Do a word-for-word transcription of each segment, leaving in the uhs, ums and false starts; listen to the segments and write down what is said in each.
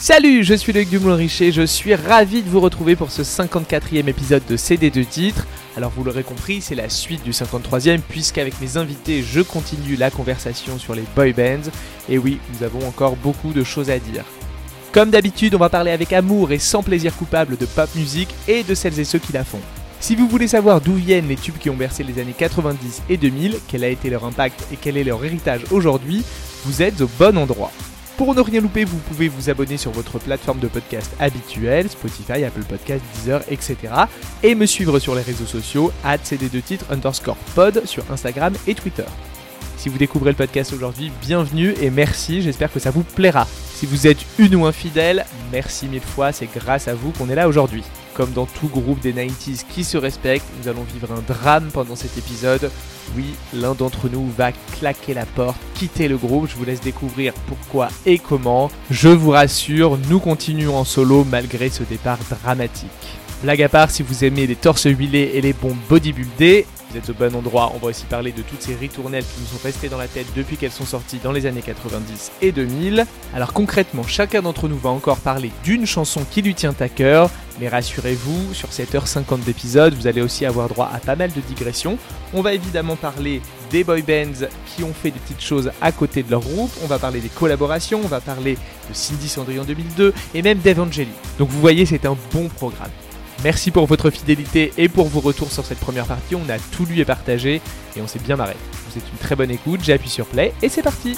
Salut, je suis Loïc Dumoulin-Richer, je suis ravi de vous retrouver pour ce cinquante-quatrième épisode de C D deux titres. Alors vous l'aurez compris, c'est la suite du cinquante-troisième puisqu'avec mes invités, je continue la conversation sur les boy bands. Et oui, nous avons encore beaucoup de choses à dire. Comme d'habitude, on va parler avec amour et sans plaisir coupable de pop music et de celles et ceux qui la font. Si vous voulez savoir d'où viennent les tubes qui ont bercé les années quatre-vingt-dix et deux mille, quel a été leur impact et quel est leur héritage aujourd'hui, vous êtes au bon endroit. Pour ne rien louper, vous pouvez vous abonner sur votre plateforme de podcast habituelle, Spotify, Apple Podcasts, Deezer, et cetera. Et me suivre sur les réseaux sociaux, arobase C D deux titres underscore pod sur Instagram et Twitter. Si vous découvrez le podcast aujourd'hui, bienvenue et merci, j'espère que ça vous plaira. Si vous êtes une ou un fidèle, merci mille fois, c'est grâce à vous qu'on est là aujourd'hui. Comme dans tout groupe des quatre-vingt-dix qui se respecte, nous allons vivre un drame pendant cet épisode. Oui, l'un d'entre nous va claquer la porte, quitter le groupe, je vous laisse découvrir pourquoi et comment. Je vous rassure, nous continuons en solo malgré ce départ dramatique. Blague à part, si vous aimez les torses huilés et les bombes bodybuildés, vous êtes au bon endroit. On va aussi parler de toutes ces ritournelles qui nous sont restées dans la tête depuis qu'elles sont sorties dans les années quatre-vingt-dix et deux mille. Alors concrètement, chacun d'entre nous va encore parler d'une chanson qui lui tient à cœur. Mais rassurez-vous, sur cette heure cinquante d'épisode, vous allez aussi avoir droit à pas mal de digressions. On va évidemment parler des boy bands qui ont fait des petites choses à côté de leur groupe. On va parler des collaborations, on va parler de Cindy Cendrillon deux mille deux et même d'Evangélie. Donc vous voyez, c'est un bon programme. Merci pour votre fidélité et pour vos retours sur cette première partie. On a tout lu et partagé et on s'est bien marré. Je vous souhaite une très bonne écoute, j'appuie sur play et c'est parti.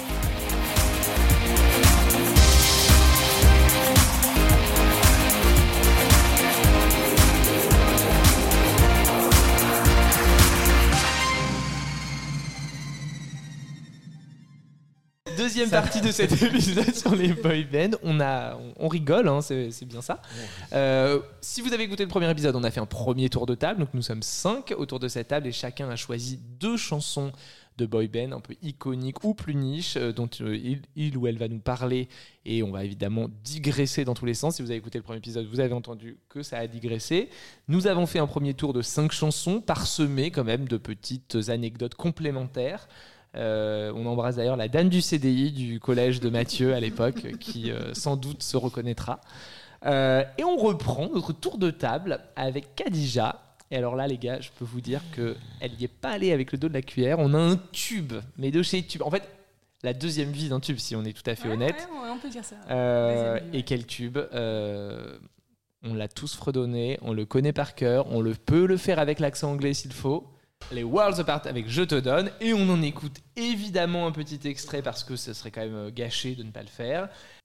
Deuxième ça partie de cet épisode sur les boy bands. On, a, on, on rigole, hein, c'est, c'est bien ça. Euh, si vous avez écouté le premier épisode, on a fait un premier tour de table. Donc nous sommes cinq autour de cette table et chacun a choisi deux chansons de boy band un peu iconiques ou plus niches euh, dont euh, il, il ou elle va nous parler. Et on va évidemment digresser dans tous les sens. Si vous avez écouté le premier épisode, vous avez entendu que ça a digressé. Nous avons fait un premier tour de cinq chansons parsemées quand même de petites anecdotes complémentaires. Euh, on embrasse d'ailleurs la dame du C D I du collège de Mathieu à l'époque qui euh, sans doute se reconnaîtra euh, et on reprend notre tour de table avec Khadija. Et alors là les gars, je peux vous dire qu'elle n'y est pas allée avec le dos de la cuillère. On a un tube, mais de chez tube, en fait la deuxième vie d'un tube si on est tout à fait ouais, honnête. Ouais, on peut dire ça. euh, vie, ouais. Et quel tube, euh, on l'a tous fredonné, on le connaît par cœur, on le peut le faire avec l'accent anglais s'il faut. Les Worlds Apart avec Je te donne, et on en écoute évidemment un petit extrait parce que ce serait quand même gâché de ne pas le faire.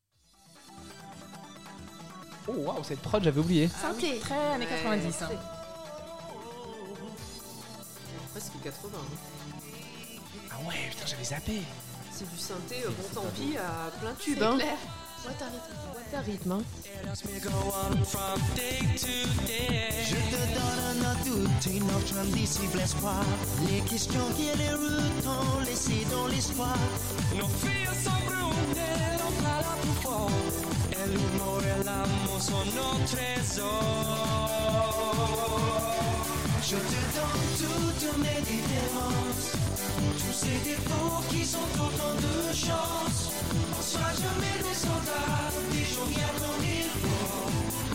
Oh waouh, cette prod j'avais oublié. Ah, oui, très années quatre-vingt-dix. Hein. Presque quatre-vingts. Hein. Ah ouais, putain, j'avais zappé. C'est du synthé, euh, bon tant pis, à plein tube. C'est hein. clair. Boîte à rythme. Boîte à rythme. Hein. Je te donne un tout, une autre indicible espoir. Les questions qui les routes ont laissé dans l'histoire. Nos filles sont brûlées, on fera la plus fort. Et l'humour et l'amour sont nos trésors. Je te donne toutes mes différences. Tous ces défauts qui sont autant de chance. On sera jamais des soldats, des gens qui attendent il faut.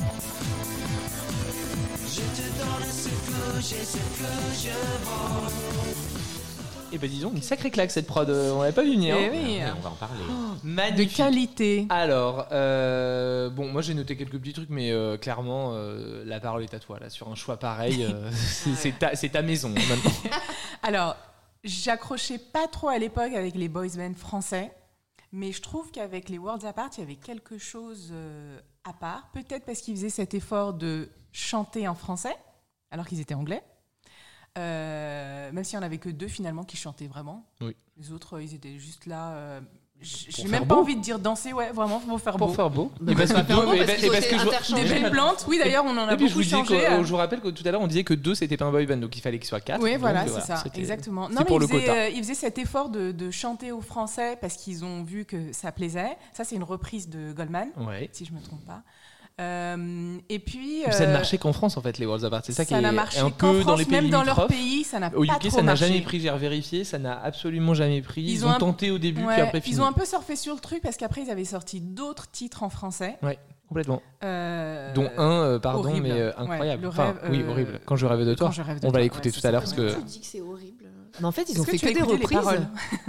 Je te donne ce que j'ai, ce que je vaux. Et ben disons, une sacrée claque cette prod, euh, on l'avait pas vu venir. Eh Hein. oui. Ouais, on va en parler. Oh, De magnifique. qualité. Alors, euh, bon, moi j'ai noté quelques petits trucs, mais euh, clairement, euh, la parole est à toi là. Sur un choix pareil, euh, c'est, c'est, ta, c'est ta maison hein, maintenant. Alors, j'accrochais pas trop à l'époque avec les boys bands français, mais je trouve qu'avec les Worlds Apart, il y avait quelque chose euh, à part. Peut-être parce qu'ils faisaient cet effort de chanter en français, alors qu'ils étaient anglais. Euh, même s'il n'y en avait que deux finalement qui chantaient vraiment. Oui. Les autres, ils étaient juste là. Euh, j'ai faire même beau. pas envie de dire danser, ouais, vraiment, pour faire Pour beau. faire beau. Bah, Et parce que, faire beau, et parce parce- qu'ils et ont parce été que je- interchangés. Des belles plantes, oui d'ailleurs, on en a Et puis je beaucoup vous, dis changé. que, euh. je vous rappelle que tout à l'heure on disait que deux c'était pas un boy band, donc il fallait qu'il soit quatre. Oui, donc, voilà, euh, c'est ça, c'était- exactement. c'est Non, mais pour ils le faisaient, quota. euh, ils faisaient cet effort de, de chanter au français parce qu'ils ont vu que ça plaisait. Ça, c'est une reprise de Goldman, Ouais. si je me trompe pas. Euh, et puis, Ça ne euh, marchait qu'en France en fait, les Worlds Apart. C'est ça, ça qui est n'a marché un qu'en peu France, dans les pays même dans leur limitrophes. pays, ça n'a Au pas U K, trop ça n'a marché. jamais pris, j'ai vérifié, ça n'a absolument jamais pris. Ils, Ils ont, ont un- tenté au début, Ouais, puis après fini. ils ont un peu surfé sur le truc parce qu'après ils avaient sorti d'autres titres en français. Ouais, complètement. Euh, Dont un, euh, pardon, horrible. mais euh, Ouais, incroyable. le enfin, rêve, oui, euh, horrible. Quand je rêve de toi. Quand je rêve de On va toi. l'écouter Ouais, tout ça, à l'heure c'est parce que. Tu dis que c'est horrible. Mais en fait, ils Est-ce ont que fait tu que as des écouté les reprises. paroles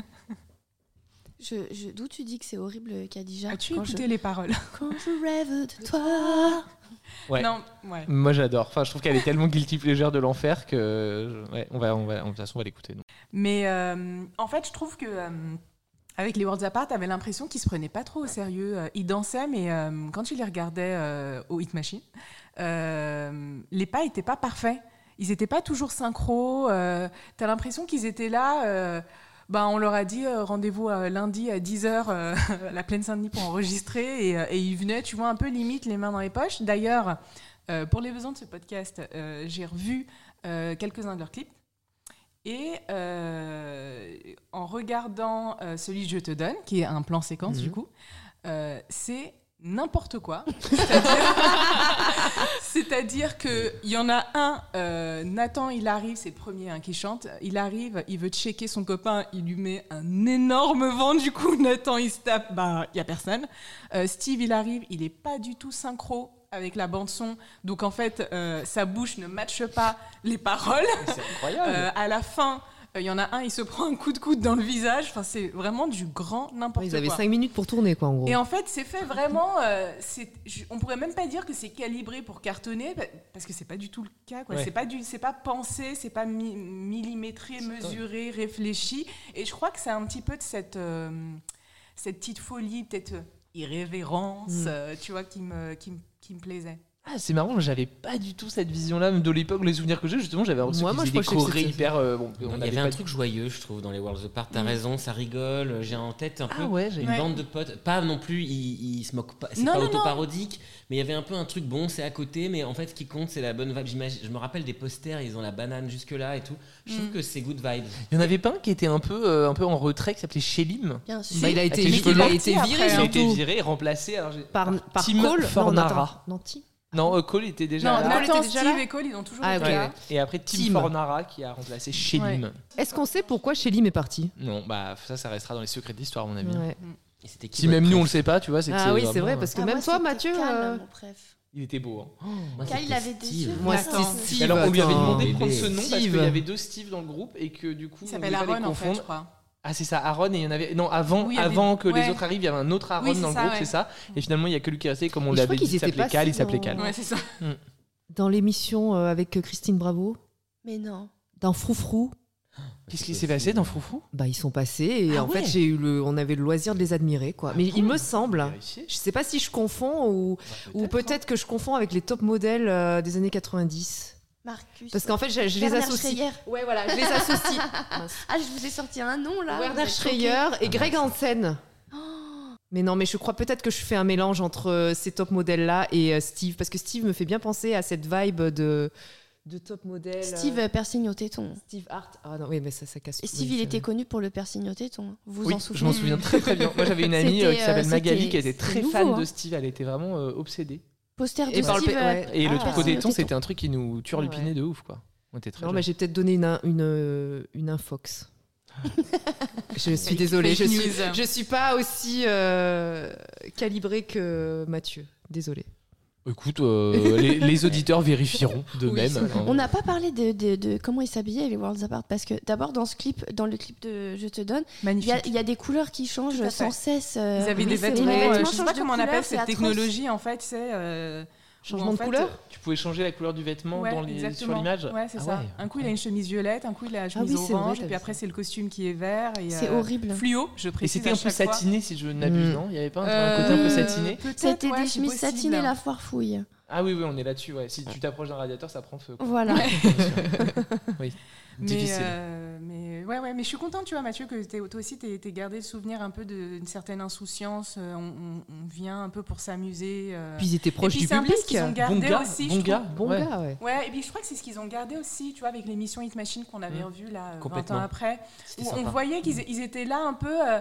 Je, je, D'où tu dis que c'est horrible, Khadija As-tu quand écouté je, les paroles quand je rêve de toi. Ouais. Non, ouais. Moi j'adore. Enfin, je trouve qu'elle est tellement guilty pleasure de l'enfer que. Ouais, on va, on va, de toute façon, on va l'écouter. nous. Mais euh, en fait, je trouve que euh, avec les Worlds Apart, t'avais l'impression qu'ils se prenaient pas trop au sérieux. Euh, Ils dansaient, mais euh, quand tu les regardais euh, au Hit Machine, euh, les pas étaient pas parfaits. Ils étaient pas toujours synchro. Euh, T'as l'impression qu'ils étaient là. Euh, ben, on leur a dit euh, rendez-vous euh, lundi à dix heures euh, à la Plaine Saint-Denis pour enregistrer et, euh, et ils venaient, tu vois, un peu limite les mains dans les poches. D'ailleurs, euh, pour les besoins de ce podcast, euh, j'ai revu euh, quelques-uns de leurs clips. Et euh, en regardant euh, celui Je te donne, qui est un plan séquence Mhm. du coup, euh, c'est n'importe quoi. C'est-à-dire, c'est-à-dire qu'il y en a un, euh, Nathan, il arrive, c'est le premier hein, qui chante, il arrive, il veut checker son copain, il lui met un énorme vent, du coup Nathan il se tape, bah il n'y a personne. Euh, Steve, il arrive, il n'est pas du tout synchro avec la bande son, donc en fait euh, sa bouche ne matche pas les paroles. C'est incroyable. Euh, à la fin, il euh, y en a un, il se prend un coup de coude dans le visage. Enfin, c'est vraiment du grand n'importe Ils avaient quoi. cinq minutes pour tourner, quoi, en gros. Et en fait, c'est fait vraiment. Euh, c'est, je- on pourrait même pas dire que c'est calibré pour cartonner, pa- parce que c'est pas du tout le cas. Quoi. Ouais. C'est pas du, c'est pas pensé, c'est pas mi- millimétré, C'est mesuré, réfléchi. Et je crois que c'est un petit peu de cette, euh, cette petite folie, peut-être euh, irrévérence, Mm. euh, tu vois, qui me, qui me, qui me plaisait. Ah, c'est marrant, j'avais pas du tout cette vision-là, même de l'époque, les souvenirs que j'ai, justement, j'avais l'impression Moi, qu'ils moi, je faisaient des crois que chorés c'était- hyper. euh, bon, on Il y avait avait pas un de- truc joyeux, je trouve, dans les Worlds Apart. T'as Mm. raison, ça rigole. J'ai en tête un peu Ah ouais, j'ai une Ouais. bande de potes. Pas non plus, ils, ils se moquent pas. C'est Non, pas non, autoparodique, mais il y avait un peu un truc bon, c'est à côté. Mais en fait, ce qui compte, c'est la bonne vibe. J'imagine- Je me rappelle des posters, ils ont la banane jusque-là et tout. Je trouve Mm. que c'est good vibes. Il y en avait pas un qui était un peu, euh, un peu en retrait, qui s'appelait Shelim. Bien sûr. Bah, il a été, Avec les il cheveux a longs. été Après, viré, Il a hein. été surtout. viré et remplacé alors, j'ai- Par, par Tim Cole Fornara. Non, attends. Non, Tim. Non, euh, Cole était déjà Non, là. Cole Nathan, était déjà Steve là et Cole, ils ont toujours Ah, été ok. là. Et après Tim, Tim. Fornara qui a remplacé Shelim. Est-ce qu'on sait pourquoi Shelly est parti? Non, bah ça, ça restera dans les secrets de l'histoire, à mon avis. Ouais. Et c'était qui Si même votre nous on le préf sait pas, tu vois, c'est que Ah oui, c'est vraiment, vrai, euh, parce que Ah, même moi, toi, c'était Mathieu. Cal, euh, mon préf. il était beau. hein. Moi, Cal, c'était il avait des Steve. cheveux. Moi, Attends. c'était Steve. Alors on lui avait attends. demandé de Bébé. prendre ce nom parce Steve. qu'il y avait deux Steve dans le groupe et que du coup Il on s'appelle voulait pas les Aaron, en fait, je confondre. crois. Ah c'est ça, Aaron et il y en avait non avant Oui, il y avait- avant que les ouais. autres arrivent, il y avait un autre Aaron Oui, c'est dans le ça, groupe, ouais. c'est ça. Et finalement il y a que lui qui est resté, comme on Et je l'avait crois dit, qu'ils il s'appelait étaient Cal, il passés s'appelait dans- Cal. Ouais, c'est ça. Dans l'émission euh, avec Christine Bravo, Mais non. dans Froufrou, Qu'est-ce qui s'est passé dans Froufrou? bah, ils sont passés et Ah en ouais. fait, j'ai eu le, on avait le loisir de les admirer, quoi. Mais il me semble, Vérifier. je sais pas si je confonds ou, ou peut-être que je confonds avec les top modèles euh, des années quatre-vingt-dix. Marcus. Parce qu'en fait, je, je les Bernard associe. Schreier. Ouais, voilà, je les associe. Ah, je vous ai sorti un nom là. vous Werner êtes Schreier et Greg Hansen. choqués. Mais non, mais je crois peut-être que je fais un mélange entre euh, ces top modèles-là et euh, Steve. Parce que Steve me fait bien penser à cette vibe de, de top modèle. Steve euh, euh, piercing au téton. Steve Hart. Ah non, oui, mais ça, ça casse. Et Steve, oui, il c'est était vrai. connu pour le piercing au téton. Vous vous Oui, en je souvenez? m'en souviens très très bien. Moi j'avais une amie C'était, euh, qui s'appelle euh, Magali c'était- qui était très c'était fan nouveau, de hein. Steve, elle était vraiment euh, obsédée. Poster de Et par le Steve. pa- euh, ouais. Et le Ah. truc au Piercing téton, au c'était un truc qui nous turlupinait Ouais. de ouf quoi. On était très Non, mais jeunes. j'ai peut-être donné une, une, une infox. Je suis Fake- désolée, je fake suis, news. je suis pas aussi euh, calibrée que Mathieu. Désolée. Écoute, euh, les, les auditeurs vérifieront Oui, d'eux-mêmes. c'est vrai. hein. On n'a pas parlé de, de- de comment ils s'habillaient les Worlds Apart parce que d'abord dans ce clip, dans le clip de Je te donne, il y, Magnifique. a- il y a des couleurs qui changent Tout à sans fait. cesse. euh, Ils avaient oui, des c'est vêtements, vrai. euh, Les je vêtements sais changent pas de comment on couleur, appelle c'est cette atroce. technologie en fait, c'est euh, Changement où, en de fait, couleur Tu pouvais changer la couleur du vêtement Ouais, dans les, sur exactement. l'image. Ouais, c'est Ah ça. ouais, Un coup, il a une chemise violette, un coup, il a la chemise oui, c'est vrai, orange, t'as et puis vu après, ça. c'est le costume qui est vert. et, C'est euh, horrible. Fluo, je Et précise. c'était à un peu chaque fois. satiné si je n'abuse, Mm. non? Il y avait pas un, un côté un peu Euh, satiné? peut-être, C'était ouais, des c'est chemises possible. satinées, la foire fouille. Ah oui, oui, on est là-dessus. Ouais. Si tu t'approches d'un radiateur, ça prend feu. quoi. Voilà. Oui. Mais, Difficile. euh, mais ouais, ouais, mais je suis contente, tu vois, Mathieu, que t'aies- toi aussi, tu aies gardé le souvenir un peu d'une certaine insouciance. euh, On, on- on vient un peu pour s'amuser. euh. Puis ils étaient proches et puis, du c'est un peu public. ce qu'ils ont Bon gardé gars, aussi, bon je gars. trouve. Bon Ouais. gars, ouais. Ouais, et puis je crois que c'est ce qu'ils ont gardé aussi, tu vois, avec l'émission Hit Machine qu'on avait Mm. revue là, vingt Complètement. ans après. C'était Où on sympa. voyait qu'ils ils étaient là un peu. euh,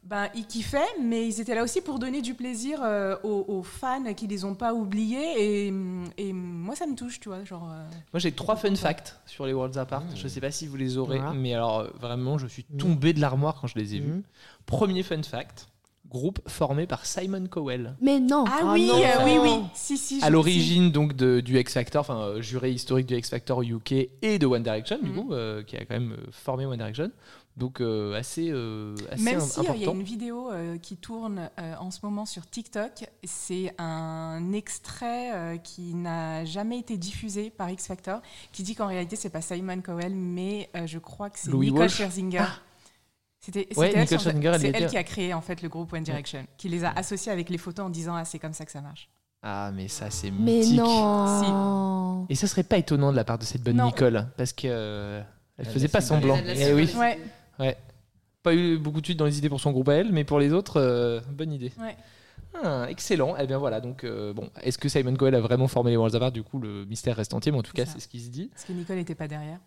Ben, ils kiffaient, mais ils étaient là aussi pour donner du plaisir euh, aux, aux fans qui les ont pas oubliés. Et, et moi, ça me touche, tu vois. Genre, euh... Moi, j'ai trois fun facts sur les Worlds Apart. Mmh. Je sais pas si vous les aurez, Voilà. mais alors euh, vraiment, je suis tombé de l'armoire quand je les ai vus. Mhm. Premier fun fact, groupe formé par Simon Cowell. Mais non. Ah Ah oui, non. euh, oui, oui. Si, si. À je- l'origine donc de, du X Factor, enfin euh, juré historique du X Factor au U K et de One Direction, du Mhm. coup, euh, qui a quand même euh, formé One Direction. Donc euh, assez, euh, assez Même im- si il y a important. une vidéo euh, qui tourne euh, en ce moment sur TikTok, c'est un extrait euh, qui n'a jamais été diffusé par X Factor, qui dit qu'en réalité c'est pas Simon Cowell, mais euh, je crois que c'est Louis Nicole Walsh. Scherzinger. C'était, Ouais, c'était elle, Nicole sur- Scherzinger, elle y c'est était. elle qui a créé en fait le groupe One Direction, qui les a associés avec les photos en disant ah c'est comme ça que ça marche. Ah mais ça c'est Mais mythique. non. Et ça serait pas étonnant de la part de cette bonne Non. Nicole, parce que euh, elle Elle faisait a pas su semblant. donner- Eh oui. Ouais. Pas eu beaucoup de suite dans les idées pour son groupe à elle, mais pour les autres, euh, bonne idée. Ouais. Ah, excellent. Eh bien voilà, donc euh, bon, est-ce que Simon Cowell a vraiment formé les Worlds Apart? Du coup, le mystère reste entier, mais en tout C'est cas, ça. c'est ce qui se dit. Parce que Nicole n'était pas derrière.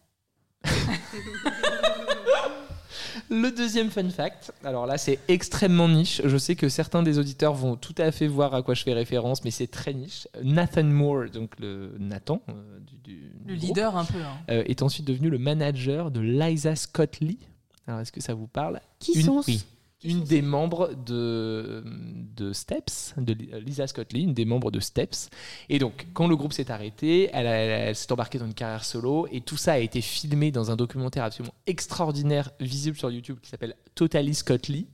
Le deuxième fun fact, alors là, c'est extrêmement niche. Je sais que certains des auditeurs vont tout à fait voir à quoi je fais référence, mais c'est très niche. Nathan Moore, donc le Nathan, euh, du, du- Le du groupe, leader un peu. Hein. euh, est ensuite devenu le manager de Liza Scott Lee. Alors, est-ce que ça vous parle? Qui Une- sont oui. Une des membres de, de Steps, de Lisa Scott Lee, une des membres de Steps. Et donc, quand le groupe s'est arrêté, elle, a- elle s'est embarquée dans une carrière solo et tout ça a été filmé dans un documentaire absolument extraordinaire, visible sur YouTube, qui s'appelle Totally Scott Lee.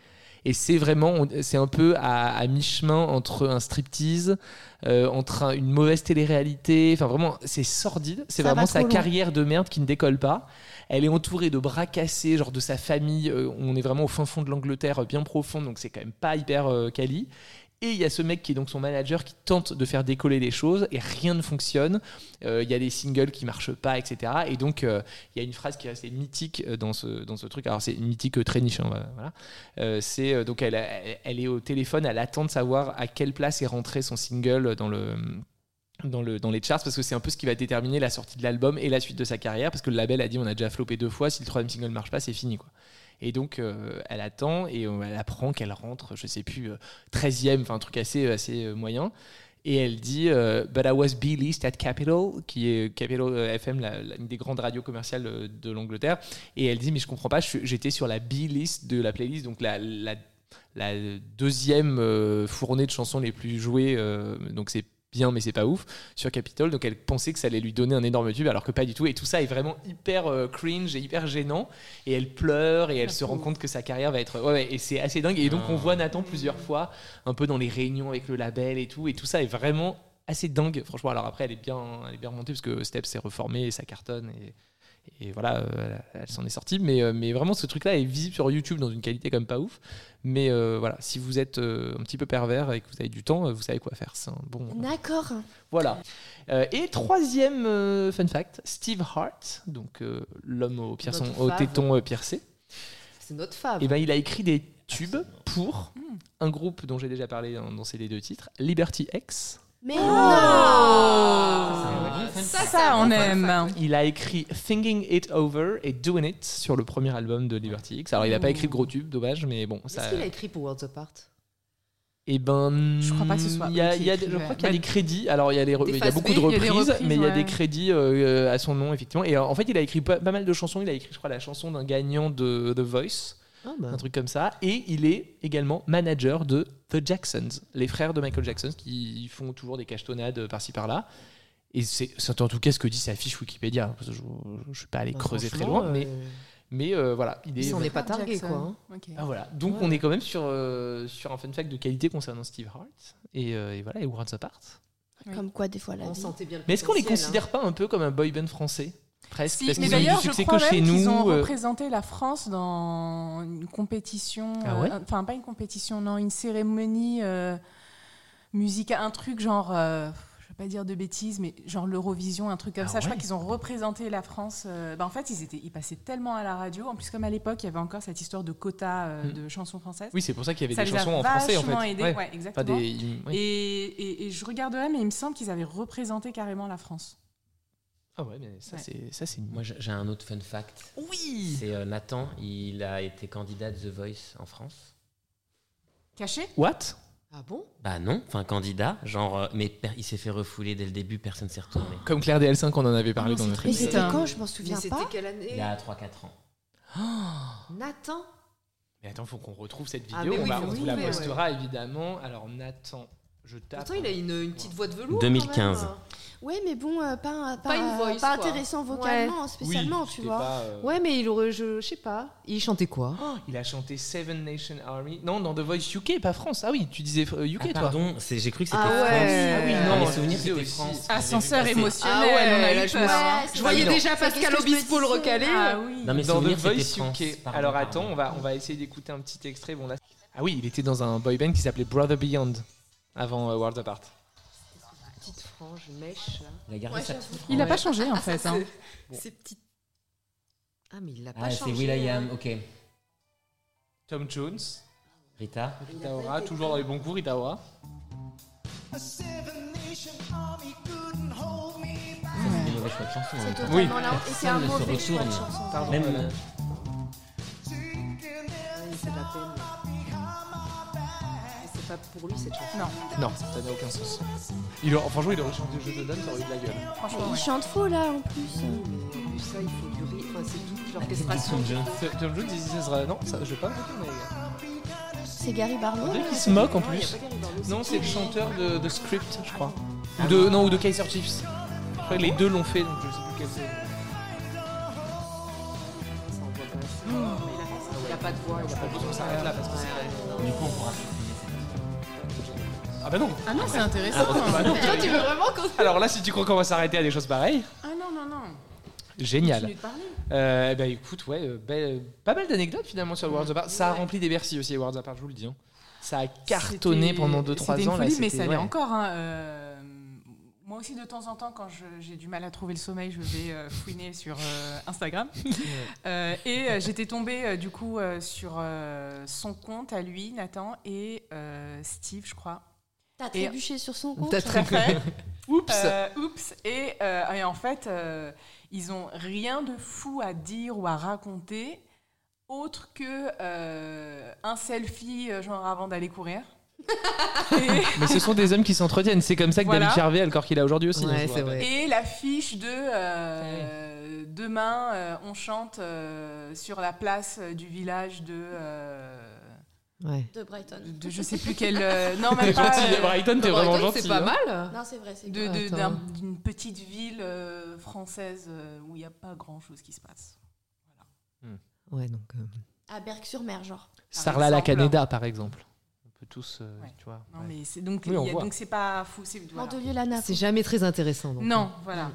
Et c'est vraiment, on- c'est un peu à, à mi-chemin entre un striptease, euh, entre un- une mauvaise télé-réalité. Enfin, vraiment, c'est sordide. C'est Ça vraiment va sa trop loin. carrière de merde qui ne décolle pas. Elle est entourée de bras cassés, genre de sa famille. Euh, on est vraiment au fin fond de l'Angleterre, euh, bien profond, donc c'est quand même pas hyper euh, quali. Et il y a ce mec qui est donc son manager qui tente de faire décoller les choses et rien ne fonctionne. Euh, Il y a des singles qui marchent pas, et cetera. Et donc euh, il y a une phrase qui est assez mythique euh, dans ce, dans ce truc. Alors c'est une mythique euh, très niche. Hein, voilà. Euh, c'est euh, donc elle, elle, elle est au téléphone, elle attend de savoir à quelle place est rentré son single dans le dans, le, dans les charts, parce que c'est un peu ce qui va déterminer la sortie de l'album et la suite de sa carrière, parce que le label a dit on a déjà floppé deux fois, si le troisième single marche pas, c'est fini quoi. Et donc euh, elle attend et euh, elle apprend qu'elle rentre, je sais plus, euh, treizième, enfin un truc assez, assez euh, moyen. Et elle dit euh, But I was B-list at Capital, qui est Capital euh, F M, la, la- une des grandes radios commerciales euh, de l'Angleterre. Et elle dit mais je comprends pas, je suis- j'étais sur la B-list de la playlist, donc la, la, la deuxième euh, fournée de chansons les plus jouées, euh, donc c'est bien mais c'est pas ouf, sur Capitol. Donc elle pensait que ça allait lui donner un énorme tube alors que pas du tout, et tout ça est vraiment hyper euh, cringe et hyper gênant, et elle pleure et elle La se rend pauvre. compte que sa carrière va être ouais, ouais, et c'est assez dingue. Et donc on voit Nathan plusieurs fois un peu dans les réunions avec le label et tout, et tout ça est vraiment assez dingue franchement. Alors après elle est bien, elle est bien remontée parce que Steps s'est reformé et ça cartonne, et et voilà, euh, elle, elle s'en est sortie, mais, euh, mais vraiment ce truc là est visible sur YouTube dans une qualité quand même pas ouf. Mais euh, voilà, si vous êtes euh, un petit peu pervers et que vous avez du temps, euh, vous savez quoi faire, c'est un bon D'accord. voilà. Euh, et troisième euh, fun fact, Steve Hart, donc euh, l'homme au, pierçon, Notre au fave. téton euh, piercé, C'est notre fave. et ben il a écrit des tubes pour un groupe dont j'ai déjà parlé dans, dans ces les deux titres, Liberty X. Mais Oh. non. Ah, Ça, ça, on aime. Il a écrit Thinking It Over et Doing It sur le premier album de Liberty X. Alors il n'a pas écrit de gros tubes, dommage, mais bon. Ça... Qu'est-ce qu'il a écrit pour Worlds Apart? Et ben, Je crois pas que ce soit il y a, eux qui il y a des- je écrivaient. crois qu'il y a Bah, des crédits. Alors il y a, les re- des il y a phases beaucoup B, de il y a des reprises, reprises, mais il y a ouais. des crédits euh, à son nom effectivement. Et euh, en fait, il a écrit pas, pas mal de chansons. Il a écrit, je crois, la chanson d'un gagnant de The Voice, Ah bah. un truc comme ça. Et il est également manager de The Jacksons, les frères de Michael Jackson, qui font toujours des cachetonnades par-ci par-là. Et c'est c'est en tout cas ce que dit sa fiche Wikipédia. Parce que je ne suis pas allé Bah, creuser très franchement, loin, mais, euh, mais euh, voilà, il il est. s'en est pas Michael targué, Jackson. quoi. hein. Ok. Ah, voilà. Donc Ouais. on est quand même sur, euh, sur un fun fact de qualité concernant Steve Hart. Et, euh, et voilà, et Worlds Apart. Oui. Comme quoi, des fois, la On vie. sentait bien le Mais est-ce qu'on les potentiel, considère pas un peu comme un boy band français? Presque. Si, parce mais qu'ils ont eu du d'ailleurs, je succès crois que même chez qu'ils ont nous. euh, représenté la France dans une compétition. Ah ouais euh, Enfin, pas une compétition, non, une cérémonie euh, musicale, un truc genre, euh, je vais pas dire de bêtises, mais genre l'Eurovision, un truc comme Ah ça. Je crois ouais qu'ils ont représenté la France. euh, bah, en fait, ils, étaient, ils passaient tellement à la radio. En plus, comme à l'époque, il y avait encore cette histoire de quota euh, Mm. de chansons françaises. Oui, c'est pour ça qu'il y avait ça des les a chansons en français en vachement fait. aidés, Ouais. ouais, Pas exactement. des... ils- oui. Et, et- et je regarderai, mais il me semble qu'ils avaient représenté carrément la France. Ah ouais, mais ça, Ouais. c'est, ça, c'est... Moi, j'ai j'ai un autre fun fact. Oui. C'est euh, Nathan, il a été candidat à The Voice en France. Caché? What? Ah bon? Bah non, enfin candidat, genre, euh, mais per- il s'est fait refouler dès le début, personne s'est retourné. Comme Claire D L cinq, on en avait parlé Ah non, dans c'est notre très Mais épisode. c'était Putain. quand? Je m'en Mais souviens c'était pas. quelle année? Il y a trois quatre ans. Nathan? Mais attends, faut qu'on retrouve cette Ah, vidéo. mais on, oui, va, faut on vous la trouver, postera évidemment. Alors Nathan, je tape. Pourtant, il a une, une petite voix de velours. deux mille quinze. quand même. Ouais, mais bon, euh, pas, pas, Pas une voice, pas quoi. intéressant vocalement, Oui, spécialement, tu c'était vois. pas, euh, Ouais, mais il aurait, je, je sais pas. Il chantait quoi? Oh, il a chanté Seven Nation Army. Non, dans The Voice U K, pas France. Ah oui, tu disais euh, U K, Ah, toi. pardon, c'est- j'ai cru que c'était Ah France. ouais. Ah oui, Dans non, mes je souvenirs, disais c'était aussi. France. Ascenseur J'ai vu passer. émotionnel. Ah ouais, on a là, eu je peur, me- hein. Je voyais non. déjà C'est Pascal ce que je me Obispo le disais. recaler. Ah oui. Dans mes Dans The souvenirs, c'était Voice France. U K. Pardon, Alors pardon. attends, on va, on va essayer d'écouter un petit extrait. Bon, là... Ah oui, il était dans un boy band qui s'appelait Brother Beyond avant euh, Worlds Apart. Petite frange, mèche, là. Il a gardé Ouais, sa j'avoue. petite Il a frange. pas changé en Ah, ça, fait. hein. c'est- Ces petites. Ah, mais il l'a pas Ah, c'est changé. Will.i.am, hein. ok. Tom Jones, Rita. Rita Ora, toujours dans les bons coups, Rita Ora. A seven nation army couldn't hold me back. Ça, c'est des mauvais choix de chansons. en C'est même temps. Oui. totalement là. Et c'est un Personne ne se mauvais choix de retourne. chanson. Pardon, Même voilà. euh, Ouais, c'est de la peine. Mais c'est pas pour lui cette chanson. Non, Non, ça n'a aucun sens. Il aurait- franchement, il aurait chanté Je te donne, ça aurait eu de la gueule. franchement. Il ouais. chante faux là en plus. Oui, mais en plus, ça, il faut du rythme. Enfin, c'est toute Tom l'orchestration. Jones. Tom Jones, il ce sera. Non, ça, je vais pas retourner, les gars. C'est Gary Barlow. On dirait là. qu'il se moque en Non, il y a plus. pas Gary Barlow, Non, c'est le qui chanteur de, de Script, je crois. Ou de, non, ou de Kaiser Chiefs. Je crois que les deux l'ont fait, donc je sais plus quel c'est. Ça envoie pas assez. Mais il a pas- Il a pas de voix. Il a pas de On voix. s'arrête là parce que Ouais, c'est- ouais. Du coup, on pourra supprimer Ah bah non. Ah non, c'est intéressant. Bah non. Toi, tu veux vraiment qu'on. Alors là, si tu crois qu'on va s'arrêter à des choses pareilles, Ah non, non, non. génial. Continue de parler. Euh, bah écoute, ouais, euh, belle- pas mal d'anecdotes finalement sur le Worlds Apart. Ça a rempli des Bercy aussi, les Worlds Apart, je vous le dis. hein. Ça a cartonné C'était- pendant deux trois ans. C'était une là, folie, mais c'était- ça l'est ouais. encore. hein, euh, Moi aussi, de temps en temps, quand je- j'ai du mal à trouver le sommeil, je vais euh, fouiner sur euh, Instagram. Euh, et euh, j'étais tombée euh, du coup euh, sur euh, son compte à lui, Nathan, et euh, Steve, je crois. T'as Et- trébuché sur son compte. T'as Tout à fait. Oups. Euh, oups. Et, euh, et en fait, euh, ils ont rien de fou à dire ou à raconter autre que euh, un selfie, euh, genre avant d'aller courir. et, Mais ce sont des hommes qui s'entretiennent. C'est comme ça que Voilà. David Charvet a le corps qu'il a aujourd'hui aussi. Ouais, hein, je vous c'est rappelle. vrai. et l'affiche de euh, demain, euh, on chante euh, sur la place du village de, euh, Ouais. De Brighton. de, de je sais plus quel. euh, non, même T'es pas. gentil, euh, Brighton, t'es vraiment gentil. C'est pas hein. mal. Non, c'est vrai, c'est de- vrai. de- Attends. d'un- d'une petite ville euh, française euh, où il n'y a pas grand chose qui se passe. Ouais, donc. euh, À Berck-sur-Mer, genre. Sarla la exemple. Canada, par exemple. On peut tous, euh, Ouais. tu vois. Non, ouais. mais c'est donc Oui, on il y a- voit. donc c'est pas fou. C'est voilà. Mandelieu-la-Nappe. C'est jamais très intéressant. donc. Non, voilà.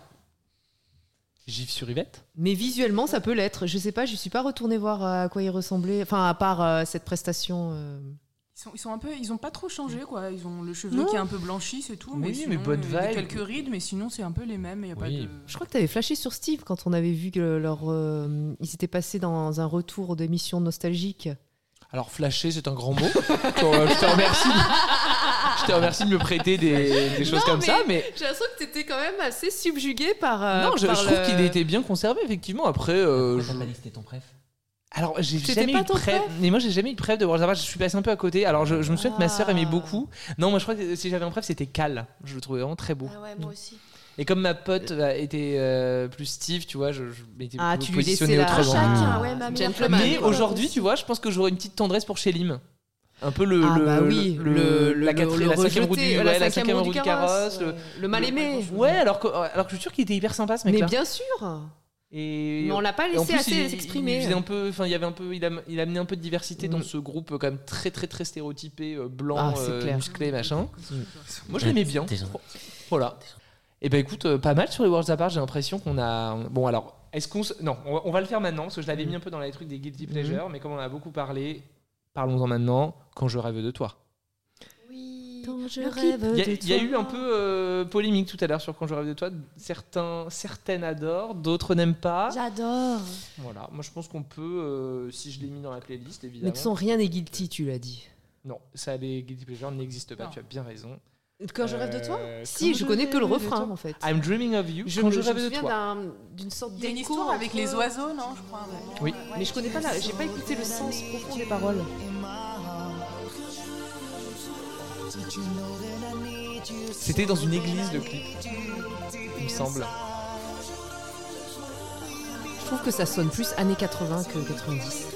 Gif sur Yvette. Mais visuellement, ça peut l'être. Je sais pas, je suis pas retournée voir à quoi il ressemblait. Enfin, à part euh, cette prestation. euh, Ils sont, ils sont un peu, ils ont pas trop changé quoi. Ils ont le cheveu Non. qui est un peu blanchi, c'est tout. Oui, mais, sinon, mais bonne il y a vibe. quelques rides, mais sinon c'est un peu les mêmes. Il y a pas Oui. de. Je crois que tu avais flashé sur Steve quand on avait vu que leur, euh, ils s'étaient passés dans un retour d'émission nostalgique. Alors, flasher, c'est un grand mot. Euh, je te remercie. Je te remercie de me prêter des, des choses Non, comme mais- ça, mais J'ai l'impression que tu étais quand même assez subjugué par. euh, non, je, par je trouve le- qu'il a été bien conservé effectivement. Après, euh, Pourquoi je- t'as pas dit que c'était ton préf? alors j'ai C'était jamais pas eu de ton preuve. préf Mais moi, j'ai jamais eu de preuve de Worlds Apart. Je suis passé un peu à côté. Alors, je, je me souviens que ma sœur aimait Ah. beaucoup. Non, moi, je crois que si j'avais un preuve, c'était Cal. Je le trouvais vraiment très beau. Ah ouais, moi aussi. Et comme ma pote euh, était euh, plus Steve, tu vois, je, je m'étais Ah, plutôt tu lui positionné laissais la- autrement. Chacun, Mmh. ouais, ma meilleure Gentleman. copine, Mais quoi, aujourd'hui, aussi. tu vois, je pense que j'aurais une petite tendresse pour Shelim. Un peu le, Ah le, bah oui, le, le, la, le- quatrième- le la cinquième roue du, rejeté, ouais, la la cinquième roue du carrosse, le- ouais. le mal aimé. Ouais, alors que, alors que je suis sûr qu'il était hyper sympa ce Mais mec-là. bien sûr. Et Mais on l'a pas et en laissé plus, assez il- il s'exprimer. faisait un peu, enfin, il y avait un peu, il a, il a amené un peu de diversité dans Mm. ce groupe euh, quand même très très très stéréotypé, euh, blanc, Ah, c'est euh, clair. musclé, machin. Mm. Moi, je l'aimais bien. T'es gentil. Voilà. Et ben écoute, euh, pas mal sur les Worlds Apart. J'ai l'impression qu'on a. Bon alors, est-ce qu'on se... non, on va, on va le faire maintenant parce que je l'avais Mm. mis un peu dans les trucs des guilty pleasures, mais comme on en a beaucoup parlé, parlons-en maintenant. Quand je rêve de toi. Oui. Quand je Le rêve clip. Il y a, de il y a toi. eu un peu euh, polémique tout à l'heure sur Quand je rêve de toi. Certains, certaines adorent, d'autres n'aiment pas. J'adore. Voilà. Moi, je pense qu'on peut, euh, si je l'ai mis dans la playlist, Mais évidemment. de toute façon, rien n'est guilty, tu l'as dit. Non, ça, les guilty pleasures n'existent pas. Non. Tu as bien raison. Quand je rêve de toi Euh, Si, quand je connais que le rêve de refrain toi. en fait. I'm dreaming of you. Je quand me, je je rêve me de souviens toi. d'un- d'une sorte Il y a une d'écho histoire avec entre- les oiseaux, non, je crois. ouais. Oui. Mais je connais pas la, j'ai pas écouté le sens profond des paroles. C'était dans une église le clip, il me semble. Je trouve que ça sonne plus années quatre-vingts que quatre-vingt-dix.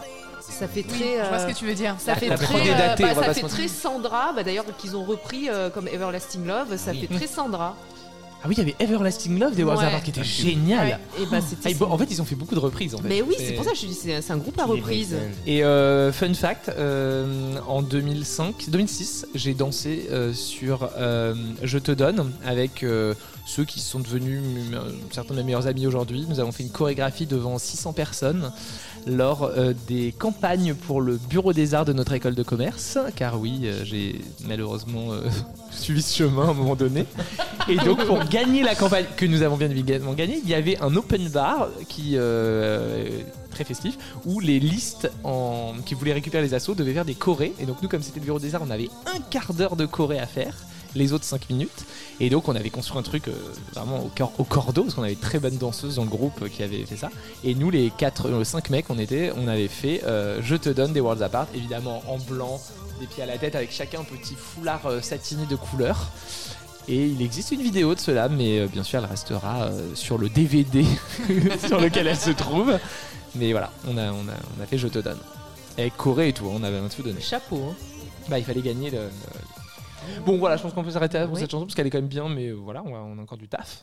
Ça fait Oui, très. je vois euh, ce que tu veux dire. Ça fait la très, prod est euh, datée, bah, on va ça pas fait se mentir. très Sandra, bah, d'ailleurs qu'ils ont repris euh, comme Everlasting Love, ça Oui. fait très Sandra. Ah oui, il y avait Everlasting Love des Worlds Ouais. Apart qui était génial. Et bah Ah, c'était. ils- bon, en fait, ils ont fait beaucoup de reprises. En fait. Mais oui, c'est pour ça que je dis c'est c'est un groupe à Tous les reprise. boys bands. Et euh, fun fact, euh, en deux mille cinq, deux mille six, j'ai dansé euh, sur euh, Je te donne avec euh, ceux qui sont devenus euh, certains de mes meilleurs amis aujourd'hui. Nous avons fait une chorégraphie devant six cents personnes lors euh, des campagnes pour le bureau des arts de notre école de commerce, car oui, euh, j'ai malheureusement euh, suivi ce chemin à un moment donné. Et donc pour gagner la campagne que nous avons bien évidemment gagnée, il y avait un open bar qui euh, très festif où les listes en, qui voulaient récupérer les assos devaient faire des chorés. Et donc nous, comme c'était le bureau des arts, on avait un quart d'heure de choré à faire, les autres cinq minutes. Et donc on avait construit un truc euh, vraiment au, cor- au cordeau, parce qu'on avait de très bonnes danseuses dans le groupe euh, qui avaient fait ça. Et nous, les quatre, euh, cinq mecs, on était, on avait fait euh, Je te donne des Worlds Apart, évidemment en blanc, des pieds à la tête, avec chacun un petit foulard euh, satiné de couleur. Et il existe une vidéo de cela, mais euh, bien sûr, elle restera euh, sur le D V D sur lequel elle se trouve. Mais voilà, on a, on a, on a fait Je te donne. Avec Corée et tout, on avait un tout donné. Chapeau. Hein. Bah, il fallait gagner le. le- Bon, voilà, je pense qu'on peut s'arrêter là pour Oui. cette chanson parce qu'elle est quand même bien, mais euh, voilà, on a, on a encore du taf.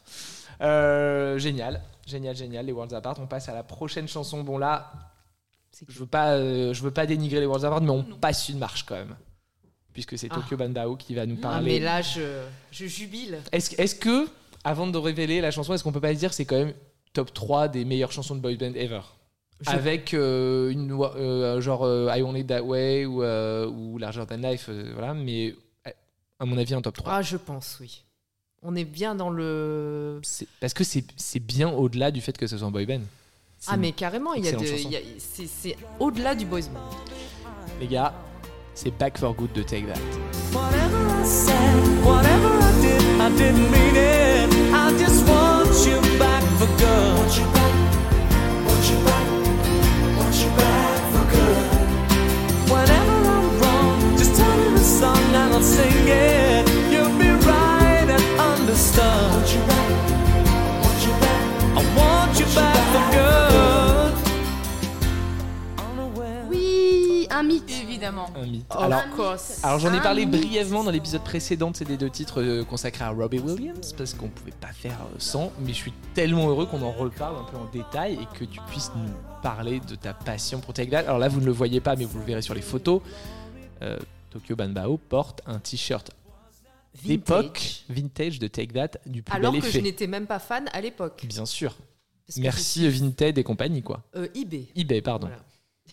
Euh, génial, génial, génial, les Worlds Apart. On passe à la prochaine chanson. Bon, là, C'est je veux pas, euh, je veux pas dénigrer les Worlds Apart, mais on passe une marche quand même. Puisque c'est Ah. Tokyo Bandao qui va nous Ah, mais parler. là, je, je jubile. Est-ce, est-ce que, avant de révéler la chanson, est-ce qu'on peut pas se dire que c'est quand même top trois des meilleures chansons de boy band ever? Je- Avec euh, une euh, genre euh, I Want It That Way ou, euh, ou Larger Than Life, euh, voilà, mais euh, à mon avis un top trois. Ah, je pense, oui. On est bien dans le. C'est- parce que c'est, c'est bien au-delà du fait que ce soit un boy band. C'est- Ah, mais carrément, il y a de, excellente chanson. il y a- c'est, c'est au-delà du boys band. Les gars, c'est Back for Good de Take That. Whatever I said, whatever I did, I didn't mean it. I just want you back for good. Want you back, want you back, want you back for good. Whenever I'm wrong, just tell me the song and I'll sing it. You'll be right and understood. Want you back, want you back, I want you back for good. Unaware. Oui, un mythe. Évidemment. Un mythe. Oh, Alors, of course. alors j'en ai Un parlé mythe. brièvement dans l'épisode précédent de ces deux titres euh, consacrés à Robbie Williams parce qu'on pouvait pas faire euh, sans, mais je suis tellement heureux qu'on en reparle un peu en détail et que tu puisses nous parler de ta passion pour Take That. Alors là, vous ne le voyez pas, mais vous le verrez sur les photos. Euh, Tokyo Bandao porte un t-shirt d'époque vintage de Take That du plus Alors bel que effet. je n'étais même pas fan à l'époque. Bien sûr. Parce que Merci Vinted et compagnie, quoi. je suis- euh, eBay. eBay, pardon. Voilà.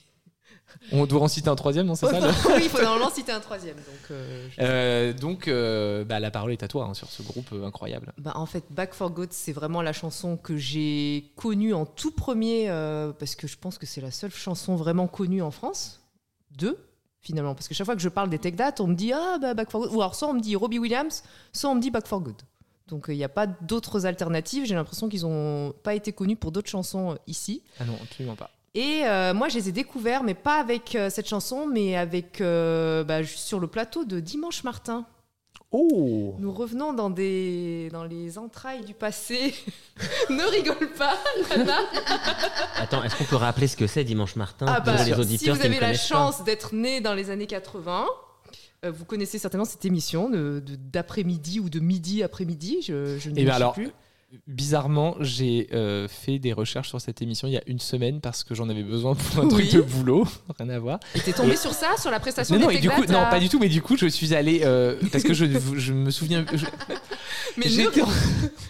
On doit en citer un troisième, non? C'est ça le- Oui, il faut normalement citer un troisième. Donc, euh, je- Euh, donc, euh, bah, la parole est à toi hein, sur ce groupe euh, incroyable. Bah, en fait, Back for Good, c'est vraiment la chanson que j'ai connue en tout premier, euh, parce que je pense que c'est la seule chanson vraiment connue en France. Deux, finalement. Parce que chaque fois que je parle des Take That, on me dit Ah, bah, Back for Good. Ou alors, soit on me dit Robbie Williams, soit on me dit Back for Good. Donc, il n'y a pas d'autres alternatives. J'ai l'impression qu'ils n'ont pas été connus pour d'autres chansons euh, ici. Ah non, absolument pas. Et euh, moi, je les ai découverts, mais pas avec euh, cette chanson, mais avec euh, bah, juste sur le plateau de Dimanche Martin. Oh Nous revenons dans, des, dans les entrailles du passé. Ne rigole pas, Nana. Attends, est-ce qu'on peut rappeler ce que c'est Dimanche Martin Ah bah, pour les si auditeurs vous qui ne avez la connaissent chance d'être né dans les années quatre-vingts, euh, vous connaissez certainement cette émission de, de- d'après-midi ou de midi après-midi. Je, je ne Eh me ben sais alors, plus. bizarrement, j'ai euh, fait des recherches sur cette émission il y a une semaine parce que j'en avais besoin pour un Oui. truc de boulot. Rien à voir. Et t'es tombé et- sur ça, sur la prestation Non, des non, et Take du coup, That, non, à- pas du tout, mais du coup, je suis allé euh, parce que je, je me souviens. je- Mais ne j'étais, en,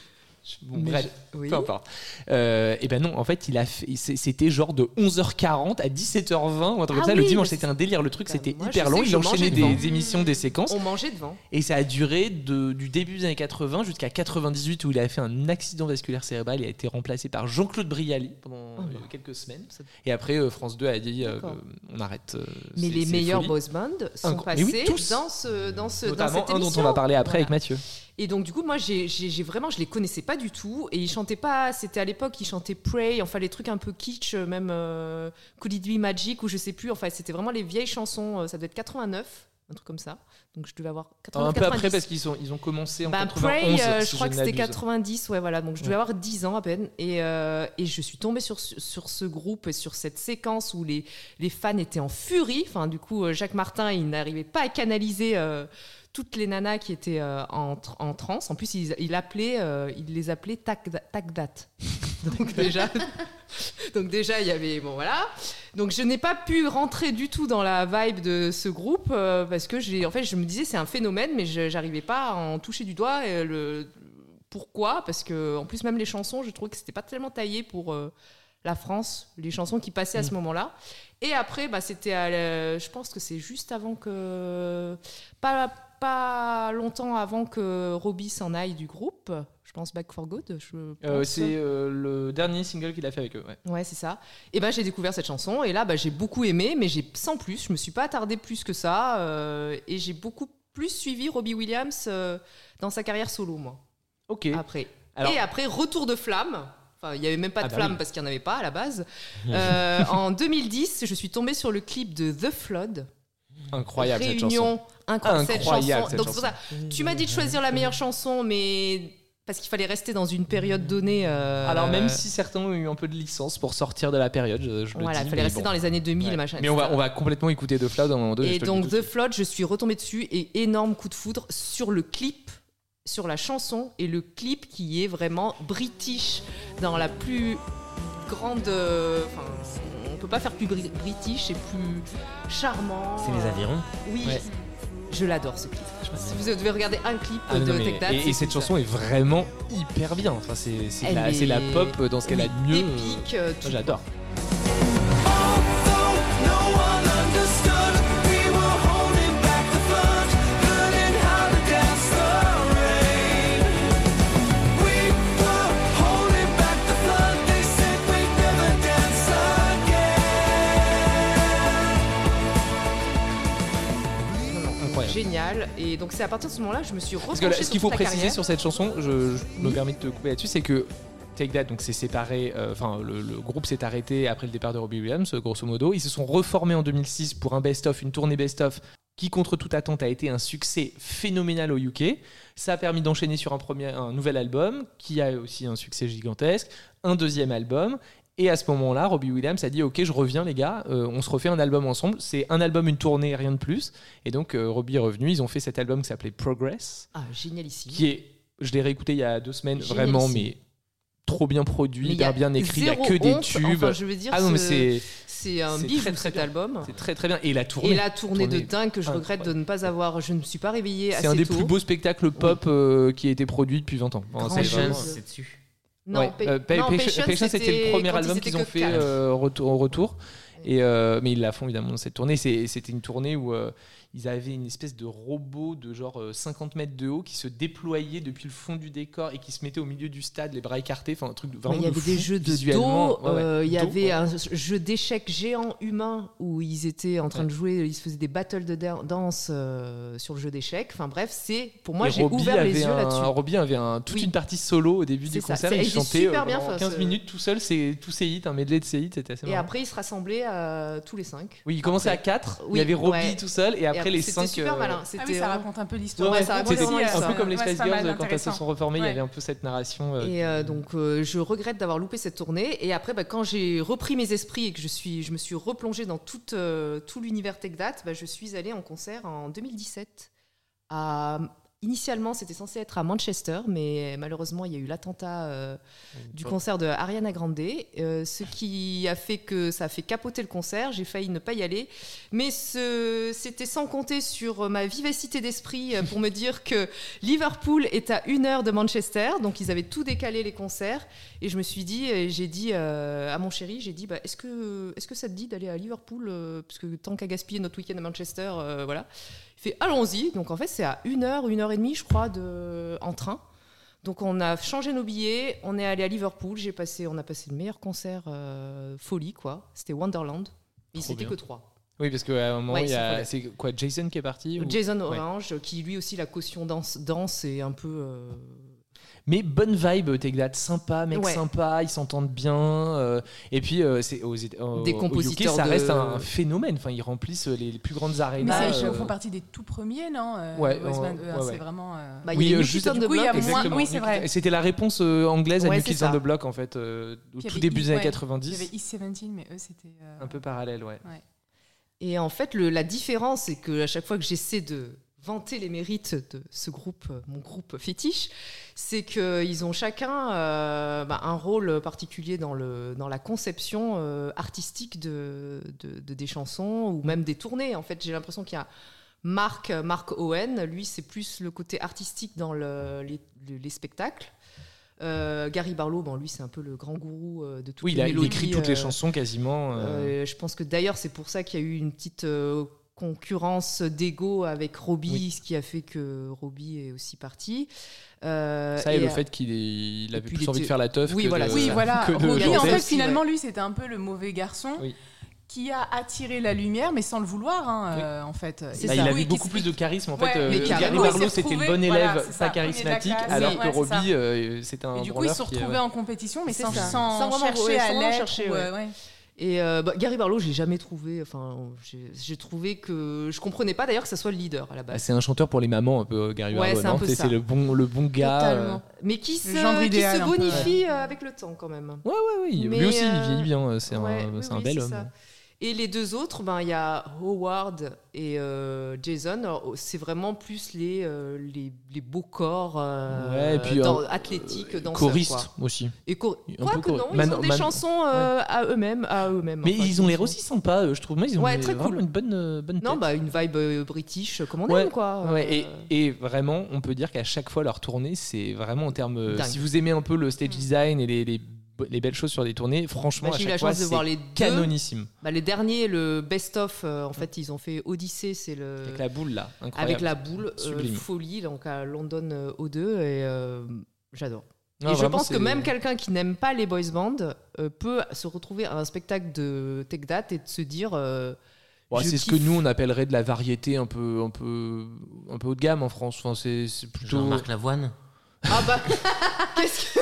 Bon, Mais bref, je- oui. peu importe. Euh, et ben non, en fait, il a fait, c'est- c'était genre de onze heures quarante à dix-sept heures vingt ou un truc Ah comme ça. Le oui, dimanche, mais c'était un délire. Le truc, Bah, c'était moi, je hyper sais long. que Il je enchaînait mangeais des devant. émissions, des séquences. On mangeait devant. Et ça a duré de- du début des années quatre-vingts jusqu'à quatre-vingt-dix-huit où il a fait un accident vasculaire cérébral. Il a été remplacé par Jean-Claude Brialy pendant Oh. euh, quelques semaines. Et après, euh, France deux a dit euh, D'accord. euh, on arrête. euh, Mais ces- les ces meilleurs folies. boys band sont Incro- mais oui, passés tous. dans ce dans ce dans Notamment cette un dont émission. on va parler après Voilà. avec Mathieu. Et donc du coup moi j'ai, j'ai, j'ai vraiment je les connaissais pas du tout et ils chantaient pas, c'était à l'époque ils chantaient Pray, enfin les trucs un peu kitsch, même euh, Could It Be Magic ou je sais plus, enfin c'était vraiment les vieilles chansons, euh, ça doit être quatre-vingt-neuf, un truc comme ça. Donc je devais avoir quatre-vingt-neuf, Un peu après quatre-vingt-dix. parce qu'ils ont, ils ont commencé en Bah, quatre-vingt-onze. Pray, euh, si je crois ne que c'était m'abuse. quatre-vingt-dix, ouais, voilà. Donc je devais Ouais. avoir dix ans à peine. Et, euh, et je suis tombée sur, sur ce groupe et sur cette séquence où les, les fans étaient en furie. Enfin, du coup, euh, Jacques Martin, il n'arrivait pas à canaliser euh, toutes les nanas qui étaient euh, en, tr- en transe. En plus, il, il, appelait, euh, il les appelait tac, tac date. Donc déjà, donc déjà, il y avait bon voilà. Donc je n'ai pas pu rentrer du tout dans la vibe de ce groupe euh, parce que j'ai, en fait, je me disais c'est un phénomène, mais je j'arrivais pas à en toucher du doigt. Et le pourquoi ? Parce que en plus même les chansons, je trouvais que c'était pas tellement taillé pour euh, la France, les chansons qui passaient à ce moment-là. Et après, bah c'était, à la- je pense que c'est juste avant que pas pas longtemps avant que Robbie s'en aille du groupe. Je pense Back for Good. Je Euh, pense. c'est euh, le dernier single qu'il a fait avec eux. Ouais. Ouais, c'est ça. Et ben j'ai découvert cette chanson et là bah, j'ai beaucoup aimé, mais j'ai sans plus. Je me suis pas attardée plus que ça euh, et j'ai beaucoup plus suivi Robbie Williams euh, dans sa carrière solo, moi. Ok. Après. Alors- Et après Retour de flamme. Enfin, il y avait même pas de Ah bah flamme oui. parce qu'il y en avait pas à la base. Euh, en deux mille dix, je suis tombée sur le clip de The Flood. Incroyable cette chanson. Réunion incroyable, cette Incroyable, chanson. cette Donc c'est pour ça. Tu m'as dit de choisir la meilleure chanson, mais parce qu'il fallait rester dans une période donnée. euh, Alors même si certains ont eu un peu de licence pour sortir de la période, je, je le voilà, dis. il fallait mais rester bon. dans les années deux mille, Ouais. machin. Mais on va, et cetera. on va complètement écouter The Flood à un moment donné. Et je te le donc dis tout de The suite. Flood, je suis retombée dessus et énorme coup de foudre sur le clip, sur la chanson et le clip qui est vraiment british dans la plus grande. euh, Enfin, on peut pas faire plus bri- british et plus charmant. C'est les avirons. Oui. Ouais. Je l'adore ce clip. Je pense que si vous devez regarder un clip Ah, non, de mais- Take That, et, c'est et cette ça. chanson est vraiment hyper bien. Enfin, c'est c'est de Elle la, c'est la est- pop dans ce qu'elle a de Oui, mieux. épique, euh, Moi, tout. j'adore. Although no one understood, we were holding back the flood, learning how to dance the rain. We were holding back the flood, they said we'd never dance again. Incroyable. Génial. Et donc c'est à partir de ce moment-là que je me suis Parce repenchée que là, ce sur qu'il faut toute la préciser carrière. sur cette chanson, je, je me Oui. permets de te couper là-dessus, c'est que Take That, donc c'est séparé. euh, Enfin, le, le groupe s'est arrêté après le départ de Robbie Williams, grosso modo. Ils se sont reformés en deux mille six pour un best-of, une tournée best-of qui, contre toute attente, a été un succès phénoménal au U K. Ça a permis d'enchaîner sur un premier, un nouvel album qui a aussi un succès gigantesque, un deuxième album. Et à ce moment-là, Robbie Williams a dit ok, je reviens les gars, euh, on se refait un album ensemble. C'est un album, une tournée, rien de plus. Et donc euh, Robbie est revenu. Ils ont fait cet album qui s'appelait Progress, Ah, génialissime. qui est, je l'ai réécouté il y a deux semaines, Génialissime. vraiment, mais trop bien produit, Mais il y hyper a bien écrit. Il y a zéro que des honte. tubes. Enfin, je veux dire, ah non, mais ce- c'est c'est un c'est bijou très, très cet bien. album. c'est très très bien. Et la tournée. Et la tournée de tournée dingue que je regrette incroyable. de ne pas avoir. Je ne me suis pas réveillée assez C'est un des tôt. plus beaux spectacles pop euh, qui a été produit depuis vingt ans. Enfin, Grand c'est chose. vraiment- Patience, c'est dessus. Non, Ouais, Pa- euh, Pa- non, Patience- Patience, Patience, c'était le premier quand ils album étaient qu'ils ont que fait quatre. euh, retour, en retour. Et, euh, mais ils la font évidemment dans cette tournée. C'est- C'était une tournée où euh, ils avaient une espèce de robot de genre euh, cinquante mètres de haut qui se déployait depuis le fond du décor et qui se mettait au milieu du stade, les bras écartés. Enfin, un truc de- Ouais, vraiment il y de avait des fou, jeux de visuellement. dos, Ouais, ouais. euh, il y Dos, avait ouais. un jeu d'échecs géant humain où ils étaient en train Ouais. de jouer, ils se faisaient des battles de dan- danse euh, sur le jeu d'échecs. Enfin bref, c'est pour moi Et j'ai Robbie ouvert les avait yeux un- là-dessus. Robbie avait un- toute Oui. une partie solo au début C'est du ça. concert. C'est- Et il il était chantait super euh, bien pendant fait, quinze ce- minutes tout seul, c'est tous ses hits, un medley de ses hits, c'était assez Et marrant. après ils se rassemblaient euh, tous les cinq. Oui, il commençait Après. à quatre. Il Oui, y avait Robbie ouais. tout seul et après Et les c'était cinq. super euh, malin. Ah C'était oui, ça euh, raconte un peu l'histoire. Ouais, ça raconte C'était vraiment un l'histoire. peu comme les Ouais, Spice c'est pas mal, Girls quand elles se intéressant. sont reformées, il y Ouais. avait un peu cette narration. euh, Et euh, donc euh, je regrette d'avoir loupé cette tournée. Et après, bah, quand j'ai repris mes esprits et que je, suis, je me suis replongée dans toute, euh, tout l'univers Take That, bah, je suis allée en concert en deux mille dix-sept à initialement, c'était censé être à Manchester, mais malheureusement, il y a eu l'attentat euh, du concert de Ariana Grande, euh, ce qui a fait que ça a fait capoter le concert. J'ai failli ne pas y aller, mais ce, c'était sans compter sur ma vivacité d'esprit pour me dire que Liverpool est à une heure de Manchester, donc ils avaient tout décalé les concerts, et je me suis dit, j'ai dit euh, à mon chéri, j'ai dit, bah, est-ce que, est-ce que ça te dit d'aller à Liverpool, euh, parce que tant qu'à gaspiller notre week-end à Manchester, euh, voilà. Il fait allons-y. Donc en fait, c'est à une heure, une heure et demie, je crois, de... en train. Donc on a changé nos billets, on est allé à Liverpool. J'ai passé, on a passé le meilleur concert euh, folie, quoi. C'était Wonderland. Mais c'était que trois. Oui, parce qu'à un moment, ouais, il y a c'est quoi, Jason qui est parti ou... Jason Orange, ouais. Qui lui aussi la caution danse, danse et un peu. Euh... Mais bonne vibe, Take That, sympa, mec ouais. sympa, ils s'entendent bien. Euh, et puis, euh, c'est, aux, aux, des compositeurs au U K, ça de... reste un phénomène. Enfin, ils remplissent les, les plus grandes arénas. Mais ils euh... font partie des tout premiers, non euh, Ouais, Boys Band, ouais, euh, ouais. c'est vraiment. Euh... Bah, oui, il y a juste du coup, il y a moins. Oui, c'est vrai. C'était la réponse euh, anglaise ouais, à New Kids on the Block, en fait, euh, au tout début des années quatre-vingt-dix. Il y avait East dix-sept, mais eux, c'était. Euh... Un peu parallèle, ouais. ouais. Et en fait, le, la différence, c'est qu'à chaque fois que j'essaie de vanter les mérites de ce groupe, mon groupe fétiche, c'est qu'ils ont chacun euh, bah, un rôle particulier dans, le, dans la conception euh, artistique de, de, de des chansons ou même des tournées. En fait, j'ai l'impression qu'il y a Mark, Mark Owen, lui, c'est plus le côté artistique dans le, les, les spectacles. Euh, Gary Barlow, bon, lui, c'est un peu le grand gourou euh, de toutes oui, les mélodies. Oui, il écrit toutes euh, les chansons quasiment. Euh... Euh, je pense que d'ailleurs, c'est pour ça qu'il y a eu une petite... Euh, concurrence d'ego avec Robbie, oui. Ce qui a fait que Robbie est aussi parti. Euh, ça et, et le fait qu'il ait, il avait plus envie était... de faire la teuf oui, que voilà, de, oui, voilà. que de Robbie, en fait, ouais. finalement, lui, c'était un peu le mauvais garçon. Oui. Qui a attiré la lumière, mais sans le vouloir, hein, oui. euh, en fait. C'est bah, ça. Il avait oui, beaucoup plus de charisme, en fait. Ouais, euh, Gary Barlow, c'était le bon élève, voilà, pas charismatique, alors que Robbie, euh, c'était un. Et du coup, ils se retrouvaient en compétition, mais sans chercher à l'être. Et euh, bah, Gary Barlow, je l'ai jamais trouvé. Enfin, j'ai, j'ai trouvé que je comprenais pas d'ailleurs que ça soit le leader à la base. Ah, c'est un chanteur pour les mamans un peu, Gary ouais, Barlow. C'est, un peu c'est, ça. c'est le bon, le bon gars. Totalement. Euh... Mais qui se, qui se bonifie euh, avec le temps quand même. Ouais, ouais, oui. Mais lui aussi, euh... il vieillit bien. C'est ouais, un, oui, c'est un oui, bel c'est homme. Ça. Et les deux autres, ben il y a Howard et euh, Jason. Alors, c'est vraiment plus les euh, les, les beaux corps euh, ouais, et puis, dans, euh, athlétiques, danseurs. Choristes aussi. Et chor- quoi que non, man, ils ont des man, chansons euh, ouais. à eux-mêmes, à eux-mêmes. Mais enfin, ils ont l'air aussi sympas, je trouve. Moi, ils ont ouais, des, très vraiment cool. une bonne bonne tête. Non, bah une vibe euh, british comme on ouais, aime quoi. Ouais, euh... et, et vraiment, on peut dire qu'à chaque fois leur tournée, c'est vraiment en termes. Si vous aimez un peu le stage design et les, les les belles choses sur des tournées, franchement, bah, à j'ai chaque eu la fois, chance de c'est voir les deux. Canonissime. Bah, les derniers, le best-of, euh, en fait, ils ont fait Odyssey, c'est le... Avec la boule, là, incroyable. Avec la boule, euh, folie, donc à London euh, O deux, et euh, j'adore. Non, et je pense c'est... que même quelqu'un qui n'aime pas les boys bands euh, peut se retrouver à un spectacle de Take That et de se dire... Euh, Ouais, c'est kiffe. Ce que nous on appellerait de la variété un peu, un peu, un peu haut de gamme en France. Enfin, c'est, c'est plutôt... Jean-Marc Lavoine. Ah bah, qu'est-ce que...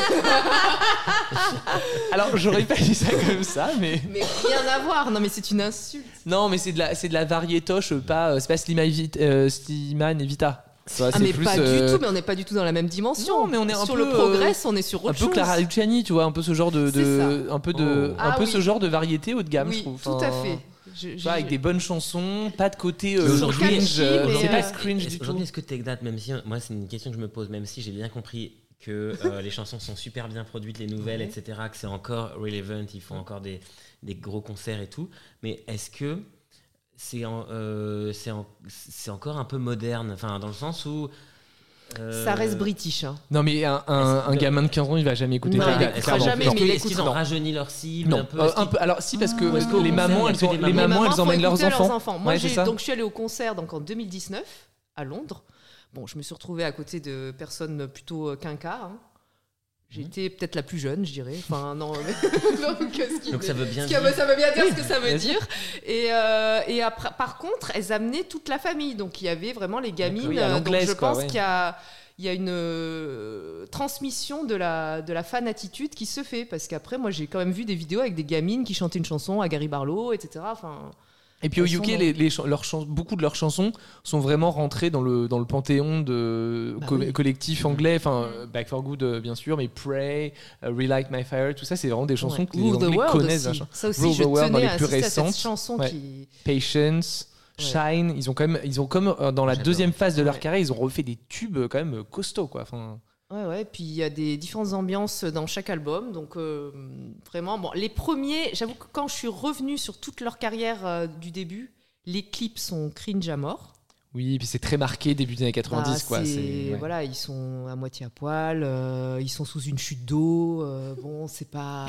Alors, j'aurais pas dit ça comme ça, mais... Mais rien à voir, non mais c'est une insulte. Non, mais c'est de la, c'est de la variétoche, pas, c'est pas Slimane et Vita. Euh, Slimane et Vita. Ça, ah mais plus, pas euh... du tout, mais on n'est pas du tout dans la même dimension. Non, mais on est un sur peu, le progress, on est sur autre un chose. Un peu Clara Luciani, tu vois, un peu ce genre de, de un peu de, oh. un ah, peu oui. ce genre de variété haut de gamme, oui, je trouve. Tout enfin, à fait. Je, je, avec des bonnes chansons, pas de côté euh, cringe. cringe euh, c'est euh, pas cringe du tout. Aujourd'hui, est-ce que Take That, même si moi c'est une question que je me pose, même si j'ai bien compris que euh, les chansons sont super bien produites, les nouvelles, ouais. et cetera, que c'est encore relevant, ils font encore des des gros concerts et tout, mais est-ce que c'est en, euh, c'est, en, c'est encore un peu moderne, enfin dans le sens où Euh... ça reste british. Hein. Non, mais un, un, un gamin de quinze ans, il va jamais écouter ça. Il écoutera jamais. Est-ce, mais que, est-ce qu'ils ont rajeuni leur cible non. un peu, Euh, un peu Alors, si, parce que, ah, parce que les mamans, elles ont, les les mamans, mamans elles emmènent leurs enfants. leurs enfants. Moi, ouais, j'ai, donc, je suis allée au concert donc, en deux mille dix-neuf à Londres. Bon, je me suis retrouvée à côté de personnes plutôt quinquas. Hein. J'étais peut-être la plus jeune, je dirais. Enfin, non. Mais... donc, ce qui donc, ça veut bien dire. dire. Ça veut bien dire oui, ce que ça veut dire. Et, euh, et après, par contre, elles amenaient toute la famille. Donc, il y avait vraiment les gamines. Donc, oui, à l'anglaise, donc, je quoi, pense ouais. qu'il y a. Il y a une euh, transmission de la, de la fan attitude qui se fait. Parce qu'après, moi, j'ai quand même vu des vidéos avec des gamines qui chantaient une chanson à Gary Barlow, et cetera. Enfin, et puis au U K, les, les, leurs chans- beaucoup de leurs chansons sont vraiment rentrées dans le, dans le panthéon de bah co- oui. collectifs anglais. Enfin, Back for Good, euh, bien sûr, mais Pray, uh, Relight My Fire, tout ça, c'est vraiment des chansons ouais. que les Rule Anglais connaissent. aussi. Ça aussi, Rule je the World, tenais dans les à plus assister à récentes. cette chanson Ouais. qui... Patience. Shine, ils ont quand même, ils ont comme euh, dans la J'adore. deuxième phase de leur Ouais. carrière, ils ont refait des tubes euh, quand même costauds quoi. Enfin, Ouais, ouais, puis il y a des différentes ambiances dans chaque album. Donc, euh, vraiment, bon, les premiers, j'avoue que quand je suis revenue sur toute leur carrière euh, du début, les clips sont cringe à mort. oui, puis c'est très marqué début des années quatre-vingt-dix Bah, quoi. c'est- C'est, ouais. Voilà, ils sont à moitié à poil, euh, ils sont sous une chute d'eau. euh, bon, c'est pas.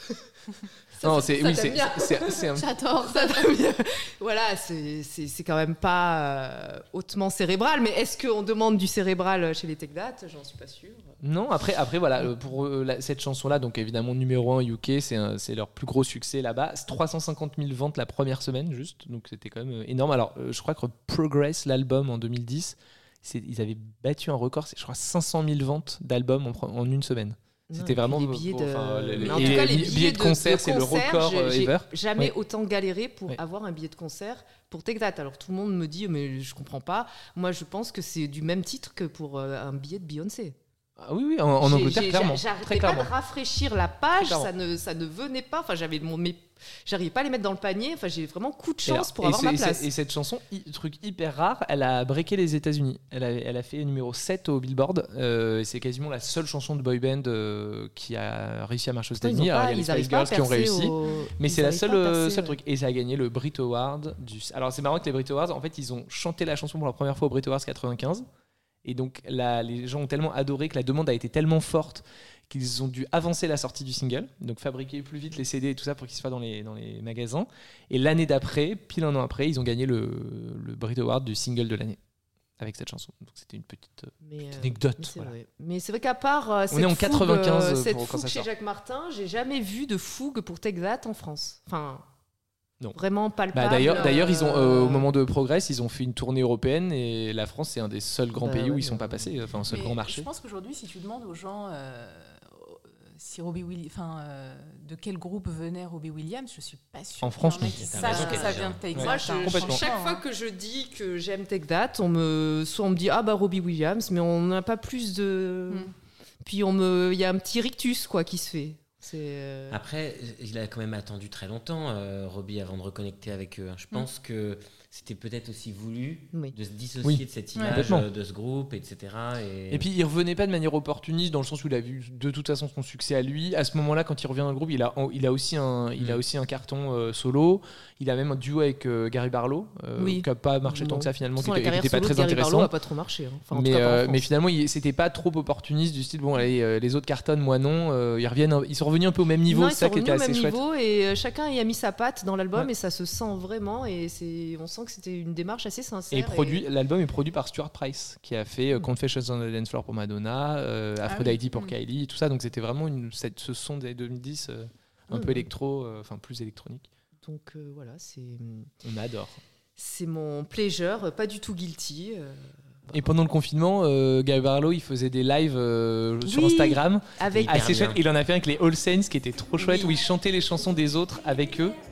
Ça, Non, ça- c'est ça, oui, t'aimes c'est, bien. c'est, c'est un- J'adore. Ça, t'aimes bien. Voilà, c'est c'est- c'est quand même pas euh, hautement cérébral, mais est-ce qu'on demande du cérébral chez les Tech Dat? J'en suis pas sûre. Non, après, après voilà, euh, pour euh, la- cette chanson-là, donc évidemment numéro un U K, c'est, un- c'est leur plus gros succès là-bas. C'est trois cent cinquante mille ventes la première semaine, juste, donc c'était quand même euh, énorme. Alors, euh, je crois que Progress, l'album en deux mille dix, c'est- ils avaient battu un record, c'est je crois cinq cent mille ventes d'albums en, pre- en une semaine. C'était Non, et puis vraiment les billets pour- de, enfin, le- mais le- en tout et cas, les billets billets de concert, c'est le concert, record, j'ai- euh, j'ai ever. jamais Ouais. autant galéré pour Ouais. avoir un billet de concert pour Tech Dat. Alors tout le monde me dit, mais je comprends pas. Moi, je pense que c'est du même titre que pour euh, un billet de Beyoncé. Ah oui, oui, en, en J'ai- Angleterre, j'ai- clairement. J'arrêtais Très pas clairement. de rafraîchir la page, Très ça ne, ça ne venait pas. Enfin, j'avais mon, mes- j'arrivais pas à les mettre dans le panier. Enfin, j'ai vraiment coup de Et chance alors, pour et avoir c'est- ma et c'est- place. Et cette chanson, hi- truc hyper rare, elle a breaké les États-Unis. Elle a, elle a fait numéro sept au Billboard. euh, et c'est quasiment la seule chanson de boy band euh, qui a réussi à marcher aux Pourtant, ils États-Unis. ont Alors, pas- il y a les ils Spice arrivent pas à Girls qui ont percer réussi. au- Mais ils c'est la arrivent seule, pas à euh, percer, seul ouais. truc. Et ça a gagné le Brit Award. Du... Alors c'est marrant que les Brit Awards, en fait, ils ont chanté la chanson pour la première fois au Brit Awards quatre-vingt-quinze. Et donc la- les gens ont tellement adoré que la demande a été tellement forte qu'ils ont dû avancer la sortie du single, donc fabriquer plus vite les C D et tout ça pour qu'ils soient dans les, dans les magasins. Et l'année d'après, pile un an après, ils ont gagné le, le Brit Award du single de l'année avec cette chanson. Donc c'était une petite, euh, Mais, petite euh, anecdote. Mais c'est voilà. vrai. Mais c'est vrai qu'à part euh, On cette est en fougue, quatre-vingt-quinze euh, pour- cette quand fougue ça chez sort. Jacques Martin, j'ai jamais vu de fougue pour Tech Dat en France. Enfin, Non. vraiment palpable. Bah, d'ailleurs, d'ailleurs, ils ont euh, au euh, moment de Progress, ils ont fait une tournée européenne et la France c'est un des seuls grands Bah pays où ouais, ils sont bah pas ouais. passés, enfin un seul Mais grand marché. Je pense qu'aujourd'hui, si tu demandes aux gens euh, si Robbie Willi- enfin, euh, de quel groupe venait Robbie Williams, je suis pas sûre. En qu'il y France, en ait non. qui T'as sachent raison, que qu'elle ça a vient de raison. Texas. Moi, hein, je- complètement. chaque franchement, fois hein. que je dis que j'aime Tech Dat, on me, soit on me dit ah bah Robbie Williams, mais on n'a pas plus de. Mm. Puis on me, il y a un petit rictus quoi qui se fait. C'est. euh, Après, il a quand même attendu très longtemps, euh, Robbie, avant de reconnecter avec eux. Je pense que c'était peut-être aussi voulu Oui. de se dissocier Oui. de cette Ouais. image, Complètement. euh, de ce groupe, et cetera. Et, Et puis il revenait pas de manière opportuniste dans le sens où il a vu de toute façon son succès à lui. À ce moment-là, quand il revient dans le groupe, il a, il a aussi un, il a Mm. aussi un carton euh, solo. Il a même un duo avec euh, Gary Barlow, euh, Oui. qui a pas marché tant Non. que ça finalement, De toute qui façon, la était, qui était carrière pas solo très de Gary Barlow intéressant. a pas trop marché. hein. Enfin, en tout Mais, cas, pas en euh, France. mais finalement, il- c'était pas trop opportuniste du style bon, allez, euh, les autres cartonnent, moi non. Euh, ils reviennent, un- ils sont revenus un peu au même niveau. Non, C'est ils ça sont qui était revenus au assez même chouette. niveau et euh, chacun y a mis sa patte dans l'album Ouais. et ça se sent vraiment et c'est, on sent que c'était une démarche assez sincère. Et produit, l'album est produit par Stuart Price, qui a fait euh, Mm. Confessions on the Dance Floor pour Madonna, euh, Ah Aphrodite oui. pour Mm. Kylie, tout ça. Donc c'était vraiment une, cette, ce son des deux mille dix, euh, un Mm. peu électro, euh, enfin plus électronique. Donc euh, voilà, c'est, On adore. c'est mon pleasure, euh, pas du tout guilty. euh, Et pendant le confinement, euh, Gary Barlow, il faisait des lives euh, sur Oui. Instagram. avec Hyper Assez bien. chouette. Il en a fait un avec les All Saints, qui était trop chouette, Oui. où il chantait les chansons des autres avec eux.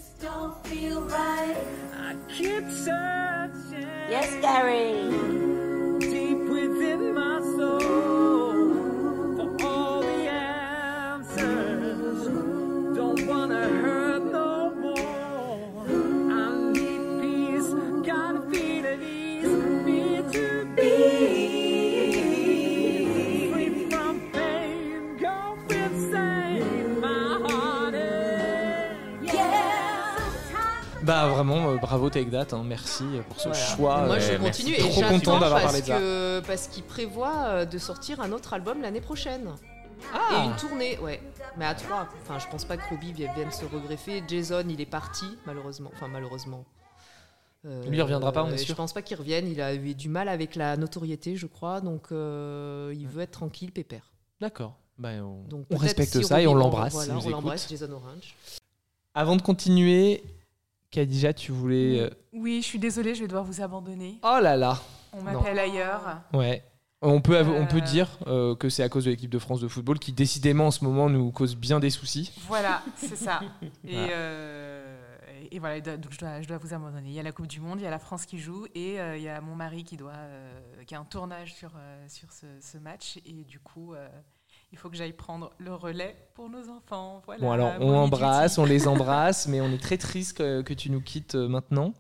Yes, Gary. Deep within my soul for all the answers. Don't wanna hurt no more. I need peace, gotta feel at ease. Be to be free from pain, go insane. My heart is yeah. Bah vraiment, euh, bravo Take That, hein, merci pour ce Voilà. choix. Moi, euh, je Ouais, continue merci. et Trop j'attends content d'avoir parce parlé de ça. que parce qu'il prévoit euh, de sortir un autre album l'année prochaine et Ah, une tournée, ouais. Mais à trois. Enfin, je pense pas que Robbie vienne vienne se regreffer. Jason, il est parti malheureusement. Enfin, malheureusement. Euh, Lui, il reviendra pas, on est euh, sûr. Je pense pas qu'il revienne. Il a eu du mal avec la notoriété, je crois. Donc, euh, il veut être tranquille, pépère. d'accord. Bah, on, Donc, on peut-être respecte si ça et on Robbie- l'embrasse. Voilà, s'il nous on écoute. l'embrasse, Jason Orange. Avant de continuer, Khadija, tu voulais. euh, Oui, je suis désolée, je vais devoir vous abandonner. Oh là là. On m'appelle ailleurs. Ouais. On peut, av- on peut Euh. dire euh, que c'est à cause de l'équipe de France de football qui décidément en ce moment nous cause bien des soucis. Voilà, c'est ça. Et, Voilà. euh, et voilà, donc je dois, je dois vous abandonner. Il y a la Coupe du Monde, il y a la France qui joue et euh, il y a mon mari qui, doit, euh, qui a un tournage sur, euh, sur ce, ce match. Et du coup, euh, il faut que j'aille prendre le relais pour nos enfants. Voilà, Bon alors on mommy embrasse, duty. on les embrasse, mais on est très triste que, que tu nous quittes euh, maintenant.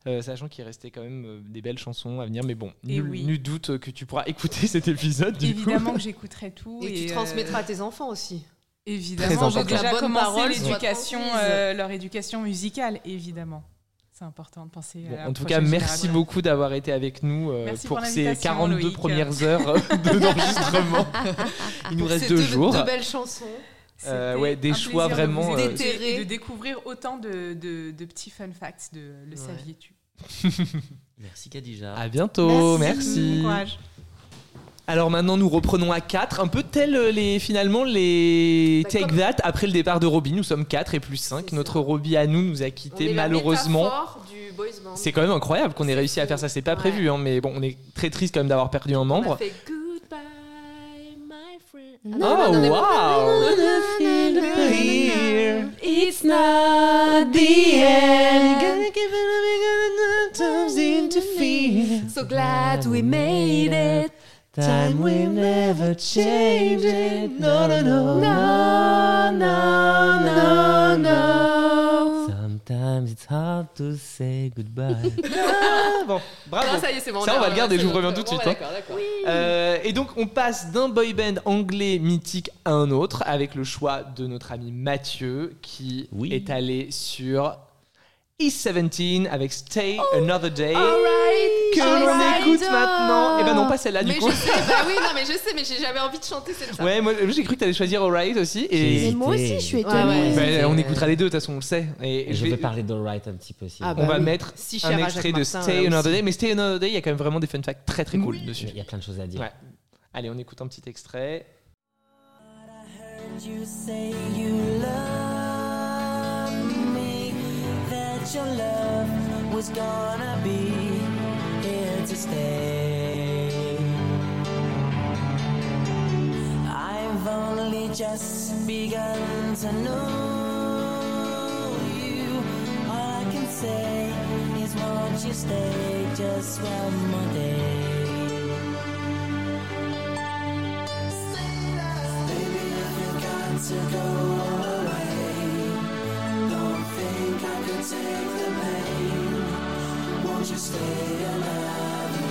euh, sachant qu'il restait quand même euh, des belles chansons à venir. Mais bon, Et nul, oui. nul doute que tu pourras écouter cet épisode. Du Évidemment coup. que j'écouterai tout. Et, tu euh, transmettras à tes enfants aussi. Très Évidemment, j'ai important. déjà La bonne commencé parole soit l'éducation, transmise. euh, leur éducation musicale, évidemment. C'est important de penser Bon, à la en tout cas, prochaine merci génération. beaucoup d'avoir été avec nous euh, Merci pour pour ces l'invitation, quarante-deux Loïc. premières heures euh, de- d'enregistrement. Il nous Pour reste ces deux jours. Deux belles chansons. Euh, C'était ouais, des un choix plaisir de vous vraiment, euh, écouter déterrés. et de découvrir autant de, de, de petits fun facts de le Ouais. saviez-tu. Merci Khadija. À bientôt, merci. Bon courage. Alors maintenant, nous reprenons à quatre, un peu tel les, finalement les Bah, Take comme- That après le départ de Robbie. Nous sommes quatre et plus cinq. C'est Notre ça. Robbie à nous nous a On quittés est la malheureusement. métaphore du boys band. C'est quand même incroyable qu'on ait C'est réussi à fou. faire ça. C'est pas Ouais. prévu, hein, mais bon, on est très triste quand même d'avoir perdu un On a membre. fait Goodbye, my friend. Non, Oh non, non, wow! It's not the end. So glad we made it. Time will never change it. No, no, no. No, no, no, no. Sometimes it's hard to say goodbye. Bon, bravo. Non, ça y est, c'est bon. Ça, on va le garder, c'est je vous bon. reviens tout de Bon, suite, D'accord, d'accord. Euh, et donc on passe d'un boy band anglais mythique à un autre avec le choix de notre ami Mathieu qui Oui. est allé sur East dix-sept avec Stay Another Day Alright. que l'on Alright. écoute maintenant. Et ben non, pas celle-là du Mais coup. je sais, bah oui, non, mais je sais, mais j'ai jamais envie de chanter cette Ouais, moi j'ai cru que t'allais choisir Alright aussi et Mais moi aussi, je suis Ouais, étonnée. ouais. ben, on c'est- écoutera les deux de toute façon, on le sait. Et, Et je vais parler d'Alright un petit peu aussi. Ah on bah va oui. mettre Si un cher à extrait Jacques de Martin, Stay là Another aussi. Day, mais Stay Another Day, il y a quand même vraiment des fun facts très très cool dessus. Il y a plein de choses à dire. Ouais. Allez, on écoute un petit extrait. You say you love me, that your love was gonna be here to stay. I've only just begun to know you. All I can say is won't you stay just one more day. To go away, don't think I could take the pain. Won't you stay another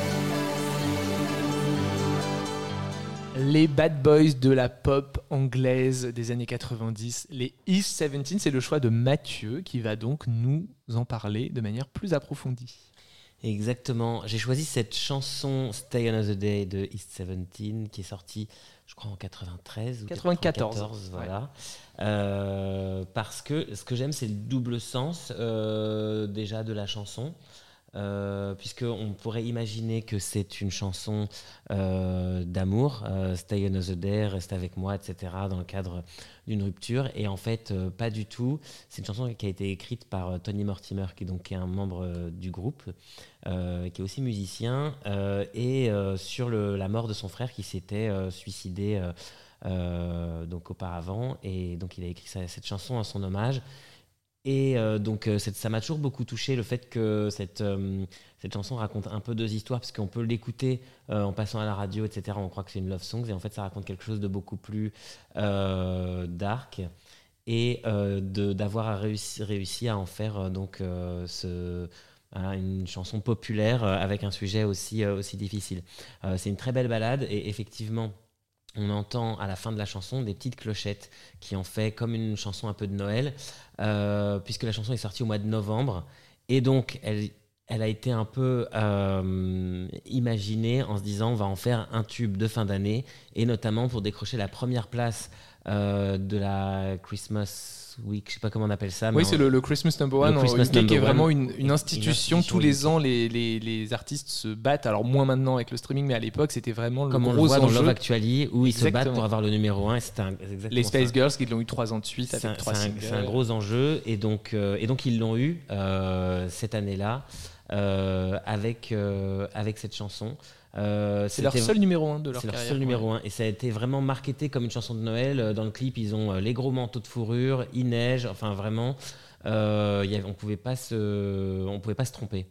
day? Les bad boys de la pop anglaise des années quatre-vingt-dix, les East dix-sept, c'est le choix de Mathieu qui va donc nous en parler de manière plus approfondie. Exactement. J'ai choisi cette chanson Stay Another Day de East dix-sept qui est sortie, je crois, en quatre-vingt-treize ou quatre-vingt-quatorze, quatre-vingt-quatorze, voilà. Euh, parce que ce que j'aime, c'est le double sens euh, déjà de la chanson. Euh, puisqu'on pourrait imaginer que c'est une chanson euh, d'amour, euh, Stay Another Day, reste avec moi, et cetera, dans le cadre d'une rupture. Et en fait, euh, pas du tout. C'est une chanson qui a été écrite par euh, Tony Mortimer, qui, donc, qui est un membre euh, du groupe, euh, qui est aussi musicien, euh, et euh, sur le, la mort de son frère qui s'était euh, suicidé euh, euh, donc auparavant. Et donc, il a écrit ça, cette chanson en son hommage. Et euh, donc euh, ça m'a toujours beaucoup touché le fait que cette, euh, cette chanson raconte un peu deux histoires, parce qu'on peut l'écouter euh, en passant à la radio, et cetera. On croit que c'est une love song, et en fait ça raconte quelque chose de beaucoup plus euh, dark, et euh, de, d'avoir réussi, réussi à en faire euh, donc, euh, ce, hein, une chanson populaire euh, avec un sujet aussi, euh, aussi difficile. Euh, c'est une très belle ballade, et effectivement on entend à la fin de la chanson des petites clochettes qui ont fait comme une chanson un peu de Noël, euh, puisque la chanson est sortie au mois de novembre. Et donc, elle, elle a été un peu euh, imaginée en se disant on va en faire un tube de fin d'année, et notamment pour décrocher la première place euh, de la Christmas Week, je sais pas comment on appelle ça. Oui, mais c'est en- le, le Christmas Number One Le en Christmas U K, qui est Number vraiment One. une, une institution. institution Tous les U K. ans, les, les, les artistes se battent. Alors, moins maintenant avec le streaming, mais à l'époque, c'était vraiment le Comme on le gros voit dans enjeu. Love Actually, où ils se Exactement. battent pour avoir le numéro un, et c'était un- exactement Les Space ça. Girls qui l'ont eu trois ans de suite C'est avec un, trois c'est un- singles. c'est un gros enjeu, et donc, euh, et donc ils l'ont eu euh, cette année-là euh, avec, euh, avec cette chanson. Euh, C'est leur c'était- seul numéro un de leur c'est leur carrière. seul numéro un, et ça a été vraiment marketé comme une chanson de Noël. Euh, Dans le clip, ils ont euh, les gros manteaux de fourrure, il neige, enfin vraiment, euh, il y avait- on pouvait pas se, on pouvait pas se tromper.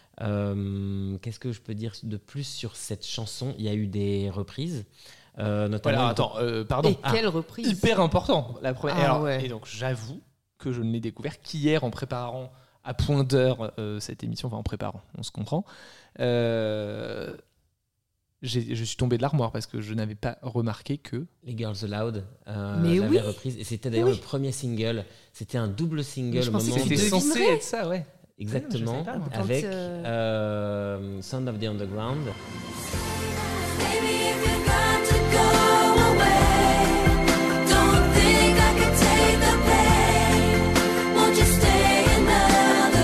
Euh, qu'est-ce que je peux dire de plus sur cette chanson? Il y a eu des reprises, euh, notamment. Voilà, une- attends, euh, pardon. Et quelle reprise. Hyper important. La première. Ah Alors, ouais. Et donc, j'avoue que je ne l'ai découvert qu'hier en préparant à point d'heure euh, cette émission, enfin en préparant, on se comprend. Euh, j'ai, je suis tombé de l'armoire parce que je n'avais pas remarqué que... Les Girls Aloud euh, Mais l'avaient oui. reprise. Et c'était d'ailleurs Oui. le premier single. C'était un double single Mais je au pensais moment que C'était tu de... censé devinerais. être ça, ouais. Exactement, Ah non, je savais pas, moi. Quand, avec euh, euh, Sound of the Underground. Baby, if you got to go away, don't think I could take the pain. Won't you stay another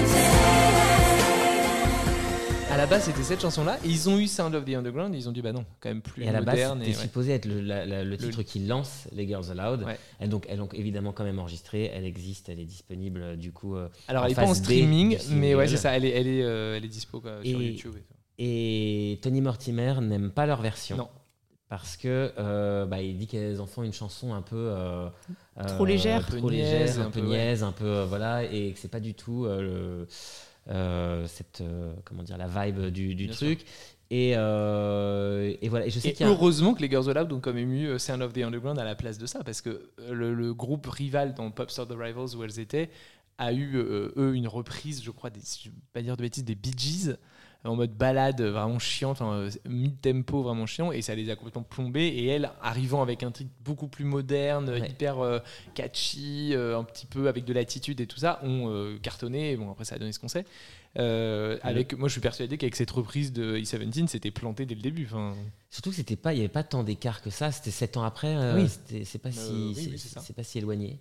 day? À la base, c'était cette chanson-là. Et ils ont eu Sound of the Underground. Et ils ont dit, bah non, quand même plus Et à la base, moderne. c'était et ouais. supposé être le, la- la- le titre qui lance les Girls Aloud. Ouais. Elle, donc, elle donc évidemment quand même enregistrée. Elle existe, elle est disponible euh, du coup. euh, Alors, en elle est pas en face B streaming, du mais ouais, single. c'est ça. Elle est, elle est, euh, elle est dispo quoi, sur Et- YouTube. Et tout. Et Tony Mortimer n'aime pas leur version. Non. Parce que euh, bah, il dit qu'elles en font une chanson un peu euh, Trop euh, légère. trop Un peu légère, niaise, un un peu peu, ouais. niaise, un peu euh, voilà, et que c'est pas du tout euh, le, euh, cette euh, comment dire la vibe du, du Bien truc. Et, euh, et voilà. Et je sais Et qu'il y a heureusement que les Girls Aloud ont quand même eu euh, Sound of the Underground à la place de ça, parce que euh, le, le groupe rival dans Popstar The Rivals où elles étaient a eu euh, eux une reprise, je crois, des, si je ne veux pas dire de bêtises, des Bee Gees en mode balade vraiment chiant, enfin euh, mid-tempo vraiment chiant, et ça les a complètement plombés. Et elles arrivant avec un truc beaucoup plus moderne, Ouais. hyper euh, catchy, euh, un petit peu avec de l'attitude et tout ça, ont euh, cartonné. Et bon, après ça a donné ce qu'on sait. Euh, avec, moi je suis persuadé qu'avec cette reprise de E dix-sept, c'était planté dès le début. Enfin, surtout que c'était pas, il y avait pas tant d'écart que ça. C'était sept ans après. euh, Oui. c'était- c'est pas si, Euh, oui, c'est, oui, c'est ça. c'est pas si éloigné.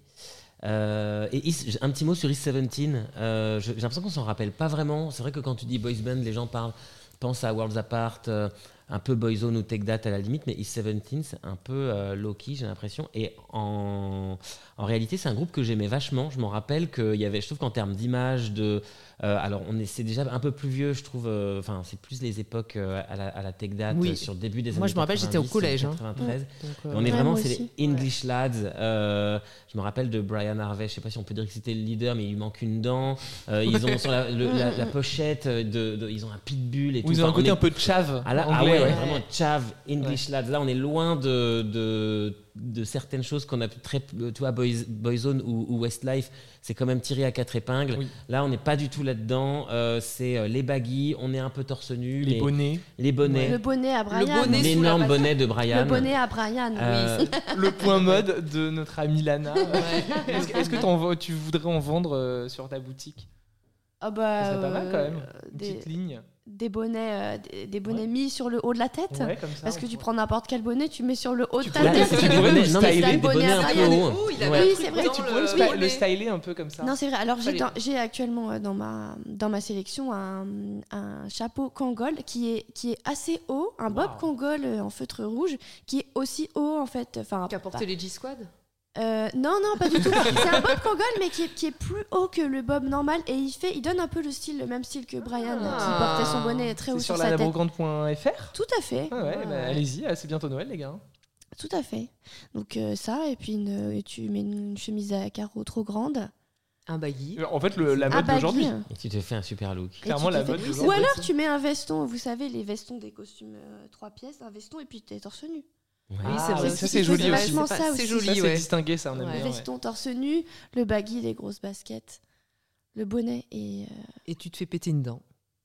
Euh, et Is- un petit mot sur East seventeen. Euh, je- j'ai l'impression qu'on s'en rappelle pas vraiment. C'est vrai que quand tu dis boys band, les gens parlent, pensent à Worlds Apart, euh, un peu Boyzone ou Take That à la limite, mais East seventeen c'est un peu euh, low-key, j'ai l'impression. Et en, en réalité, c'est un groupe que j'aimais vachement. Je m'en rappelle qu'il y avait, je trouve qu'en termes d'image, de, euh, alors on est, c'est déjà un peu plus vieux, je trouve. euh, Enfin, c'est plus les époques euh, à, la, à la Take That, Oui. euh, sur le début des Moi, années je me rappelle, j'étais au quatre-vingt-dix, collège, hein. quatre-vingt-treize. donc, euh, Et on est Ouais, vraiment, moi c'est aussi. les English lads. Euh, je me rappelle de Brian Harvey. Je sais pas si on peut dire que c'était le leader, mais il lui manque une dent. Euh, ils ont sur la, le- la- la pochette, de, de- ils ont un pitbull et tout. ils ont un Enfin, on côté est- un peu de chave. ah, là, ah anglais, ouais, ouais. vraiment chav, English lads. Là, on est loin de, de, de certaines choses qu'on a très, tu vois, Boys, Boyzone ou, ou Westlife. C'est quand même tiré à quatre épingles. Oui. Là, on n'est pas du tout là-dedans. Euh, c'est euh, les baggy, on est un peu torse nu, Les mais- bonnets, les bonnets, Le bonnet à Brian. bonnet sous l'énorme la bonnet de Brian. Le bonnet à Brian, Euh, oui. le point mode de notre amie Lana. Est-ce que, est-ce que t'en vends- tu voudrais en vendre euh, sur ta boutique? Ah bah, Ça serait pas mal quand même. euh, Une des, petite ligne. des bonnets, euh, des, des bonnets Ouais. mis sur le haut de la tête. Ouais, comme ça, Parce on que tu pourrait- prends n'importe quel bonnet, tu mets sur le haut Tu de ta pourrais- tête. tu c'est des pourrais bonnets, le non, mais styler. c'est des Bonnet bonnets à un peu Brian. hauts. Oh, il a Ouais. un Oui, truc c'est vrai, dans Tu le pourrais le, sta- bonnet. le styler un peu comme ça. Non, c'est vrai. Alors, j'ai, Fallait- dans- j'ai actuellement euh, dans ma, dans ma sélection un, un chapeau Kangol qui est, qui est assez haut, un bob Wow. Kangol euh, en feutre rouge qui est aussi haut en fait. Enfin, Qu'a porté les G-Squad. Euh, non, non, pas du tout. C'est un bob Kangol, mais qui est, qui est plus haut que le bob normal. Et il, fait, il donne un peu le style, le même style que Brian, Ah. qui portait son bonnet très haut C'est sur, sur sa la tête. grande point F R. Tout à fait. Ah ouais, Ah bah, ouais. allez-y, ah, c'est bientôt Noël les gars. Tout à fait. Donc euh, ça, et puis une, et tu mets une chemise à carreaux trop grande. Un baggy. En fait, le- la Un mode baggy. d'aujourd'hui. Et tu te fais un super look. Et Clairement, tu la te fais- mode Ou d'aujourd'hui. alors tu mets un veston, vous savez, les vestons des costumes euh, trois pièces, un veston et puis t'es torse nu. Ouais. Oui, c'est Ah, vrai. ouais, ça C'est c'est joli aussi. vachement C'est ça pas- aussi. c'est joli, Ça c'est ouais. distingué, ça on aime Ouais. Le bien. ouais. veston torse nu, le baggy, les grosses baskets, le bonnet et... euh, Et tu te fais péter une dent.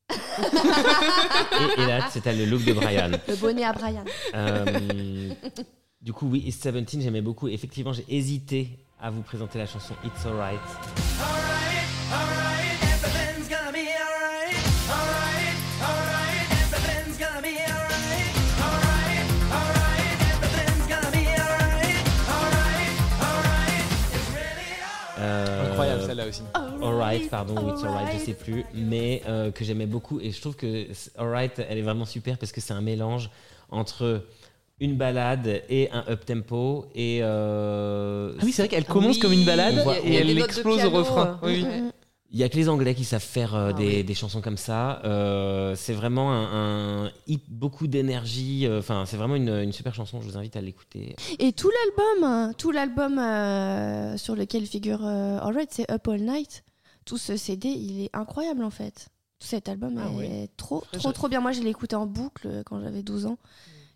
Et, et là, c'était le look de Brian. le bonnet à Brian. Euh, du coup, oui, East seventeen, j'aimais beaucoup. Effectivement, j'ai hésité à vous présenter la chanson It's Alright. Alright, alright, everything's gonna be alright. Alright, alright, everything's gonna be alright. Alright, alright, everything's gonna be alright. Alright, alright, it's really alright. Euh, Incroyable celle-là aussi. Alright, pardon, ou It's Alright, je alright. sais plus, mais euh, que j'aimais beaucoup. Et je trouve que Alright, elle est vraiment super parce que c'est un mélange entre une balade et un up-tempo. Et euh, Ah oui, c'est vrai qu'elle Ah commence oui, comme une balade on voit- et il y a elle des notes de explose au piano, refrain. euh, Oui, oui. Mm, il y a que les Anglais qui savent faire euh, Ah des, oui. des chansons comme ça. Euh, c'est vraiment un, un hit, beaucoup d'énergie. euh, Enfin, c'est vraiment une, une super chanson. Je vous invite à l'écouter. Et tout l'album, hein, tout l'album euh, sur lequel figure euh, Alright, c'est Up All Night. Tout ce C D, il est incroyable en fait. Tout cet album Ah est ouais. trop, Après, trop, je- trop bien. Moi, je l'ai écouté en boucle quand j'avais douze ans.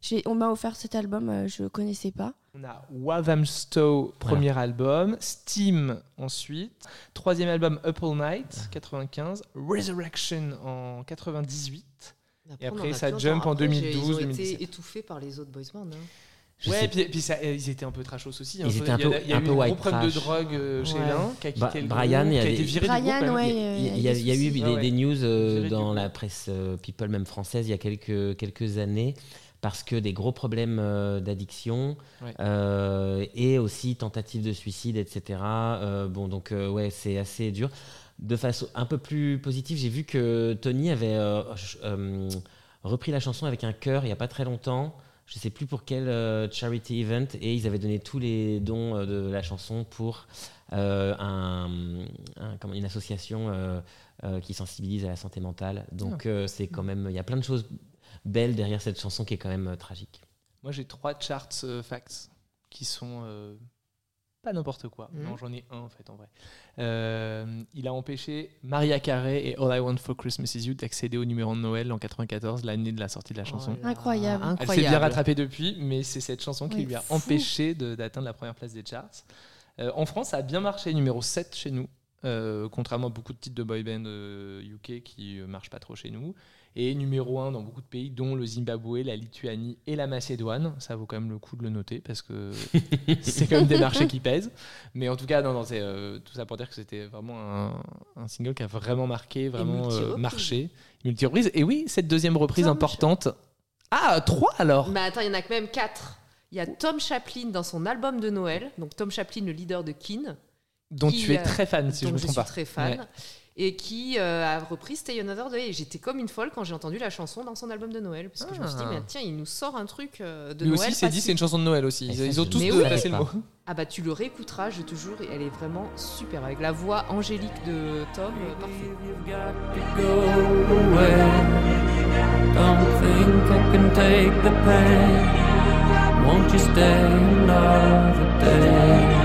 J'ai, on m'a offert cet album, euh, je connaissais pas. On a Wavamstow, premier album, Steam ensuite, troisième album Up All Night, quatre-vingt-quinze, Resurrection en quatre-vingt-dix-huit. Et après, on en a ça plus jump longtemps. en Après, deux j'ai- mille douze, Ils ont deux mille dix-sept. été étouffés par les autres boys bands. hein. Je Ouais, sais- puis, puis ça, ils étaient un peu trashos aussi. hein. Ils étaient Il un y a- peu- il y a un eu peu un gros white problème de trash. drogue euh, chez Ouais. l'un qui a Ba- quitté le Brian, groupe, il y qui a a été des- viré Brian, du groupe. même. ouais, Il euh, y, a- il y a, il y a eu des des, Ouais, ouais. des news euh, Viré du dans groupe. la presse euh, People, même française, il y a quelques, quelques années, parce que des gros problèmes euh, d'addiction Ouais. euh, et aussi tentatives de suicide, et cetera. Euh, bon, donc, euh, ouais, c'est assez dur. De façon un peu plus positive, j'ai vu que Tony avait euh, ch- euh, repris la chanson avec un chœur il n'y a pas très longtemps. Je ne sais plus pour quel euh, charity event, et ils avaient donné tous les dons euh, de la chanson pour euh, un, un- comment, une association euh, euh, qui sensibilise à la santé mentale. Donc euh, c'est quand même, il y a plein de choses belles derrière cette chanson qui est quand même euh, tragique. Moi, j'ai trois charts euh, facts qui sont euh, pas n'importe quoi. Mhm. Non, j'en ai un en fait, en vrai. Euh, il a empêché Mariah Carey et All I Want for Christmas Is You d'accéder au numéro de Noël en quatre-vingt-quatorze, l'année de la sortie de la chanson. Oh là, Incroyable. Elle s'est bien incroyable. rattrapée depuis, mais c'est cette chanson qui Oui, lui a fou. empêché de- d'atteindre la première place des charts. Euh, en France, ça a bien marché, numéro sept chez nous, euh, contrairement à beaucoup de titres de boy band euh, U K qui ne marchent pas trop chez nous. Et numéro un dans beaucoup de pays, dont le Zimbabwe, la Lituanie et la Macédoine. Ça vaut quand même le coup de le noter parce que c'est quand même des marchés qui pèsent. Mais en tout cas, non, non, c'est euh, tout ça pour dire que c'était vraiment un, un single qui a vraiment marqué, vraiment euh, multi-reprise. marché. Multi-reprise. Et oui, cette deuxième reprise Tom importante. Ah, trois alors Mais attends, il y en a quand même quatre. Il y a Tom Chaplin dans son album de Noël, donc Tom Chaplin, le leader de Keane, dont qui, tu es euh, très fan, si je dont me je trompe suis pas. très fan, Ouais. et qui euh, a repris Stay Another Day. Et j'étais comme une folle quand j'ai entendu la chanson dans son album de Noël, parce que je me suis dit, Ah. mais tiens, il nous sort un truc euh, de Lui Noël. aussi s'est dit facile. c'est une chanson de Noël aussi. Et Ils, ça, ils ont je- tous Mais deux oui. placé le mot. Ah bah tu le réécouteras, je te jure, elle est vraiment super, avec la voix angélique de Tom, euh, parfait. You've got to go away. Don't think I can take the pain. Won't you stay another day?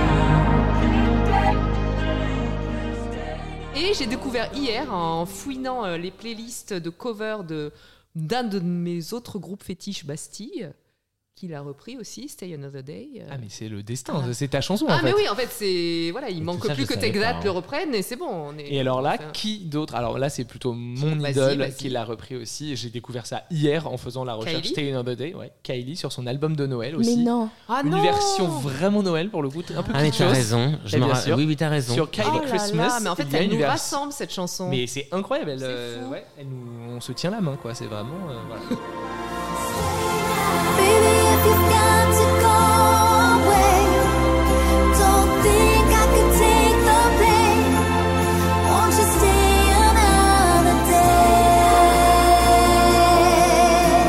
Et j'ai découvert hier, en fouinant euh, les playlists de cover de, d'un de mes autres groupes fétiches, Bastille, qu'il a repris aussi, Stay Another Day. euh. Ah mais c'est le destin, Ah. c'est ta chanson Ah, en fait. mais oui, en fait, c'est voilà, il Et manque tout ça, plus je que savais Texat pas, le hein. reprenne et c'est bon. On est, Et alors là, enfin, qui d'autre? Alors là, c'est plutôt mon Vas-y, idole vas-y. qui l'a repris aussi. Et j'ai découvert ça hier en faisant la recherche. Kylie Stay Another Day, ouais. Kylie sur son album de Noël Mais aussi. non. Ah Une non version vraiment Noël pour le coup, un peu Ah mais kitschos. t'as raison, je Eh me bien ra- sûr. oui oui t'as raison. Sur Kylie Oh là Christmas, là, mais en fait, il y a elle une nous version. rassemble cette chanson. Mais c'est incroyable, elle, C'est euh, fou. ouais, elle nous, on se tient la main quoi. C'est vraiment, euh, voilà. Baby, if you've got to go away, don't think I could take the pain. Won't you stay another day?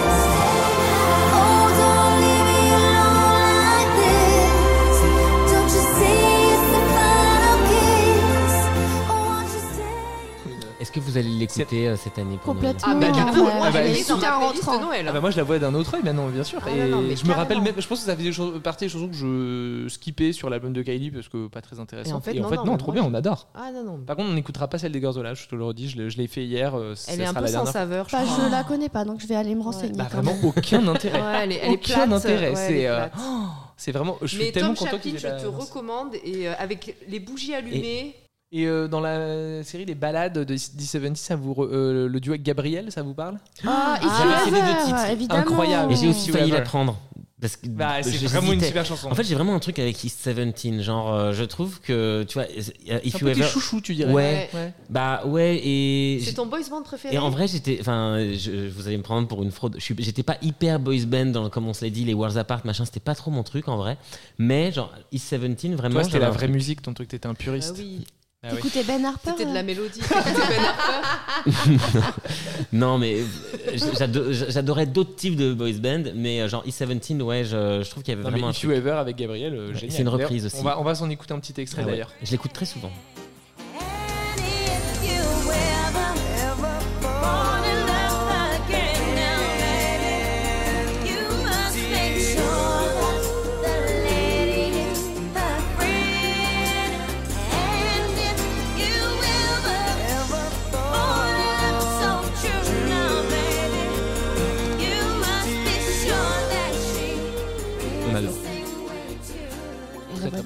Oh, don't leave me alone like this. Don't you say it's the final kiss? Oh, won't you stay? Est-ce que vous allez l'écouter euh, cette année pour Noël? Complètement. Ah bah du coup, Ouais, moi bah, je il l'ai faut- dans ma playlist en de Noël. Ah bah moi je la vois d'un autre œil maintenant bien sûr. Ah et non, non, mais je me rappelle carrément. même, je pense que ça faisait des choses- partie des chansons que je skippais sur l'album de Kylie parce que pas très intéressant. Et en fait, non, non, non, mais trop moi, bien, on adore. Ah non, non. Par contre, on n'écoutera pas celle des Girls Dollar, je te le redis, je l'ai, je l'ai fait hier. euh, ça Elle est un sera peu la sans dernière. saveur. je Bah, crois. je la connais pas, donc je vais aller me renseigner. Bah, quand vraiment même. aucun intérêt. Ouais, elle est, elle est Aucun plate. intérêt. Ouais, c'est, elle est euh, plate. oh, c'est vraiment. Je suis Mais tellement Tom content Chaplin, qu'ils je aient te la- recommande, et euh, avec les bougies allumées. Et euh, dans la série Les Ballades de D soixante-dix, ça vous re- euh, le duo avec Gabriel, ça vous parle? Ah, If J'avais You fait les deux Ever, titres. évidemment. Incroyable. Et j'ai aussi You failli Ever. la prendre. Parce que Bah, c'est je- vraiment une j'hésitais. super chanson. En fait, j'ai vraiment un truc avec East dix-sept. Genre, euh, je trouve que, tu vois, If c'est un You peu tes Ever. chouchous, tu dirais. Ouais. Ouais. Bah ouais, et. C'est ton boys band préféré? Et en vrai, j'étais, enfin, je- vous allez me prendre pour une fraude. Je suis, j'étais pas hyper boys band, dans, comme on se l'a dit, les Worlds Apart, machin. C'était pas trop mon truc en vrai. Mais genre East dix-sept, vraiment. Toi, c'était j'avais la un vraie truc. musique, ton truc, t'étais un Ah puriste. oui, Ah oui. T'écoutais Ben Harper. c'était de euh la mélodie. T'écoutais Ben Harper. Non, mais euh, j'ado- j'adorais d'autres types de boys band, mais euh, genre East dix-sept, ouais, je, je trouve qu'il y avait Non, vraiment mais un If truc. You Ever avec Gabriel, euh, Ouais, génial. c'est une reprise D'ailleurs, aussi. On va, on va s'en écouter un petit extrait Ah ouais. d'ailleurs. Je l'écoute très souvent. And if you ever, ever fall in love again now, baby, you must make sure that the lady is her friend. And if you ever, ever fall in love so true now, baby, you must be sure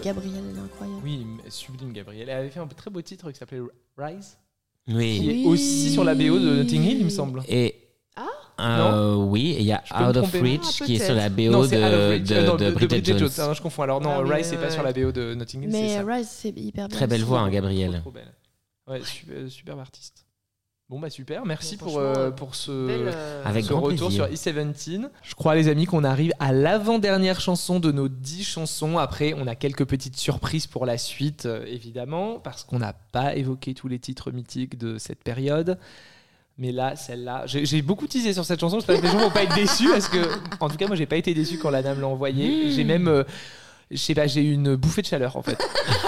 Gabrielle, elle est incroyable. Oui, mais sublime Gabrielle. Elle avait fait un très beau titre qui s'appelait Rise, Oui. qui Oui. est aussi sur la B O de Notting Hill, il me semble. Et. Ah euh, oui, et il y a Je peux me Out of tromper. Reach Ah, qui est sur la B O Non, de, c'est Out of Reach. de, Euh, non, de Bridget, Jones. hein, je confonds. Alors non, Ah oui, Rise, c'est ouais, pas ouais. sur la B O de Notting Hill, c'est Mais ça. Rise, c'est hyper bien. Très belle aussi. voix, hein, Trop, Gabrielle. trop belle. Ouais, super, superbe artiste. Bon bah super, merci Bon, pour, franchement, euh, euh, pour ce, Belle, euh, Avec ce grand retour plaisir. sur E dix-sept. Je crois les amis qu'on arrive à l'avant-dernière chanson de nos dix chansons. Après on a quelques petites surprises pour la suite euh, évidemment, parce qu'on n'a pas évoqué tous les titres mythiques de cette période. Mais là, celle-là, j'ai j'ai beaucoup teasé sur cette chanson. J'espère que les gens vont pas être déçus, parce que, en tout cas, moi, j'ai pas été déçu quand Lana me l'a envoyée. J'ai même, euh, je sais pas, j'ai eu une bouffée de chaleur en fait.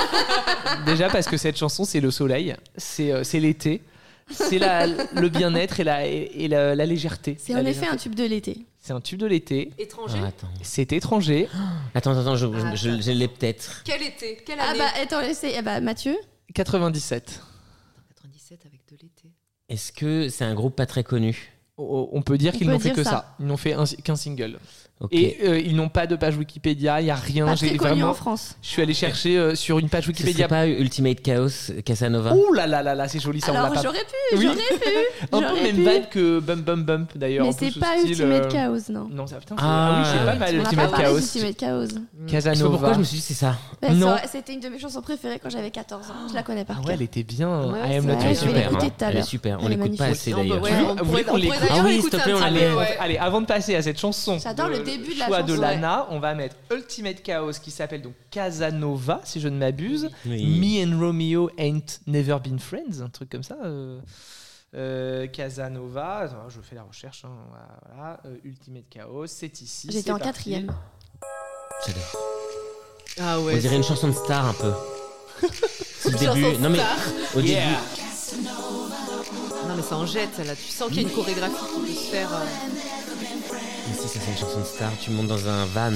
Déjà parce que cette chanson, c'est le soleil, c'est euh, c'est l'été, c'est la- le bien-être et la, et, et la, la légèreté. C'est La en effet légèreté. un tube de l'été. C'est un tube de l'été. Étranger. Ah, attends. C'est étranger. Attends, attends, je, Ah, je, je- je l'ai peut-être. Quel été Quelle Ah année bah attends, c'est eh bah, Mathieu. quatre-vingt-dix-sept. quatre-vingt-dix-sept avec de l'été. Est-ce que c'est un groupe pas très connu? O- On peut dire On qu'ils peut n'ont fait dire que ça. ça. Ils n'ont fait un- qu'un single. Ok. Et euh, ils n'ont pas de page Wikipédia, il n'y a rien. Pas J'ai très connu vraiment. en France. Je suis allé chercher euh, sur une page Ce serait Wikipédia. pas Ultimate Chaos Casanova? Ouh là là là là, c'est joli ça. on Alors l'a pas. j'aurais pu, Oui. j'aurais pu. Un peu j'aurais le même pu. vibe que Bump Bump Bump d'ailleurs. Mais un peu c'est ce pas style, Ultimate euh, Chaos, non. Non, ça, putain, c'est- Ah, ah oui, c'est pas oui, mal On n'a Ultimate pas parlé Chaos. d'Ultimate Chaos. Je sais pas Casanova. pourquoi je me suis dit c'est ça. Ouais, Non. ça- C'était une de mes chansons préférées quand j'avais quatorze ans. Je la connais par Ah ouais, cœur. elle était bien. Ouais, I am c'est not vrai, Elle est je vais your super. l'écouter hein. tout à Elle est l'heure. super. On Elle est l'écoute pas magnifique. assez Non, bah d'ailleurs. ouais, Tu veux- on vous pourrait- voulez qu'on on pourrait l'écoute d'ailleurs Ah oui, l'écouter s'il te plaît, un on petit la peu, met. ouais. Allez, avant de passer à cette chanson, J'adore de- le début de la choix de chanson, Lana, on va mettre Ultimate Chaos qui s'appelle donc Casanova, si je ne m'abuse. Oui. Me and Romeo ain't never been friends, un truc comme ça. euh, euh, Casanova, attends, je fais la recherche. hein, voilà, euh, Ultimate Chaos, c'est ici. J'étais c'est en parti. quatrième. J'adore. Ah ouais. On dirait une chanson de star un peu. C'est le Chanson début. Non mais star. au début. Yeah. Non mais ça en jette là. Tu sens qu'il y a une chorégraphie qui peut se faire. euh, Mais si ça c'est une chanson de star, tu montes dans un van.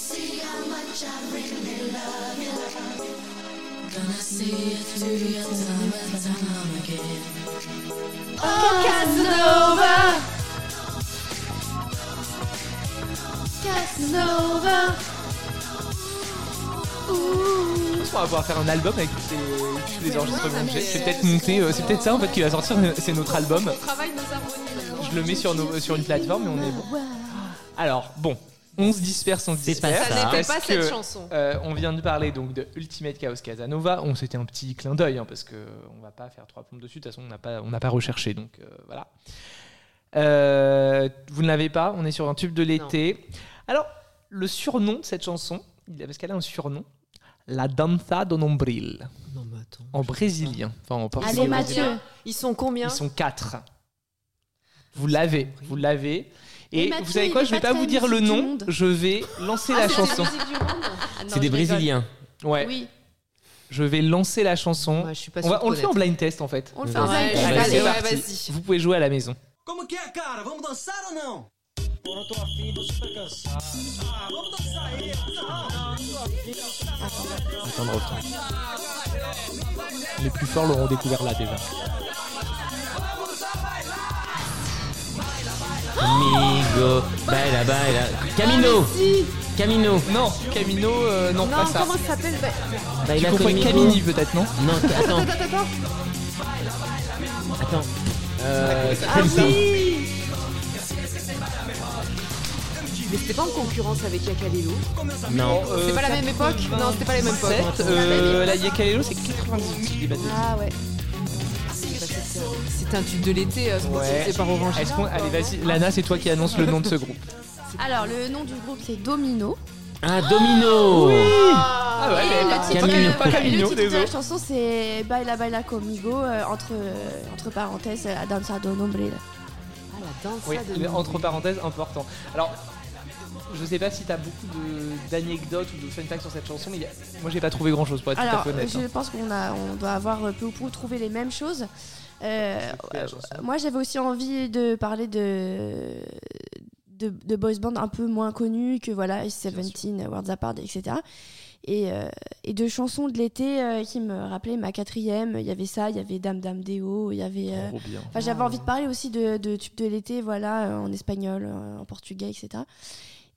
Casanova. Casanova. Je pense qu'on va pouvoir faire un album avec tous les, tous les enregistrements que j'ai. mais- Je vais peut-être monter, euh, c'est peut-être ça en fait qui va sortir, c'est notre album. On travaille nos harmonies maintenant. Je le mets sur, nos, sur une plateforme et on est bon. Alors, bon, on se disperse, on se C'est pas disperse. Ça ça. n'était parce pas cette que, chanson. euh, on vient de parler donc de Ultimate Chaos Casanova. On c'était un petit clin d'œil hein, parce que on va pas faire trois plombes dessus. De toute façon, on n'a pas, on n'a pas recherché, donc euh, voilà. Euh, vous ne l'avez pas. On est sur un tube de l'été. Alors, le surnom de cette chanson, il- parce qu'elle a un surnom, La Danza do Nombril, Non mais attends. en brésilien. Enfin, en portugais Allez brésilien. Mathieu. Ils sont combien Ils sont quatre. Vous l'avez, vous l'avez. Et Mais Mathieu, vous savez il quoi, est je vais pas pas très vous dire le musique du nom, monde. je vais lancer Ah, la c'est chanson. la musique du monde. Ah non, C'est des je rigole. Brésiliens. Ouais, Oui, je vais lancer la chanson. Ouais, je suis pas on va, sûre de on le fait en connaître. blind test en fait. on le fait Ouais, en blind test. Allez, Allez, c'est ouais, parti. vas-y. Vous pouvez jouer à la maison. Como que é, cara? Vamos dançar ou não? Eu não tô afim, você tá cansado. Ah, vamos dançar aí. Não, não tô afim. Attends le refrain. Les plus forts l'auront découvert là déjà. Amigo, baila, baila. Camino, Camino. Non, Camino, euh, non, Non, pas ça. comment ça s'appelle Bah, Tu Baila confonds avec conmigo. Camini peut-être, non Non, attends, Attends, attends, attends. attends. Euh, Ah oui. Mais c'était pas en concurrence avec Yakalelo. non. Euh, C'est pas la même époque Non, c'était pas la même époque. sept, euh, la Yakalelo c'est quatre-vingt-dix-huit, je dis pas de bêtises. Ah ouais. Bah, c'est- C'est un tube de l'été, euh, Ouais. sponsorisé par Orange. Est-ce qu'on... Allez, vas-y, Lana, c'est toi qui annonce le nom de ce groupe. Alors le nom du groupe c'est Domino. Ah, Domino. Ah ouais, Et mais le pas- titre, Camino. euh, Pas Camino, le titre de désolé. la chanson c'est Baila Baila Comigo euh, entre, euh, entre parenthèses La Danza do Nombril. Ah, la danse Oui, de mais Nombril. entre parenthèses, important. Alors, je sais pas si t'as beaucoup de- d'anecdotes ou de fun facts sur cette chanson, mais il y a- moi j'ai pas trouvé grand chose pour être tout à Alors fait honnête. je hein. pense qu'on a, on doit avoir euh, peu ou prou trouvé les mêmes choses. Euh, J'ai écouté la euh, chanson. moi j'avais aussi envie de parler de, de, de boys band un peu moins connus que voilà E dix-sept, Worlds Apart, et cetera. Et, euh, et de chansons de l'été euh, qui me rappelaient ma quatrième. Il y avait ça, il y avait Dame Dame Deo, il y avait. euh, Trop bien. Enfin, j'avais envie de parler aussi de, de tubes de l'été, voilà, euh, en espagnol, euh, en portugais, et cetera.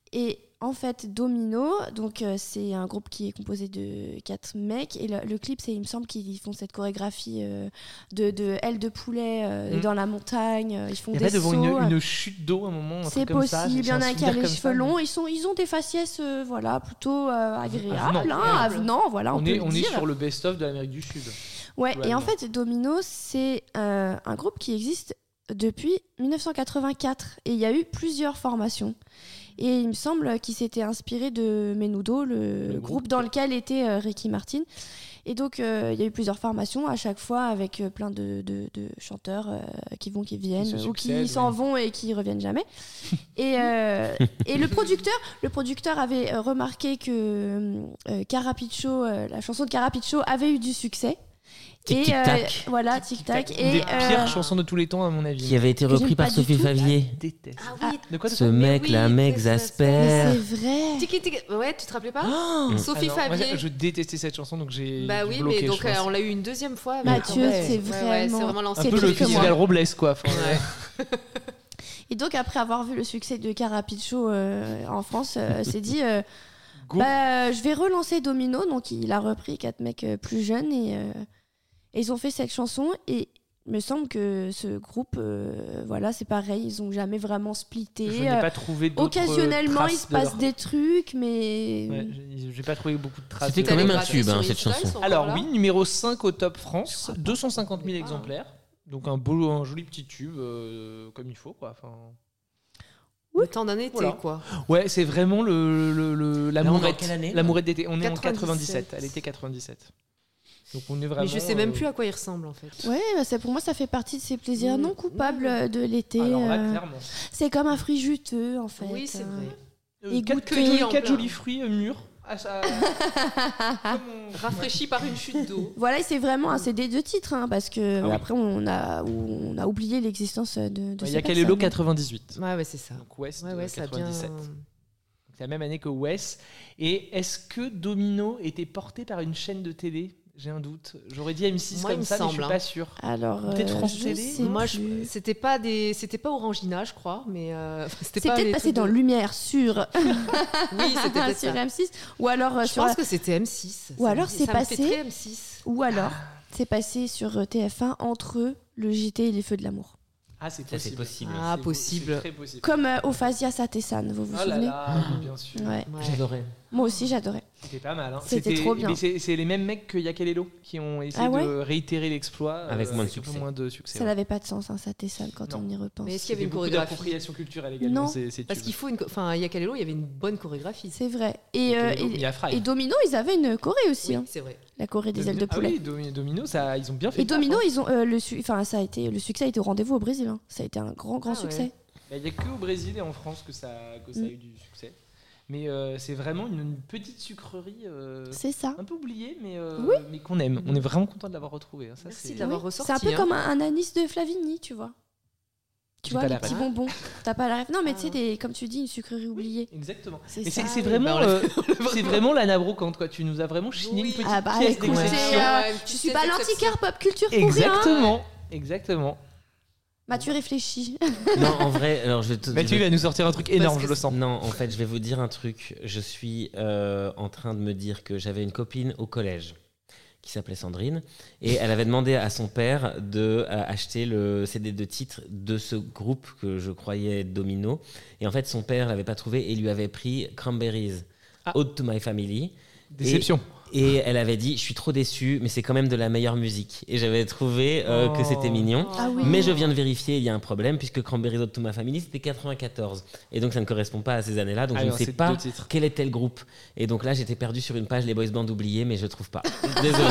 Et en fait, Domino, donc euh, c'est un groupe qui est composé de quatre mecs. Et le, le clip, c'est, il me semble qu'ils font cette chorégraphie euh, de, de ailes de poulet euh, Mm. dans la montagne. euh, Ils font Il y a des pas devant sauts. une, une chute d'eau à un moment. un C'est truc comme ça, possible, il j'ai y en un a un qui a souvenir les comme cheveux ça, mais- longs, ils, sont, ils ont des faciès euh, voilà, plutôt euh, agréables, Avenant. hein, avenants, voilà, on, On, peut est, le on est dire. sur le best-of de l'Amérique du Sud. Ouais, Tout va et en bien. fait, Domino, c'est euh, un groupe qui existe depuis dix-neuf cent quatre-vingt-quatre et il y a eu plusieurs formations. Et il me semble qu'il s'était inspiré de Menudo, le, Le groupe, groupe dans qui- lequel était euh, Ricky Martin. Et donc, euh, il y a eu plusieurs formations à chaque fois avec euh, plein de, de- de chanteurs euh, qui vont, qui viennent, se ou qui succèdent, s'en oui. vont et qui reviennent jamais. et euh, et le, producteur, le producteur avait euh, remarqué que euh, Carapiccio, euh, la chanson de Carapiccio avait eu du succès. Tic, Et tic, euh, tac. voilà, tic tac. Une des Et pires euh, chansons de tous les temps, à mon avis. Qui avait été Que repris j'aime par pas du Sophie tout. Favier. Déteste. Ah oui, De quoi de Ce quoi mec oui, là c'est m'exaspère. c'est vrai. Tiki, tiki. Ouais, tu te rappelais pas Ah, Sophie non, moi, Favier. je détestais cette chanson, donc j'ai Bah dû oui, bloquer, mais donc je pense. euh, on l'a eu une deuxième fois. avec- Mathieu, Ouais, c'est ouais, ouais, vraiment- c'est vraiment un l'ancien c'est peu le pire que moi. festival Robles, quoi. Enfin, Ouais. Et donc, après avoir vu le succès de Carapiccio euh, en France, euh, s'est dit euh, Go. bah, je vais relancer Domino. Donc, il a repris quatre mecs euh, plus jeunes et, euh, et ils ont fait cette chanson. Et il me semble que ce groupe, euh, voilà, c'est pareil, ils ont jamais vraiment splitté. je n'ai Euh, pas trouvé d'autres Occasionnellement, traces il se de passe leur- des trucs, mais. Ouais, j'ai- j'ai pas trouvé beaucoup de traces. C'était de quand leur- même un Gratté tube, sur hein, Insta, cette chanson. ils sont Alors encore là. oui, numéro cinq au top France, crois pas. deux cent cinquante mille Ah. exemplaires. Donc un beau, un joli petit tube, euh, comme il faut, quoi. Enfin... Le temps d'un été, Voilà. quoi. Ouais, c'est vraiment le, le, le- Là, on est en l'amourette. quelle année, là L'amourette d'été. On est en quatre-vingt-dix-sept. quatre-vingt-dix-sept, à l'été quatre-vingt-dix-sept. Donc on est vraiment. Mais je sais même euh, plus à quoi il ressemble, en fait. Ouais, bah, ça, pour moi, ça fait partie de ces plaisirs Mmh. non coupables Mmh. euh, de l'été. Alors là, euh, clairement. c'est comme un fruit juteux, en fait. Oui, c'est euh. vrai. Et Euh, quatre, goûter jolis- en quatre plein. jolis fruits euh, mûrs. Ah, ça- Comme on- Rafraîchi par une chute d'eau. Voilà, et c'est vraiment un C D de titre, hein, parce que Ah oui. après on a, on a oublié l'existence de, de Il ces y a Kalelo personnes. quatre-vingt-dix-huit. Ouais, ouais, c'est ça. Donc West Ouais, de ouais, ça a bien. quatre-vingt-dix-sept. C'est la même année que Wes. Et est-ce que Domino était porté par une chaîne de télé? J'ai un doute. J'aurais dit M six Moi, il comme me ça, mais je semble, suis hein. pas sûr. Alors, Peut-être euh, France je Télé, sais Moi, je... plus. c'était pas des, c'était pas Orangina, je crois, mais euh, c'était C'est pas peut-être les passé trucs dans de- Lumière sur, Oui, c'était peut-être sur ça. M six, ou alors euh, Je sur pense la- que c'était M six. Ou Ça alors me- c'est ça me passé- fait très M six. ou alors c'est passé sur euh, T F un entre le J T et les Feux de l'amour. Ah, c'est Ça, possible. c'est possible. Ah, C'est- possible. C'est très possible. Comme euh, Ophasia Satesan, vous vous Oh là souvenez là, oui, bien sûr. Ouais. Ouais. J'adorais. Moi aussi j'adorais. C'était pas mal. Hein. C'était trop bien. Mais c'est c'est les mêmes mecs que Yakalelo qui ont essayé Ah ouais de réitérer l'exploit euh, Avec moins de un peu succès. moins de succès. Ça ouais. n'avait pas de sens, hein, Satesan, quand Non. on y repense. Mais est-ce qu'il y avait C'était une beaucoup chorégraphie d'appropriation culturelle également. Non. ces- ces Parce tubes. qu'il faut une, co- enfin, Yakalelo, il y avait une bonne chorégraphie. C'est vrai. Et, euh, Yakalelo, et, il y a Fry. et Domino, ils avaient une choré aussi, Oui, hein, c'est vrai. la choré des ailes de Ah poulet. oui, Domi- Domino, ça, ils ont bien fait. Et le taf, Domino, hein. ils ont euh, le, su- enfin, ça a été, le succès a été au rendez-vous au Brésil. hein. Ça a été un grand, grand Ah ouais. succès. Il n'y a que au Brésil et en France que ça, que ça a Mm. eu du succès. Mais euh, c'est vraiment une, une petite sucrerie euh, C'est ça. un peu oubliée, mais, euh, Oui. mais qu'on aime. On est vraiment content de l'avoir retrouvée. hein. Ça, Merci c'est- de l'avoir Oui, ressorti. C'est un peu hein. comme un, un anis de Flavigny, tu vois. Tu J'ai vois, pas les la petits ref. bonbons. T'as pas la rêve. Non, mais Ah tu sais, des- comme tu dis, une sucrerie oubliée. Exactement. C'est Mais ça. c'est c'est oui. vraiment, Bah, on l'a euh, c'est vraiment l'Anna Brocante, quoi. Tu nous as vraiment chigné Oui. une petite Ah bah, pièce écoutez, d'exception. euh, Ouais, une je petite suis pièce pas d'exception. l'antiquaire pop culture pour rien. Exactement. Exactement. Bah, tu réfléchis. Non, en vrai, alors je vais te. Mathieu je vais- va nous sortir un truc énorme, que je le sens. Non, en fait, je vais vous dire un truc. Je suis euh, en train de me dire que j'avais une copine au collège qui s'appelait Sandrine et elle avait demandé à son père de euh, acheter le C D de titre de ce groupe que je croyais être Domino. Et en fait, son père l'avait pas trouvé et lui avait pris Cranberries, Ah. Ode to My Family. Déception. Et elle avait dit, je suis trop déçue, mais c'est quand même de la meilleure musique. Et j'avais trouvé euh, que Oh. c'était mignon. Ah oui. Mais je viens de vérifier, il y a un problème, puisque Cranberries Ode to My Family, c'était quatre-vingt-quâtorze. Et donc ça ne correspond pas à ces années-là, donc Ah je non, ne sais c'est pas deux titres. quel était le groupe. Et donc là, j'étais perdu sur une page Les Boys Band oubliés, mais je trouve pas. Désolé.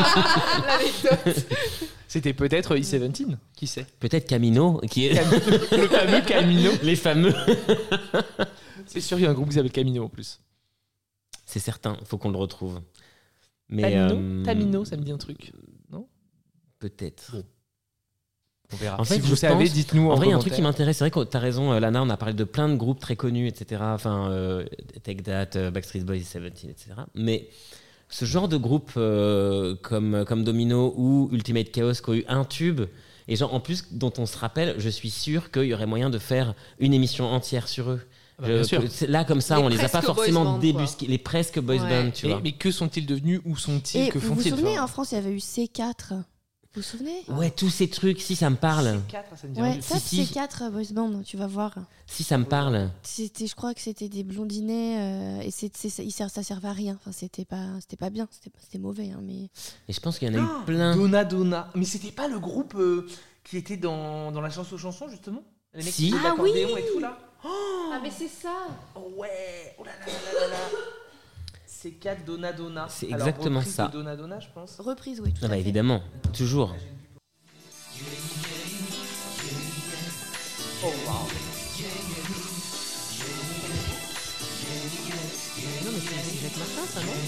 L'anecdote. C'était peut-être E dix-sept, qui sait. Peut-être Camino, qui est Le fameux Camino. les fameux. C'est sûr, il y a un groupe qui s'appelle Camino en plus. C'est certain, faut qu'on le retrouve. Mais Tamino, euh, Tamino, ça me dit un truc. peut-être. On verra. En fait, si je vous savez, pense- dites-nous en En vrai, il y a un truc qui commentaire. m'intéresse. C'est vrai que tu as raison, euh, Lana, on a parlé de plein de groupes très connus, et cetera. Enfin, euh, Take That, euh, Backstreet Boys, Seventeen, et cetera. Mais ce genre de groupe euh, comme, comme Domino ou Ultimate Chaos qui ont eu un tube, et genre, en plus, dont on se rappelle, je suis sûr qu'il y aurait moyen de faire une émission entière sur eux. Bah, bien sûr. c'est- là, comme ça, Les on les a pas presque boys forcément band, débusqués. Les presque boys Ouais. band, tu Mais, vois. mais que sont-ils devenus? Où sont-ils? Et Que vous vous font-ils? souvenez, Enfin, en France, il y avait eu C quatre. Vous vous souvenez Ouais, tous ces trucs, si ça me parle. C quatre, ça me dit rien Ouais, du tout. ça, Si, si. C quatre Boys Band, tu vas voir. Si ça me parle. C'était, je crois que c'était des blondinets euh, et c'est, c'est- ça, il sert- ça servait à rien. Enfin, c'était pas, c'était pas bien, c'était, c'était mauvais. Hein, mais Et je pense qu'il y en a Ah, eu plein. Donna Donna. Mais c'était pas le groupe euh, qui était dans, dans la chanson chanson justement? Les mecs Si. qui jouaient de Ah oui. l'accordéon et tout là. ah mais c'est ça. Ouais. Oh là là là là là. C quatre Donna Donna. C'est Alors, exactement reprise ça. de Donna Donna, je pense. Reprise, oui, tout Ah à bah fait. évidemment, toujours. Oh wow. Non, mais c'est c'est Jacques Martin, ça, non?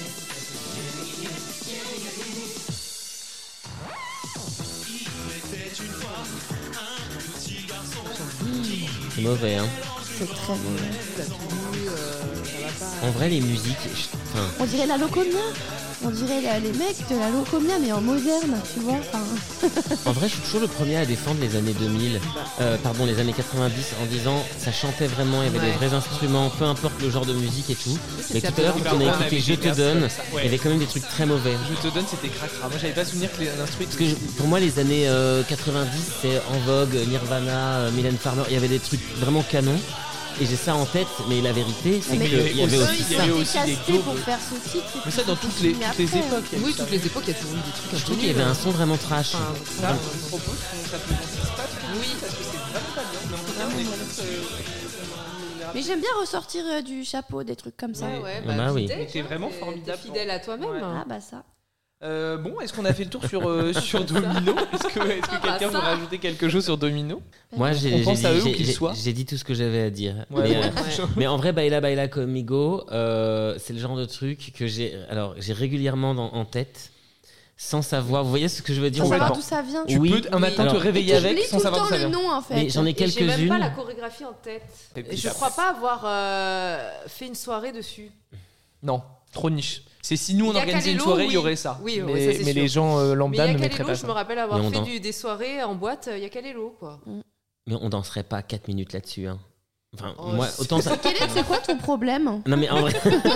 C'est mauvais, hein. C'est très mauvais. La tenue, euh, ça va pas. En vrai, les musiques. je- Enfin, On dirait la Locomia. On dirait la- les mecs de la Locomia, mais en moderne, tu vois. Enfin, en vrai, je suis toujours le premier à défendre les années deux mille, euh, pardon, les années quatre-vingt-dix, en disant ça chantait vraiment, il y avait Ouais. des vrais instruments, peu importe le genre de musique et tout. c'est Mais ça, tout à l'heure, peut- quand on a on écouté avait Je des te verses donne, comme ça, ouais. il y avait quand même des trucs très mauvais. Je te donne, c'était cracra. Moi, j'avais pas souvenir que les instruments. Parce que je- pour moi, les années euh, quatre-vingt-dix, c'est En Vogue, Nirvana, euh, Mylène Farmer, il y avait des trucs vraiment canons. Et j'ai ça en tête, mais la vérité, c'est Mais qu'il y avait eux, aussi ils il y avait s'étaient aussi des castés daubes. pour faire ce titre. et Mais puis ça, dans ils toutes les, continuent toutes les après. époques. il y a Oui, eu ça. toutes les époques, il y a toujours eu des trucs un Je peu trouve qu'il y avait nuls. un son vraiment trash. Enfin, Ça, ça, je propose qu'on s'applaudisse pas trop. Oui, parce que c'est vraiment pas bien. Mais en tout cas, on est tous, euh, Mais j'aime bien ressortir euh, du chapeau des trucs comme ça. Ouais, ouais, Ah bah oui. fidèle, Mais t'es hein, vraiment t'es- formidable T'es fidèle à toi-même. hein. Ah bah ça. Euh, bon, est-ce qu'on a fait le tour sur, euh, sur Domino? Est-ce que, est-ce que Ah bah quelqu'un veut ça. rajouter quelque chose sur Domino? Moi, j'ai On j'ai pense dit- à eux j'ai- où qu'ils j'ai- soient. j'ai dit tout ce que j'avais à dire. Ouais, mais, ouais. euh, Ouais. mais en vrai, Baila Baila Conmigo, euh, c'est le genre de truc que j'ai alors j'ai régulièrement dans- en tête, sans savoir. Vous voyez ce que je veux dire Sans ou savoir pas d'où ça vient. Tu Oui. peux un matin Alors- te réveiller Et avec j'oublie sans tout savoir le d'où temps ça le vient. nom en fait. Mais j'en ai Et j'ai même pas quelques-unes. la chorégraphie en tête. Et puis Et je après- crois pas avoir euh, fait une soirée dessus. Non, trop niche. C'est si nous on Il y a organisait une Kalelo, soirée, il y oui. aurait ça. Oui, mais ouais, ça, c'est mais sûr. les gens euh, Mais il lambda y a ne mettraient Kalelo, pas je ça. me rappelle avoir Mais on fait danse. du- des soirées en boîte, il y a Kalelo quoi. Mais on danserait pas quatre minutes là-dessus. Hein. Enfin, Oh, moi, c'est- autant ça. Quel est, c'est quoi ton problème? Non, mais en vrai,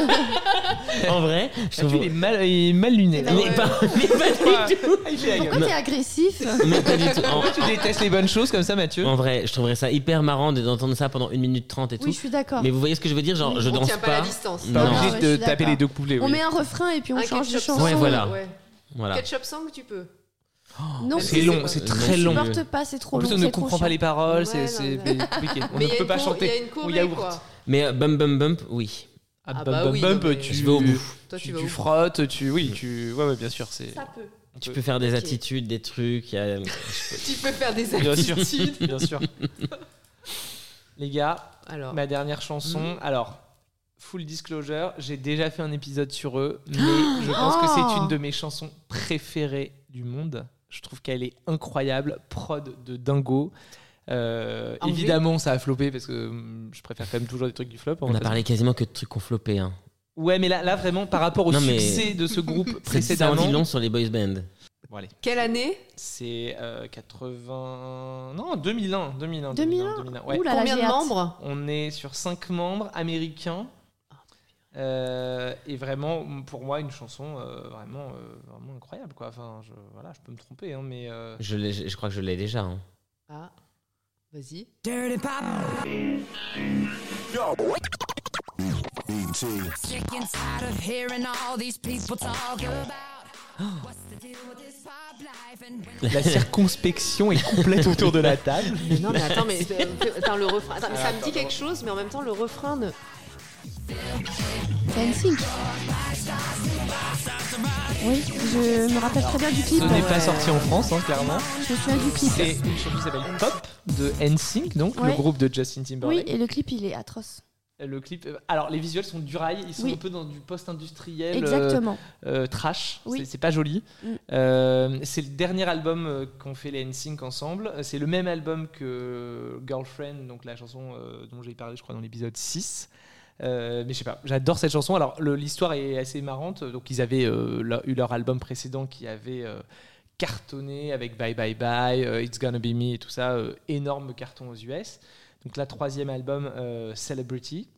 en vrai, je Ah, trouve. tu, il est mal, il est mal luné. là. Mais Ouais. pas, mais pas du tout. Il fait la gueule. Pourquoi t'es agressif? Mais pas du tout. En, Pourquoi tu détestes les bonnes choses comme ça, Mathieu? en vrai, je trouverais ça hyper marrant de- d'entendre ça pendant une minute trente et tout. Oui, je suis d'accord. Mais vous voyez ce que je veux dire? Genre, je On danse tient pas pas. la distance. Pas Non. obligé Ouais, de je suis taper d'accord. les deux couplets. On oui. met un refrain et puis on Un change de ketchup chanson. song. Ouais, voilà. Ouais. Voilà. Ketchup song, tu peux. Non, C'est long, c'est Euh, très non, long. Je je- supporte pas, c'est trop En plus, long. on ne c'est trop comprend pas chiant. les paroles, Ouais, c'est non, c'est mais- compliqué. On Mais ne il y a peut une pas cho- chanter. Il y a une Ou choré yaourt. quoi. Mais euh, bum bum bump, oui. Ah, Ah bum, bah bum, oui, bump, non, mais- tu, Je vais au bout. Toi, tu, tu vas tu où frottes, tu, oui, tu, ouais, ouais, bien sûr, c'est. Ça peut. Tu peux faire des Ok. attitudes, des trucs. il y a- Tu peux faire des Bien sûr, attitudes. bien sûr. Les gars, Alors, ma dernière chanson. Mhm. Alors, full disclosure, j'ai déjà fait un épisode sur eux, mais je pense que c'est une de mes chansons préférées du monde. Je trouve qu'elle est incroyable, prod de dingo. Euh, Enlevé. évidemment, ça a floppé parce que hum, je préfère quand même toujours des trucs qui flop. On a parlé quasiment que de trucs qu'on floppé. Hein. Ouais, mais là, là vraiment, par rapport au Non, mais- succès de ce groupe Ça en précédemment. dit long sur les boys band. Bon, allez, quelle année c'est euh, quatre-vingts. Non, deux mille un. deux mille un. deux mille un. deux mille un, ouais. Ouh là là, Combien j'ai de hâte. membres On est sur cinq membres américains. Euh, et vraiment, pour moi, une chanson euh, vraiment, euh, vraiment incroyable. Quoi. Enfin, je, voilà, je peux me tromper, hein, mais euh, Je, l'ai- je crois que je l'ai déjà. Hein. Ah, vas-y. Dirty pop. Sick and tired of hearing all these people talk about what's the deal with this pop life and when la circonspection est complète autour de la table. Non mais attends, mais euh, attends, le refrain. Attends, mais ça me dit quelque chose, mais en même temps le refrain ne. C'est N Sync. Oui, je me rappelle très bien du clip. Ce n'est pas sorti en France, hein, clairement. Je me souviens du clip. C'est une chanson qui s'appelle Pop de N Sync, donc le Ouais. groupe de Justin Oui, Timberlake. et le clip, il est atroce. Le clip, euh, alors les visuels sont du rail, ils sont Oui. un peu dans du post-industriel. euh, Exactement. euh, trash, Oui. c'est- c'est pas joli. Mm. Euh, c'est le dernier album euh, qu'ont fait les N Sync ensemble. C'est le même album que Girlfriend, donc la chanson euh, dont j'ai parlé, je crois, dans l'épisode six. Euh, mais je sais pas, j'adore cette chanson. Alors le- l'histoire est assez marrante. Donc ils avaient euh, leur- eu leur album précédent qui avait euh, cartonné avec Bye Bye Bye, euh, It's Gonna Be Me et tout ça, euh, énorme carton aux U S. Donc, la troisième album, euh, Celebrity.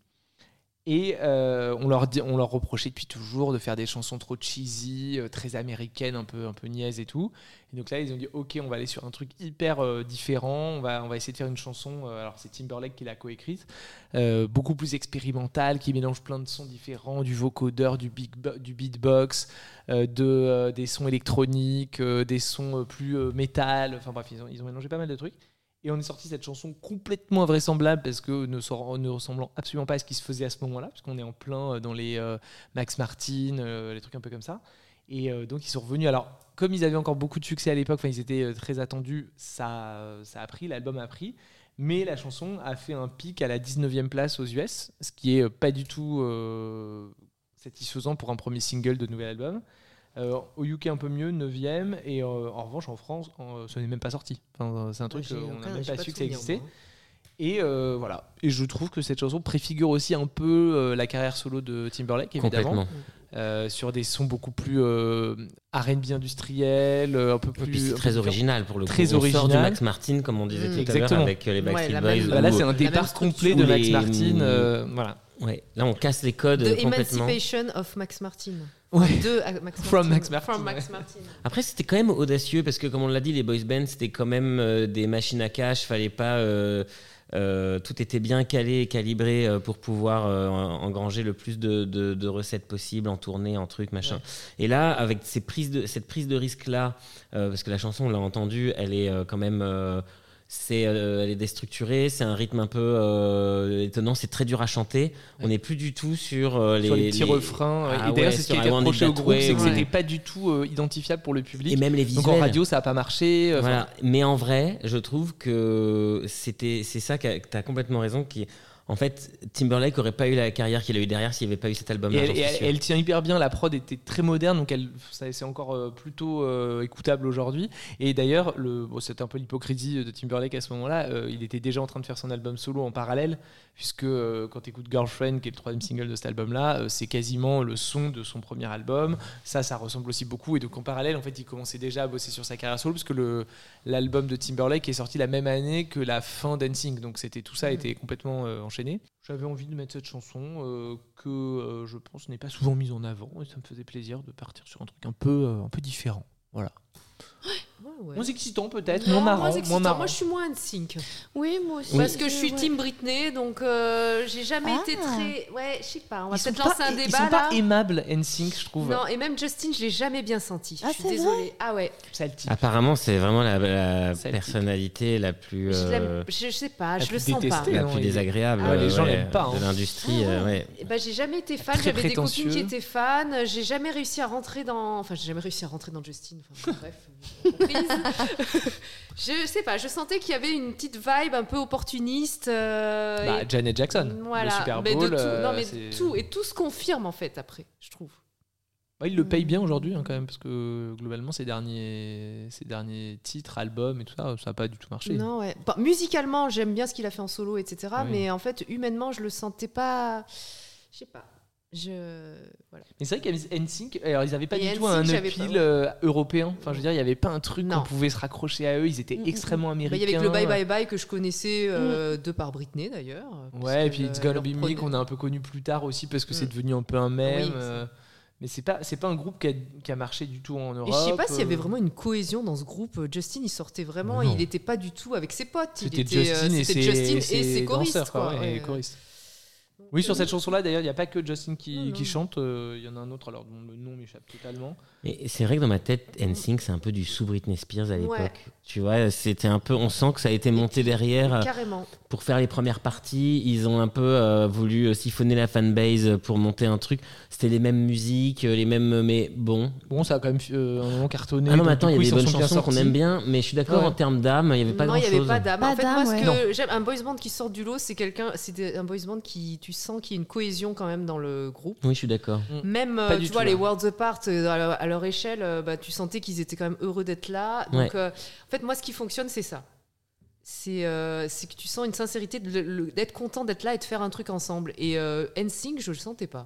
Et euh, on, leur dit, on leur reprochait depuis toujours de faire des chansons trop cheesy, euh, très américaines, un peu, un peu niaises et tout. Et donc là, ils ont dit ok, on va aller sur un truc hyper euh, différent. On va, on va essayer de faire une chanson. Euh, alors c'est Timberlake qui l'a coécrite, euh, beaucoup plus expérimentale, qui mélange plein de sons différents, du vocodeur, du, big bo- du beatbox, euh, de, euh, des sons électroniques, euh, des sons euh, plus euh, métal. Enfin bref, ils ont, ils ont mélangé pas mal de trucs. Et on est sorti cette chanson complètement invraisemblable parce que ne, sort- ne ressemblant absolument pas à ce qui se faisait à ce moment-là, parce qu'on est en plein euh, dans les euh, Max Martin, euh, les trucs un peu comme ça. Et euh, donc ils sont revenus. Alors, comme ils avaient encore beaucoup de succès à l'époque, enfin ils étaient euh, très attendus, ça, ça a pris, l'album a pris. Mais la chanson a fait un pic à la dix-neuvième place aux U S, ce qui est euh, pas du tout euh, satisfaisant pour un premier single de nouvel album. Euh, au U K un peu mieux, neuvième, et euh, en revanche en France, en, ce n'est même pas sorti. Enfin, c'est un truc J'ai qu'on aucun- n'a même j'ai pas pas su de que ça souvenir, existait. moi. Et euh, voilà. Et je trouve que cette chanson préfigure aussi un peu euh, la carrière solo de Timberlake, évidemment, Complètement. euh, sur des sons beaucoup plus euh, R and B industriel, euh, un peu Et plus. puis c'est un peu très différent. original pour le coup. Très On sort du original. Max Martin, comme on disait Mm. tout à l'heure, Exactement. avec euh, les Ouais, Backstreet la Boys. même- Bah là, où- c'est un même départ structure. complet de Où Max les- Martin. euh, voilà. Ouais, là on casse les codes The complètement. Emancipation of Max Martin. Ouais. De à- Max From Martin. Max Martin, From ouais. Max Martin. Après, c'était quand même audacieux parce que, comme on l'a dit, les boys bands, c'était quand même euh, des machines à cash. Fallait pas. euh, euh, tout était bien calé et calibré euh, pour pouvoir euh, en- engranger le plus de, de- de recettes possibles en tournée, en trucs, machin. Ouais. Et là, avec ces prises de, cette prise de risque-là, euh, parce que la chanson, on l'a entendue, elle est euh, quand même. euh, c'est, euh, elle est déstructurée, c'est un rythme un peu euh, étonnant, c'est très dur à chanter. On n'est plus du tout sur euh, les, Sur les petits les- refrains. Ah et d'ailleurs, ouais, c'est ce qui sur a été I Want It reproché au That groupe, Way, c'est que ouais. c'était pas du tout euh, identifiable pour le public. Et même les visuels. Donc en radio, ça a pas marché. Enfin, Voilà. Mais en vrai, je trouve que c'était, c'est ça que tu as complètement raison. Qui, en fait, Timberlake aurait pas eu la carrière qu'il a eu derrière s'il n'y avait pas eu cet Et album-là. elle, j'en et suis elle- sûr. elle tient hyper bien, la prod était très moderne, donc elle, ça, c'est encore euh, plutôt euh, écoutable aujourd'hui. Et d'ailleurs, le, bon, c'était un peu l'hypocrisie de Timberlake à ce moment-là, euh, il était déjà en train de faire son album solo en parallèle, puisque euh, quand tu écoutes Girlfriend, qui est le troisième single de cet album-là, euh, c'est quasiment le son de son premier album. Ça, ça ressemble aussi beaucoup. Et donc en parallèle, en fait, il commençait déjà à bosser sur sa carrière solo, parce que le, l'album de Timberlake est sorti la même année que la fin d'N-Sync, donc c'était, tout ça était complètement euh, enchaîné. J'avais envie de mettre cette chanson euh, que euh, je pense n'est pas souvent mise en avant, et ça me faisait plaisir de partir sur un truc un peu, euh, un peu différent. Voilà. Ouais, ouais. Moins excitant peut-être, Non, moins marrant, moins moins excitant. marrant. Moi, je suis moins N Sync. Oui, moi aussi. Parce que je suis Ouais. team Britney, donc euh, j'ai jamais Ah. été très. Ouais, je sais pas. On va Ils sont peut-être lancer pas, un ils débat sont là. pas aimables, N Sync, je trouve. Non, et même Justin, je l'ai jamais bien senti. Ah, je suis c'est désolée. Ah ouais. C'est le type. Apparemment, c'est vraiment la, la C'est le personnalité la plus, Je, euh, l'aime- je, je sais pas, la je le plus sens pas. détestée. la non, plus il- désagréable Ah ouais, les gens ouais, l'aiment pas, hein. de l'industrie. euh, ouais. Eh ben, j'ai jamais été fan. Très J'avais des prétentieux. copines qui étaient fans. J'ai jamais réussi à rentrer dans. Enfin, j'ai jamais réussi à rentrer dans Justin. Enfin, bref, euh, comprise. Je sais pas. Je sentais qu'il y avait une petite vibe un peu opportuniste. euh, Bah, et- Janet Jackson, Voilà. le Super Mais de Bowl. tout, euh, non, mais c'est- tout et tout se confirme en fait après, je trouve. Ouais, il le paye bien aujourd'hui hein, quand même, parce que globalement, ses derniers, ses derniers titres, albums et tout ça, ça n'a pas du tout marché. Non, ouais. Bon, musicalement, j'aime bien ce qu'il a fait en solo, et cetera. Oui. Mais en fait, humainement, je le sentais pas. Je sais pas. Je voilà. Mais c'est vrai qu'il y avait N Sync, alors ils n'avaient pas Et du tout N Sync, un j'avais appeal pas- euh, européen. Enfin, je veux dire, il n'y avait pas un truc Non. qu'on pouvait se raccrocher à eux. Ils étaient Mm, mm, extrêmement Bah, américains. il y avait que le Bye Bye Bye que je connaissais euh, de par Britney d'ailleurs. Ouais, et puis Parce It's que, Gonna leur Be Me prenait- qu'on a un peu connu plus tard aussi parce que c'est Mm. devenu un peu un mème. Oui, euh, mais c'est pas c'est pas un groupe qui a, qui a marché du tout en Europe. Et je sais pas s'il y avait euh, vraiment une cohésion dans ce groupe. Justin, il sortait vraiment, Mais non. il n'était pas du tout avec ses potes. Il C'était était, Justin, euh, et, c'était ses, Justin et ses ses choristes. danseurs, quoi, quoi. ouais, et Ouais. les choristes. Oui, sur cette chanson-là, d'ailleurs, il n'y a pas que Justin qui, Non, qui non. chante. euh, Il y en a un autre, alors dont le nom m'échappe totalement. Et c'est vrai que dans ma tête, N Sync, c'est un peu du sous Britney Spears à l'époque. Ouais. Tu vois, c'était un peu. On sent que ça a été monté derrière euh, Carrément. pour faire les premières parties. Ils ont un peu euh, voulu euh, siphonner la fanbase pour monter un truc. C'était les mêmes musiques, euh, les mêmes. Mais bon. Bon, ça a quand même euh, un moment cartonné. Ah non, donc mais du attends, il y coup, avait ils des s'en bonnes sont bien chansons qu'on sortis. aime bien, mais je suis d'accord, Ouais. en termes d'âme, il n'y avait pas non, grand il n'y chose. avait pas d'âme. Pas En fait, moi, d'âme, ce ouais. que j'aime, un boys band qui sort du lot, c'est quelqu'un, c'est des- un boys band qui, tu sens qu'il y a une cohésion quand même dans le groupe. Oui, je suis d'accord. Même, euh, Pas tu du vois, tout, les là. Worlds Apart, euh, à leur, à leur échelle, euh, bah, tu sentais qu'ils étaient quand même heureux d'être là. Donc, Ouais. euh, en fait, moi, ce qui fonctionne, c'est ça. C'est euh, c'est que tu sens une sincérité de le- le- d'être content d'être là et de faire un truc ensemble. Et euh, N Sync, je le sentais pas.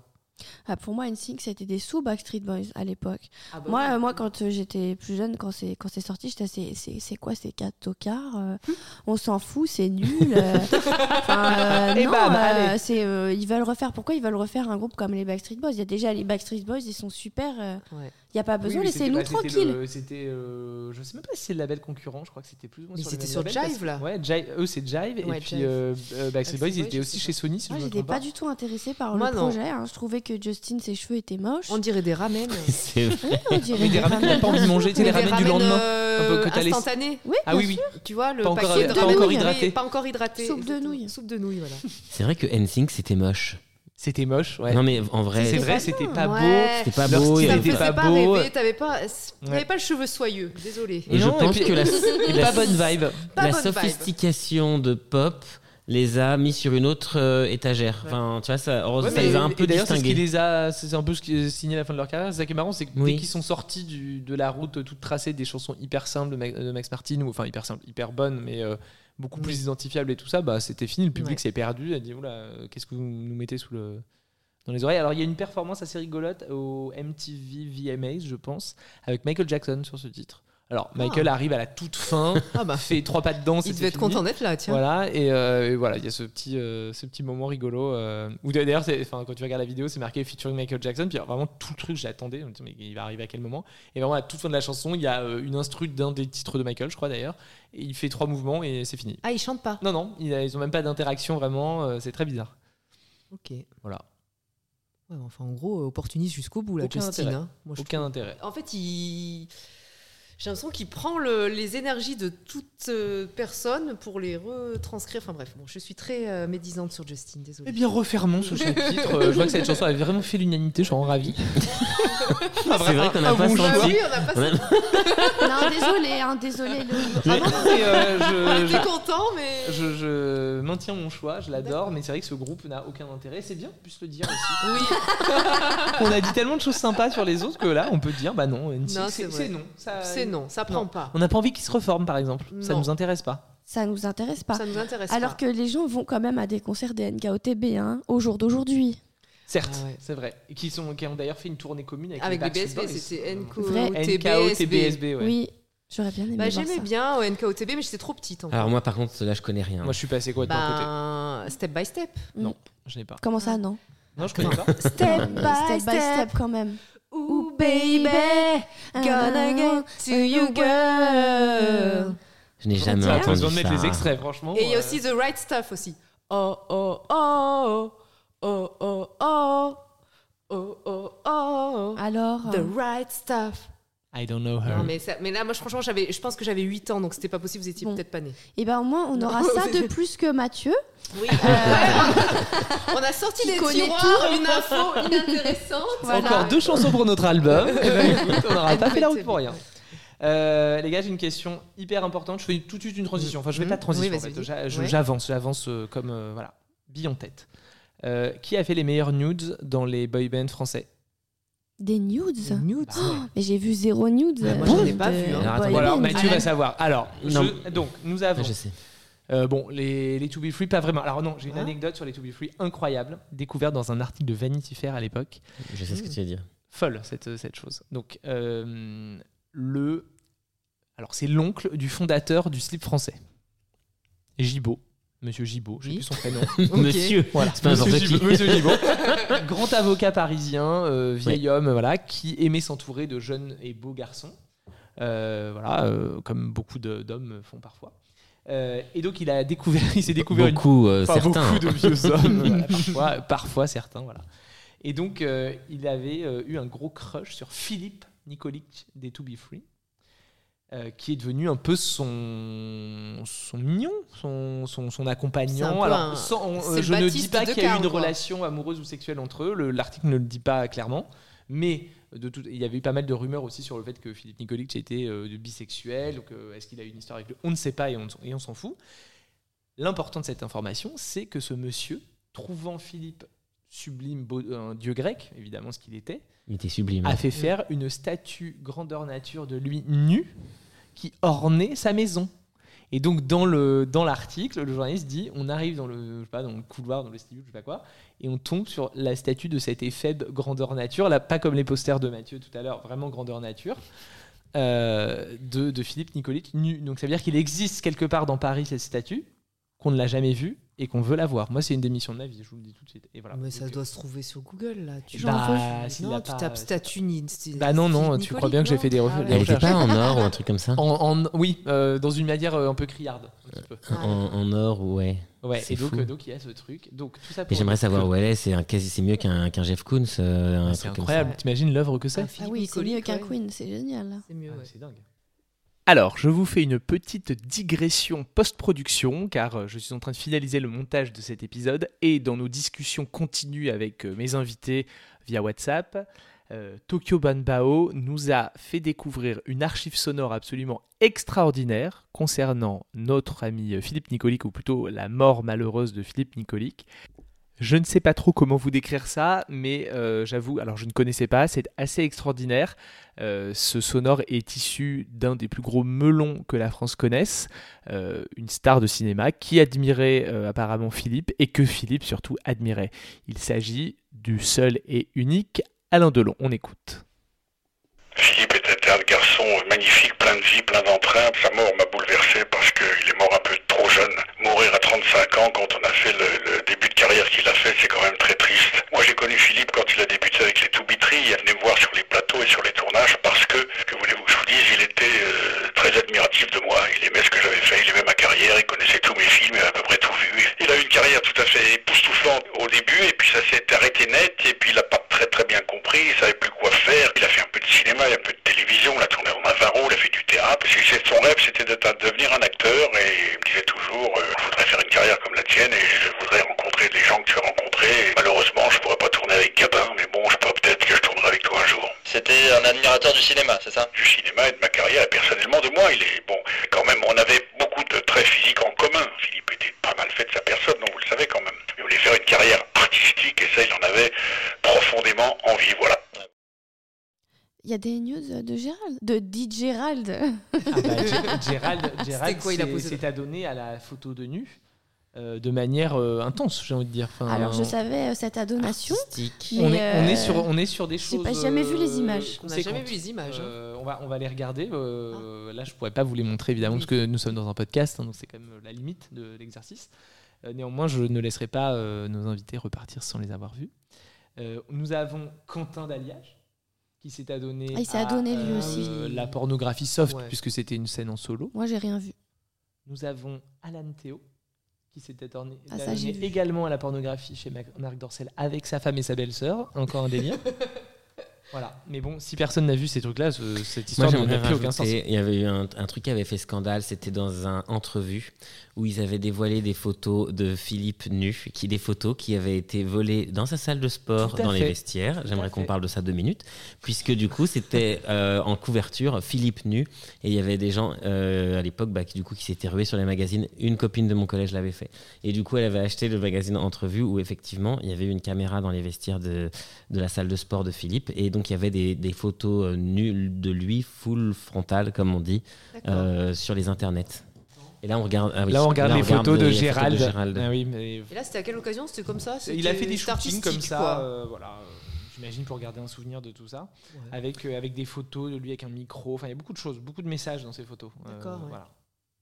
Ah, pour moi, N Sync, c'était des sous Backstreet Boys à l'époque. Ah bah Moi, oui. euh, moi, quand euh, j'étais plus jeune, quand c'est quand c'est sorti, j'étais c'est c'est c'est quoi, c'est quatre tocards. euh, on s'en fout, c'est nul. euh. Enfin, euh, Et non, bam, euh, allez. c'est euh, ils veulent refaire. Pourquoi ils veulent refaire un groupe comme les Backstreet Boys? Il y a déjà les Backstreet Boys, ils sont super. euh, Ouais. Il y a pas besoin, Oui, mais c'était- laissez-nous bah, c'était tranquilles. le- C'était, euh, je sais même pas si c'est le label concurrent. Je crois que c'était plus ou moins Mais sur c'était le sur même label, Jive, parce que- là. Ouais, Jive. Eux, c'est Jive. Ouais, et puis Jive. euh, euh, Backstreet Boys, ils Boys, étaient je aussi sais chez pas. Sony, si Moi, je me j'étais trompe pas pas. du tout intéressée par Moi, le non. projet. hein. Je trouvais que Justin, ses cheveux étaient moches. On dirait des ramen. C'est vrai. Oui, on dirait Mais des ramen, t'as pas envie de manger, tu sais, les Mais des ramen du lendemain. euh, un peu que t'as laissé- instantanés. Oui, Ah oui, oui. Tu vois, le Pas encore- paquet de pas ramen encore mais hydraté. Pas encore hydraté. Soupe de exactement. nouilles. Soupe de nouilles, voilà. C'est vrai que N Sync c'était moche. C'était moche, ouais. Non mais en vrai, C'est C'était vrai, pas c'était bien. pas beau. Ouais. c'était pas Leur beau. style il y Ça avait me était faisait pas pas beau. rêver. T'avais pas, t'avais Ouais. pas le cheveu soyeux. Désolé. Et je Non, et pense puis- que la, Et la- pas bonne vibe. Pas la bonne vibe. sophistication de pop les a mis sur une autre euh, étagère. Enfin, tu vois, ça, heureusement, Ouais, ça mais- les a un et peu d'ailleurs, c'est ce qui distingués. les a, c'est un peu ce qui a signé la fin de leur carrière. C'est ça qui est marrant, c'est que Oui. dès qu'ils sont sortis du, de la route toute tracée des chansons hyper simples de Ma- de Max Martin, ou enfin hyper simples, hyper bonnes, mais euh, beaucoup plus Oui. identifiables et tout ça, bah c'était fini. Le public Ouais. s'est perdu. Il a dit oula, euh, qu'est-ce que vous nous mettez sous le dans les oreilles. Alors il y a une performance assez rigolote au M T V V M As, je pense, avec Michael Jackson sur ce titre. Alors Michael arrive à la toute fin, Ah bah. fait trois pas de danse. et Il c'est devait être fini. content d'être là, tiens. Voilà, et, euh, et voilà, il y a ce petit, euh, ce petit moment rigolo. Euh, où d'ailleurs, c'est- enfin, quand tu regardes la vidéo, c'est marqué featuring Michael Jackson. Puis alors, vraiment, tout le truc, j'attendais. Je me dis, mais il va arriver à quel moment? Et vraiment, à la toute fin de la chanson, il y a euh, une instru d'un des titres de Michael, je crois d'ailleurs. Et il fait trois mouvements et c'est fini. Ah, il chante pas. Non, non, il a- ils ont même pas d'interaction vraiment. euh, c'est très bizarre. Ok. Voilà. Ouais, enfin, en gros, euh, opportuniste jusqu'au bout, là, Aucun Justin. intérêt. hein. Moi, je Aucun trouve. intérêt. En fait, il. J'ai l'impression qu'il prend le- les énergies de toute euh, personne pour les retranscrire. Enfin bref, bon, je suis très euh, médisante sur Justin, désolée. Eh bien, refermons ce chapitre. Euh, je vois que cette chanson a vraiment fait l'unanimité. Je suis en ravi. C'est vrai qu'on n'a Ah, pas bon, Bah senti. oui, on n'a pas On a- Non, désolé, hein, désolé. le- Ah non, non, mais, euh, je- je- été content, mais. Je, je maintiens mon choix, je l'adore, mais c'est vrai que ce groupe n'a aucun intérêt. C'est bien qu'on puisse le dire aussi. Oui, On a dit tellement de choses sympas sur les autres que là, on peut dire bah non, N Sync, Non, c'est c'est vrai. c'est non. Ça- c'est non, ça prend non. pas. On n'a pas envie qu'ils se reforment, par exemple. Ça Non. nous intéresse pas. Ça nous intéresse pas. Ça nous intéresse Alors pas. que les gens vont quand même à des concerts des N K O T B hein, au jour d'aujourd'hui. Certes, Ah ouais. c'est vrai. Et qui, sont, qui ont d'ailleurs fait une tournée commune avec, Avec les les B S Backstreet B, Boys. c'était N K O Vrai. T B N K O S T B S B. B, ouais. Oui, j'aurais bien aimé Bah, voir j'aimais ça. bien au N K O T B, mais j'étais trop petite encore. Alors moi, par contre, là, je connais rien. Moi, je suis passé complètement à côté. Ben, step by step. Non, je n'ai pas. Comment ça, non Non, je connais pas. Step Step by step quand même. Ooh, baby, gonna get to you, girl. Je n'ai jamais Ça a entendu besoin de mettre ça. les extraits, franchement. Et il y a euh, aussi The Right Stuff aussi. Oh, oh, oh, oh, oh, oh, oh, oh, oh, Alors, The euh, Right Stuff. I don't know her. Non, mais, ça- mais là, moi, je- franchement, j'avais, je pense que j'avais huit ans, donc c'était pas possible, vous étiez Bon. peut-être pas nés. et ben au moins on Non, aura ça c'est- de plus que Mathieu. Oui. On a sorti Qui des connaît tiroirs, une info inintéressante. Voilà. Encore deux chansons pour notre album. Eh ben, écoute, on n'aura pas fait la route Écoutez. pour rien. Euh, les gars, j'ai une question hyper importante. Je fais tout de suite une transition. Enfin, je fais Mhm. pas de transition. Oui, en vas-y, fait. vas-y. J'a- je- Ouais. J'avance, j'avance euh, comme euh, voilà, bille en tête. Euh, qui a fait les meilleurs nudes dans les boy bands français? Des nudes. Nudes. Mais j'ai vu zéro nudes. Ouais, moi, euh, j'en ai pas de vu, hein. Alors, attends, boy Bon, alors band. Mathieu va savoir. Alors, Non. je- donc nous avons. Ouais, je sais. Euh, bon, les, les To Be Free, pas vraiment. Alors non, j'ai une Hein anecdote sur les To Be Free incroyable, découverte dans un article de Vanity Fair à l'époque. Je sais ce que tu veux dire. Folle cette, cette chose. Donc euh, le, alors c'est l'oncle du fondateur du slip français, Gibaud, Monsieur Gibaud, je sais Oui. plus son prénom. Monsieur, Voilà, c'est pas Monsieur n'importe qui. Gibaud, Monsieur Gibaud. Grand avocat parisien, euh, vieil homme, voilà, qui aimait s'entourer de jeunes et beaux garçons, Euh, voilà, euh, comme beaucoup de- d'hommes font parfois. Euh, et donc il a découvert, il s'est découvert une Beaucoup, euh, Enfin, certains. beaucoup de vieux hommes, voilà, parfois, parfois certains, voilà. Et donc, euh, il avait euh, eu un gros crush sur Philippe Nicolic des To Be Free, euh, qui est devenu un peu son, son mignon, son, son, son C'est un accompagnant. peu Alors, un- sans- on- c'est le je ne dis Baptiste pas de qu'il y a eu Carme, une quoi. relation amoureuse ou sexuelle entre eux, le- l'article ne le dit pas clairement, mais de tout, il y avait eu pas mal de rumeurs aussi sur le fait que Philippe Nicolic était euh, bisexuel, donc euh, est-ce qu'il a eu une histoire avec lui? On ne sait pas et on, et on s'en fout. L'important de cette information, c'est que ce monsieur, trouvant Philippe sublime, beau- un dieu grec, évidemment ce qu'il était, Il était sublime. a fait faire une statue grandeur nature de lui nu qui ornait sa maison. Et donc dans le dans l'article, le journaliste dit on arrive dans le je sais pas dans le couloir, dans le vestibule, je sais pas quoi, et on tombe sur la statue de cet éphèbe grandeur nature, là pas comme les posters de Mathieu tout à l'heure, vraiment grandeur nature. Euh, de, de Philippe Nicolic nu. Donc ça veut dire qu'il existe quelque part dans Paris cette statue, qu'on ne l'a jamais vue et qu'on veut la voir. Moi, c'est une des missions de ma vie, je vous le dis tout de suite. Et voilà. Mais ça Donc, doit se trouver sur Google là. Tu bah, s'il non, a tu pas- tapes statue ni. Bah non, non, tu crois bien que j'ai fait des Ah refs- ouais. des Elle était recherches. pas en or ou un truc comme ça En, en- oui, euh, dans une manière euh, un peu criarde. Un petit peu. en, en or, ouais. Ouais, C'est et donc fou. euh, donc il y a ce truc. Donc tout ça. Et pour j'aimerais dire savoir que- où elle est. C'est, un, quasi- c'est mieux qu'un, qu'un Jeff Koons. euh, un Ah, c'est truc comme incroyable. ça. T'imagines l'œuvre que c'est Ah, Ah Philippe oui, c'est Nicolic, mieux qu'un ouais. Queen, c'est génial. là. C'est mieux, Ah, ouais. c'est dingue. Alors, je vous fais une petite digression post-production, car euh, je suis en train de finaliser le montage de cet épisode, et dans nos discussions continues avec euh, mes invités via WhatsApp, euh, Tokyo Banbao nous a fait découvrir une archive sonore absolument extraordinaire concernant notre ami euh, Philippe Nicolic, ou plutôt la mort malheureuse de Philippe Nicolic. Je ne sais pas trop comment vous décrire ça, mais euh, j'avoue, alors je ne connaissais pas, c'est assez extraordinaire. Euh, ce sonore est issu d'un des plus gros melons que la France connaisse, euh, une star de cinéma qui admirait euh, apparemment Philippe et que Philippe surtout admirait. Il s'agit du seul et unique Alain Delon. On écoute. Philippe était un garçon magnifique, plein de vie, plein d'entrain. Sa mort m'a bouleversé parce qu'il est mort un peu trop jeune. Mourir à trente-cinq ans quand on a fait le, le début de carrière qu'il a fait, c'est quand même très triste. Moi j'ai connu Philippe quand il a débuté avec les Toubitry. Il venait me voir sur les plateaux et sur les tournages parce que, que voulez-vous que je vous dise, il était euh, très admiratif de moi. Il aimait ce que j'avais fait, il aimait ma carrière, il connaissait tous mes films, il avait à peu près tout vu. Il a eu une carrière tout à fait époustouflante au début et puis ça s'est arrêté net et puis il n'a pas très très bien compris, il savait plus quoi faire. Il a fait un peu de cinéma, un peu de télévision, il a tourné en Navarro, il a fait du théâtre. C'est- Son rêve c'était de de devenir un acteur et il me disait toujours euh, je voudrais faire une carrière comme la tienne et je voudrais rencontrer les gens que tu as rencontrés. Et malheureusement je pourrais pas tourner avec Gabin, mais bon je peux peut-être que je tournerai avec toi un jour. C'était un admirateur du cinéma, c'est ça? Du cinéma et de ma carrière et personnellement de moi. Il est bon, quand même, on avait beaucoup de traits physiques en commun. Philippe était pas mal fait de sa personne, donc vous le savez quand même. Il voulait faire une carrière artistique et ça, il en avait profondément envie, voilà. Il y a des news de Gérald, de D J Gérald. Ah bah, Gé- Gérald, Gérald quoi, il a s'est- posé s'est adonné à la photo de nu euh, de manière euh, intense, j'ai envie de dire. Enfin, Alors je savais euh, cette adonation. Artistique. Mais on, est, on, est euh, sur, on est sur des j'ai choses. pas jamais vu les euh, images. On n'a jamais conséquentes. vu les images, hein. Euh, on, va, on va les regarder. euh, Là, je pourrais pas vous les montrer évidemment parce que nous sommes dans un podcast, hein, donc c'est quand même la limite de l'exercice. Euh, néanmoins, je ne laisserai pas euh, nos invités repartir sans les avoir vus. Euh, nous avons Quentin Daliage qui s'est adonné Ah, il s'est à adonné, lui euh, aussi. la pornographie soft Ouais. puisque c'était une scène en solo. Moi j'ai rien vu. Nous avons Alan Théo qui s'est adonné, Ah, ça, adonné j'ai vu. également à la pornographie chez Mac- Marc Dorcel avec sa femme et sa belle-sœur. Encore un délire. Voilà. Mais bon, si personne n'a vu ces trucs-là, ce- cette histoire Moi, n'a j'aimerais plus aucun sens. rajouter, il y avait eu un, un truc qui avait fait scandale, c'était dans un entrevue où ils avaient dévoilé des photos de Philippe nu, qui des photos qui avaient été volées dans sa salle de sport, Tout à dans les fait. vestiaires. Tout J'aimerais à qu'on fait. parle de ça deux minutes, puisque du coup c'était euh, en couverture Philippe nu, et il y avait des gens euh, à l'époque bah, qui du coup qui s'étaient rués sur les magazines. Une copine de mon collège l'avait fait, et du coup elle avait acheté le magazine Entrevue où effectivement il y avait une caméra dans les vestiaires de, de la salle de sport de Philippe, et donc il y avait des, des photos euh, nues de lui full frontal comme on dit euh, sur les internets. Et là on regarde, ah oui, Là, on regarde les photos de les Gérald. photos de Gérald. Ah oui, mais Et là, c'était à quelle occasion? C'était comme ça? il a C'était- fait des c'était shootings comme artistique, ça, quoi. euh, voilà. euh, J'imagine pour garder un souvenir de tout ça, Ouais. avec euh, avec des photos de lui avec un micro. Enfin, il y a beaucoup de choses, beaucoup de messages dans ces photos. Euh, D'accord, ouais. Voilà.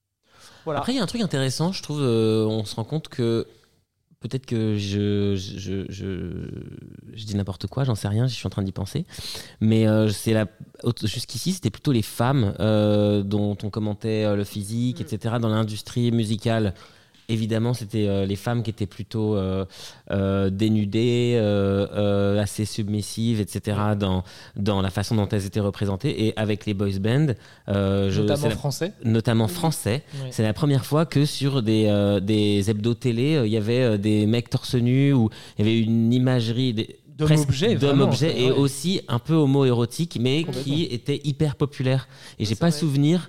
Voilà. Après, il y a un truc intéressant, je trouve, euh, on se rend compte que peut-être que je, je, je, je dis n'importe quoi, j'en sais rien, je suis en train d'y penser. Mais euh, c'est la, jusqu'ici, c'était plutôt les femmes euh, dont on commentait euh, le physique, Mm. et cetera. Dans l'industrie musicale, évidemment, c'était euh, les femmes qui étaient plutôt euh, euh, dénudées, euh, euh, assez submissives, et cetera. Dans, dans la façon dont elles étaient représentées. Et avec les boys bands, euh, je, c'est Notamment la- français. notamment français, Ouais. c'est la première fois que sur des, euh, des hebdos télé, euh, il y avait euh, des mecs torse nu, ou il y avait une imagerie des, D'hommes presque objets, d'hommes vraiment, objets, c'est et vrai. aussi un peu homo-érotique, mais Complètement. qui était hyper populaire. Et j'ai c'est pas vrai. souvenir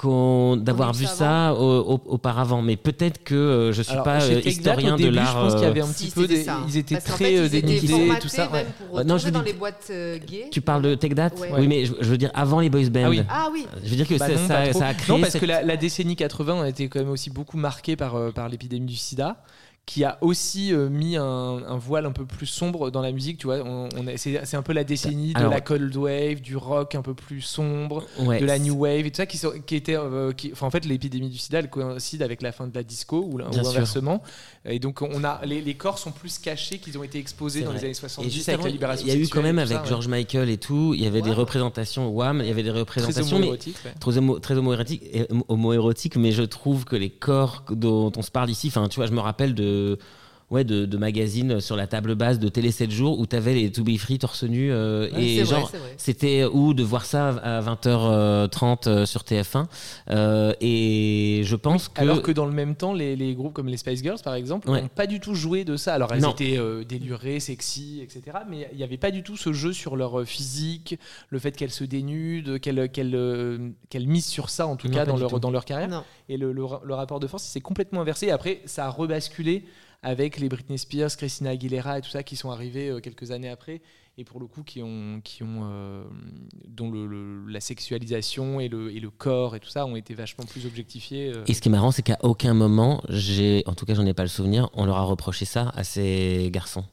qu'on, d'avoir On a vu vu ça ça au- au- auparavant. Mais peut-être que euh, je suis Alors, pas chez euh, Take That, historien au de début, l'art. je pense qu'il y avait un euh, petit Si, peu c'était des, ça. ils étaient Parce qu'en très fait, euh, ils étaient dénudés et formatés tout ça. même Ouais. pour Euh, non, je retourner veux dans dire- les boîtes euh, gays. Tu parles de Take That. Ouais. Oui, mais je, je veux dire avant les boys bands. Ah oui. Ah oui. Je veux dire que Bah ça, non, ça- pas trop. ça a créé Non, parce cette- que la, la décennie quatre-vingts a été quand même aussi beaucoup marquée par, euh, par l'épidémie du sida, qui a aussi euh, mis un, un voile un peu plus sombre dans la musique. Tu vois, on, on est- c'est, c'est un peu la décennie de Alors- la cold wave, du rock un peu plus sombre, Ouais. de la new wave et tout ça, qui, sont, qui était, euh, qui, enfin, en fait, l'épidémie du sida, elle coïncide avec la fin de la disco ou, la- Bien ou sûr. inversement. Et donc, on a les, les corps sont plus cachés qu'ils ont été exposés C'est dans vrai. les années Et soixante-dix juste avec avant, la libération il y a eu sexuelle quand même et tout ça, avec ouais. George Michael et tout, il y avait des Wow. représentations Wham, il y avait des Très représentations mais homo-érotique, ouais. très homo, très homo-érotique, et- homo-érotique, mais je trouve que les corps dont on se parle ici, enfin tu vois, je me rappelle de ouais de, de magazines sur la table basse de Télé sept jours où t'avais les To Be Free torse nu euh, Ouais, et c'est vrai, genre c'est vrai. c'était ou de voir ça à vingt heures trente euh, sur T F un euh, et je pense que Alors que dans le même temps, les, les groupes comme les Spice Girls, par exemple, n'ont Ouais. pas du tout joué de ça. Alors elles Non. étaient euh, délurées, sexy, et cetera. Mais il n'y avait pas du tout ce jeu sur leur euh, physique, le fait qu'elles se dénudent, qu'elles qu'elles, euh, qu'elles misent sur ça, en tout Non, cas, pas dans du leur, tout. dans leur carrière. Non. Et le, le, le rapport de force s'est complètement inversé. Et après, ça a rebasculé avec les Britney Spears, Christina Aguilera et tout ça qui sont arrivés euh, quelques années après. Et pour le coup, qui ont, qui ont, euh, dont le, le- la sexualisation et le, et le corps et tout ça ont été vachement plus objectifiés. euh. et ce qui est marrant, c'est qu'à aucun moment, j'ai, en tout cas, j'en ai pas le souvenir, on leur a reproché ça à ces garçons.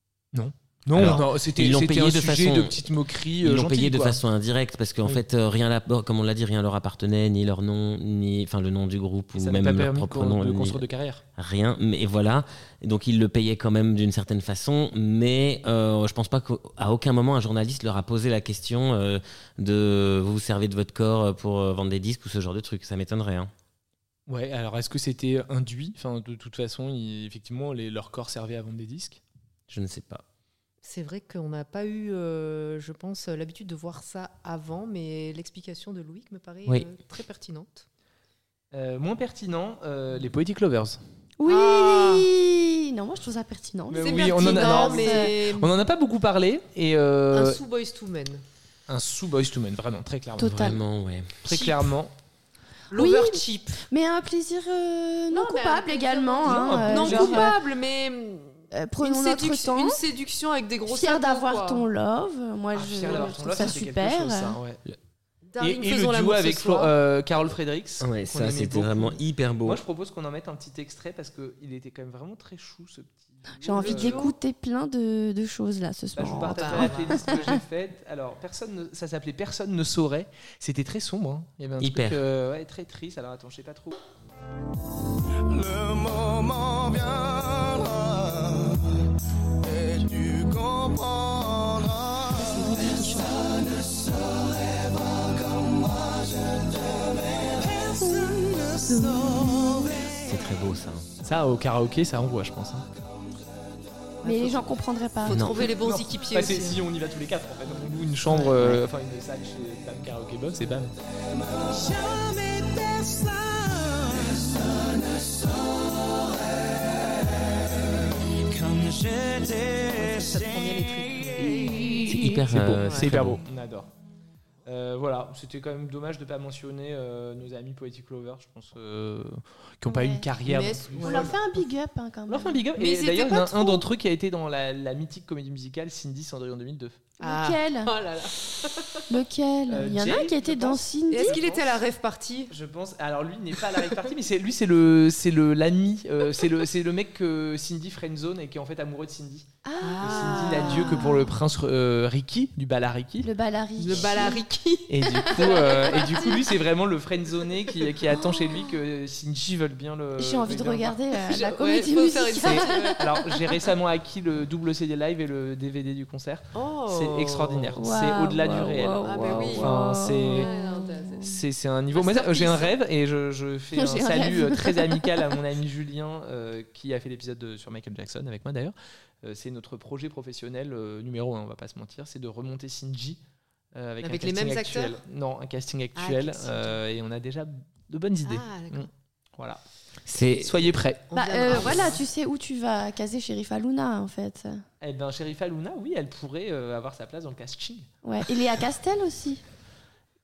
Non, Alors, non, c'était ils l'ont c'était payé un de sujet façon- de petite moquerie. Ils euh, l'ont gentille, payé de quoi. façon indirecte parce qu'en Oui. fait, euh, rien, la- comme on l'a dit, rien leur appartenait, ni leur nom, ni enfin le nom du groupe ou Ça n'a même pas leur permis propre con- nom, de ni- construire de carrière. rien. Mais voilà, et donc ils le payaient quand même d'une certaine façon, mais euh, je pense pas qu'à aucun moment un journaliste leur a posé la question euh, de vous vous servez de votre corps pour euh, vendre des disques ou ce genre de trucs. Ça m'étonnerait. Hein. Ouais, alors est-ce que c'était induit? Enfin, de toute façon, ils- effectivement, les, leur corps servait à vendre des disques. Je ne sais pas. C'est vrai qu'on n'a pas eu, euh, je pense, l'habitude de voir ça avant, mais l'explication de Loïc me paraît Oui. euh, très pertinente. Euh, moins pertinent, euh, les Poetic Lovers. Oui Ah. Non, moi je trouve ça pertinent. Mais C'est oui, on en a- pertinent, non, mais On n'en a pas beaucoup parlé et euh, un sous Boys to Men. un sous Boyz two Men, vraiment, très clairement. Total. Vraiment, ouais. Très Cheap. clairement. L'over Oui. cheap. Mais un plaisir euh, non, Non, mais un coupable plaisir également. non, hein, un euh, non genre, coupable, mais euh, une, prenons notre séduction, temps. une séduction avec des gros Fier sabots, d'avoir quoi. ton love. Moi, Ah, je, fier d'avoir je ton trouve love, ça c'était super. quelque chose, ça, ouais. Darling, Et, et faisons le duo l'amour ce avec Flo- soir. euh, Carol Fredericks. Ouais, qu'on ça aimait c'était beaucoup. vraiment hyper beau. Moi, je propose qu'on en mette un petit extrait parce qu'il était quand même vraiment très chou, ce petit. J'ai envie Euh, d'écouter plein de, de choses là ce Là, soir. je vous bah, partage bah, la bah. playlist que j'ai faite. Alors, personne ne- ça s'appelait Personne ne saurait. C'était très sombre. hein. Il y avait un Hyper. truc euh, ouais, très triste. Alors, attends, je sais pas trop. Le moment viendra et tu comprendras. Personne ne saurait voir comme moi je t'aimais. Personne ne saurait. C'est très beau ça. Ça, au karaoké, ça envoie, je pense. hein. Mais les gens comprendraient pas. Faut Non. trouver les bons Non. équipiers Bah, c'est- aussi. si on y va tous les quatre, en fait. On loue une chambre, euh, enfin une salle chez Bam Karaoke Box et bam. Jamais personne. Personne ne saurait comme je t'ai Ça te prend bien les tripes. C'est hyper, C'est beau, euh, c'est très hyper beau. On adore. Euh, voilà, c'était quand même dommage de ne pas mentionner euh, nos amis Poetic Lovers, je pense, euh, qui n'ont pas eu Ouais. une carrière. Mais non est-ce- plus On folle. leur fait un big up hein, quand On même. leur fait un big up. Mais Et ils d'ailleurs, il étaient y en a pas un trop- d'entre eux qui a été dans la, la mythique comédie musicale Cindy Cendrillon deux mille deux. Ah. Lequel Oh là là. Lequel Euh, Il y en a Jay, un qui était je dans pense. Cindy. Et est-ce qu'il était à la rêve party? Je pense. Alors lui n'est pas à la rave party, mais c'est lui c'est le c'est le l'ami, euh, c'est le c'est le mec que Cindy friendzone et qui est en fait amoureux de Cindy. Ah, Et Cindy n'a Dieu que pour le prince euh, Ricky du bal à Ricky. le balari. Le balariki. Et du coup, euh, et du coup, lui, c'est vraiment le friendzoné qui, qui attend chez lui que Cindy veuille bien le. J'ai envie de veuille bien regarder euh, Je- la ouais, comédie faut faire une musicale. série. le voir. Alors, j'ai récemment acquis le double C D live et le D V D du concert. Oh. C'est extraordinaire. Waouh, c'est au-delà du waouh, réel. waouh, Ah, bah oui. Enfin, c'est- Ouais, non, t'as- c'est- C'est c'est un niveau. Moi, Masterpiece. j'ai un rêve et je, je fais un J'ai un salut rêve. euh, très amical à mon ami Julien euh, qui a fait l'épisode de- sur Michael Jackson avec moi d'ailleurs. Euh, c'est notre projet professionnel euh, numéro un, on va pas se mentir, c'est de remonter Cindy euh, avec, Avec un les casting mêmes actuel. acteurs Non, un casting actuel casting. euh, et on a déjà de bonnes idées. Ah, d'accord. Mm. Voilà. C'est Soyez prêts. On Bah, viendra. euh, voilà, tu sais où tu vas caser Sherifa Luna en fait. Eh ben, Sherifa Luna, oui, elle pourrait euh, avoir sa place dans le casting. Ouais. Et Léa Castel aussi.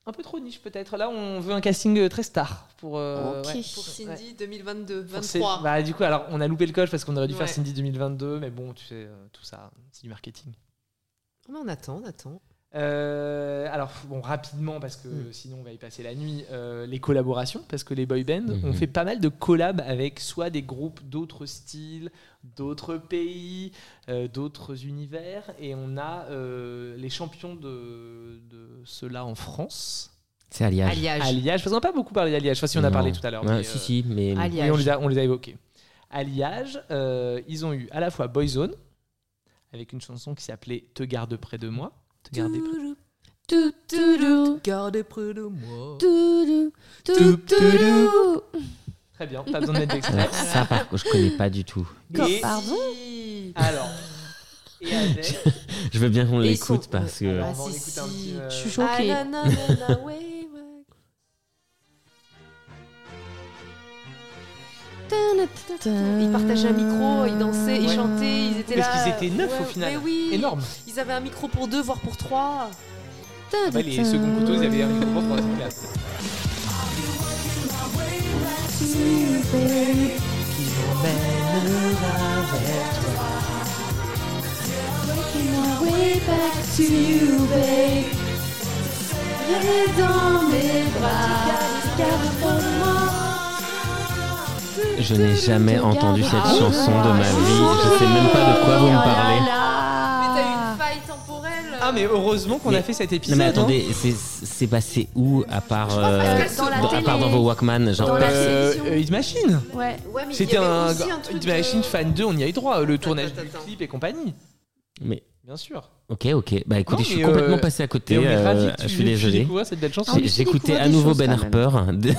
un peu trop niche peut-être. Là, on veut un casting euh, très star pour. euh, Ok. ouais. Pour Cindy deux mille vingt-deux, Pour ces- vingt-trois. Bah, du coup, alors on a loupé le coche parce qu'on aurait dû faire Ouais. Cindy deux mille vingt-deux, mais bon, tu sais, euh, tout ça, c'est du marketing. Mais on attend, on attend. Euh, alors, bon, rapidement, parce que Mm. sinon on va y passer la nuit, euh, les collaborations, parce que les boy bands Mhm. ont fait pas mal de collabs avec soit des groupes d'autres styles, d'autres pays, euh, d'autres univers, et on a euh, les champions de, de cela en France. C'est Alliage. Alliage. Alliage, parce qu'on n'a pas beaucoup parlé d'Alliage, je sais pas si on a Non. parlé tout à l'heure. Ouais, mais, si, euh, si, mais. Alliage. oui, on les a, on les a évoqués. Alliage, euh, ils ont eu à la fois Boyzone, avec une chanson qui s'appelait Te garde près de moi. Te garder près Tout, tout, tout, Gardez près de moi. tout, tout, Tout, tout, tout. Très bien, pas besoin de mettre d'extrait. Ouais, ça, par contre, je connais pas du tout. Comme- Et- Pardon Alors, et avec. Je veux bien qu'on Et ils l'écoute sont- parce que. Ah, Ah, on va en si, écouter un si. petit, euh, Je suis Ah, choquée. na, na, na, na, ouais, ouais. Ils partageaient un micro, ils dansaient, ils Ouais. chantaient, ils étaient Parce là. qu'ils étaient neuf Ouais, au final. Mais oui. Énorme. Ils avaient un micro pour deux, voire pour trois. Ah bah, les seconds couteaux, ils avaient un micro pour trois, c'est classe. Way back to you, babe. Viens dans mes bras, garde-moi. Je n'ai jamais entendu cette Ah, chanson de ma ouais. vie. Je sais même pas de quoi vous me Oh là parlez. là. Mais t'as eu une faille temporelle. Ah, mais heureusement qu'on a Mais- fait cet Non épisode. mais hein. attendez, c'est- c'est passé où à part euh, parce que dans la dans, à télé. part dans vos Walkman, genre Dans la Euh, télévision. euh, Hit Machine. Ouais. Ouais, mais il y C'était avait un, aussi un truc Hit Machine de- Fan deux, on y a eu droit. Le tournage attends, du attends. clip et compagnie. mais Bien sûr. ok ok. Bah écoutez, Non, je suis mais, complètement euh, passé à côté. Et on est euh, ravis que tu je suis tu désolé. découvres cette belle chanson. Ah, J'ai mais j'ai tu écouté découvres à des nouveau choses, Ben quand même. Harper. de-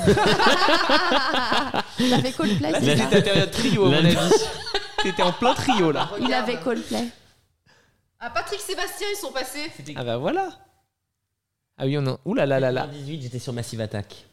Il avait Coldplay, Là, c'est c'était ça ta période trio, à mon Là, avis. T'étais en plein trio, là. Il avait Coldplay. Ah, Patrick Sébastien, ils sont passés. Ah bah voilà. Ah oui, on a... Ouh là là là là. En dix-huit, j'étais sur Massive Attack.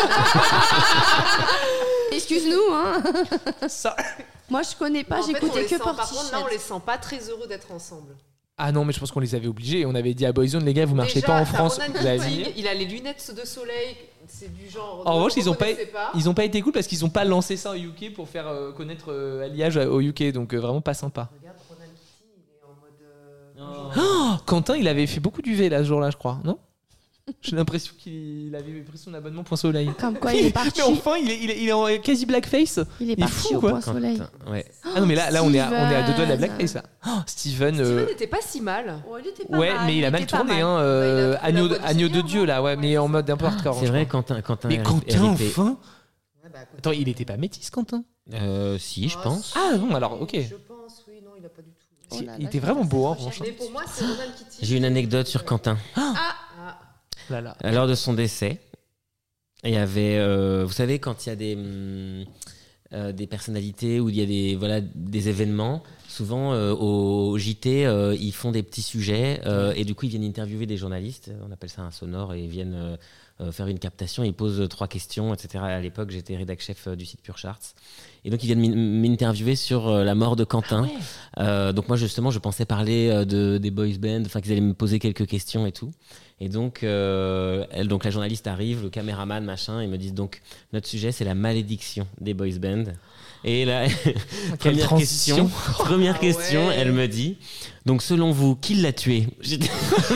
Excuse-nous, hein. Ça... Moi, je connais pas, En fait, on j'écoutais les que sent- Par contre, là, on les Portichet. sent pas très heureux d'être ensemble. Ah non, mais je pense qu'on les avait obligés. On avait dit à Boyzone, les gars, vous marchez Déjà, pas en t'as France. Ronan Vous allez Keating, venir. il a les lunettes de soleil, c'est du genre. En revanche, ils ont pas, reconnaissez pas. ils ont pas été cool parce qu'ils ont pas lancé ça au U K pour faire euh, connaître euh, Alliage au U K, donc euh, vraiment pas sympa. Regarde, Ronan Keating, il est en mode. euh, Non. Oh, Quentin, il avait fait beaucoup du V là ce jour-là, je crois, non? J'ai l'impression qu'il avait pris son abonnement Point Soleil. Comme quoi, il est parti. Mais enfin, il est, il est, il est en quasi blackface. Il est est parti fou, au quoi. Point Soleil. Quand- ouais. Ah non, mais là, là on, est à, on est à deux doigts de la Steven. blackface là. Oh, Steven. euh, Steven n'était pas si mal. Oh, il était pas Ouais, mal, mais il a mal était pas tourné, mal. hein. euh, Bah, il a trouvé agneau, la voie du agneau de Seigneur, Dieu non là, ouais, mais en mode un peu hardcore. C'est je vrai, crois. Quentin, Quentin Mais R- Quentin, R I P. enfin. Ouais, bah, écoute. Attends, il était pas métis, Quentin? Euh, si, je Ah, pense. si, Ah, bon, alors, ok. Je pense, oui, non, il a pas du tout. Oh là il là, était je vraiment sais beau, pas hein, si franchement. Mais pour moi, c'est Ronan Keating. J'ai une anecdote sur Quentin. Ah, Là, là. À l'heure de son décès, il y avait, euh, vous savez, quand il y a des, hum, euh, des personnalités ou il y a des, voilà, des événements, souvent euh, au J T, euh, ils font des petits sujets euh, et du coup, ils viennent interviewer des journalistes. On appelle ça un sonore et ils viennent euh, euh, faire une captation. Ils posent trois questions, et cetera. À l'époque, j'étais rédac chef euh, du site Pure Charts. Et donc, ils viennent m'in- m'interviewer sur euh, la mort de Quentin. Euh, donc, moi, justement, je pensais parler euh, de, des boys bands, enfin, qu'ils allaient me poser quelques questions et tout. Et donc, euh, elle, donc la journaliste arrive, le caméraman, machin, ils me disent donc notre sujet c'est la malédiction des boys bands. Et là, première transition. question, première Ah question, ouais. elle me dit donc selon vous qui l'a tué? J'étais-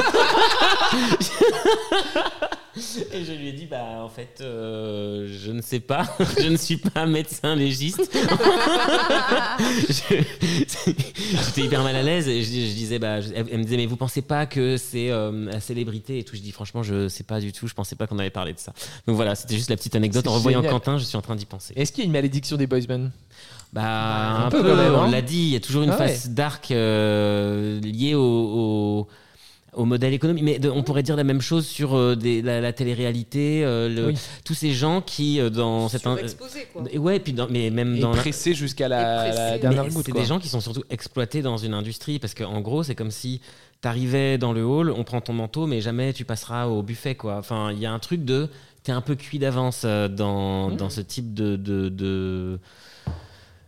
Et je lui ai dit bah en fait euh, je ne sais pas, je ne suis pas médecin légiste. Je- J'étais hyper mal à l'aise et je, je disais bah je- elle, elle me disait mais vous pensez pas que c'est euh, la célébrité et tout. Je dis franchement je sais pas du tout, je pensais pas qu'on avait parlé de ça. Donc voilà, c'était juste la petite anecdote. C'est En revoyant génial. Quentin, je suis en train d'y penser. Est-ce qu'il y a une malédiction des boys bands? Bah, un un peu peu, quand même, on hein. l'a dit, il y a toujours une Ah ouais. face dark euh, liée au, au, au modèle économique. Mais de- on pourrait dire la même chose sur euh, des, la, la télé-réalité, euh, le- Oui. tous ces gens qui, euh, dans cette... surexposé, quoi. Euh, ouais, et puis dans, mais même Et dans... la- pressé jusqu'à la, Et pressé. la Mais dernière mais goutte, c'est quoi. des gens qui sont surtout exploités dans une industrie parce qu'en gros, c'est comme si t'arrivais dans le hall, on prend ton manteau, mais jamais tu passeras au buffet, quoi. Enfin, il y a un truc de... T'es un peu cuit d'avance euh, dans, Mmh. dans ce type de... de, de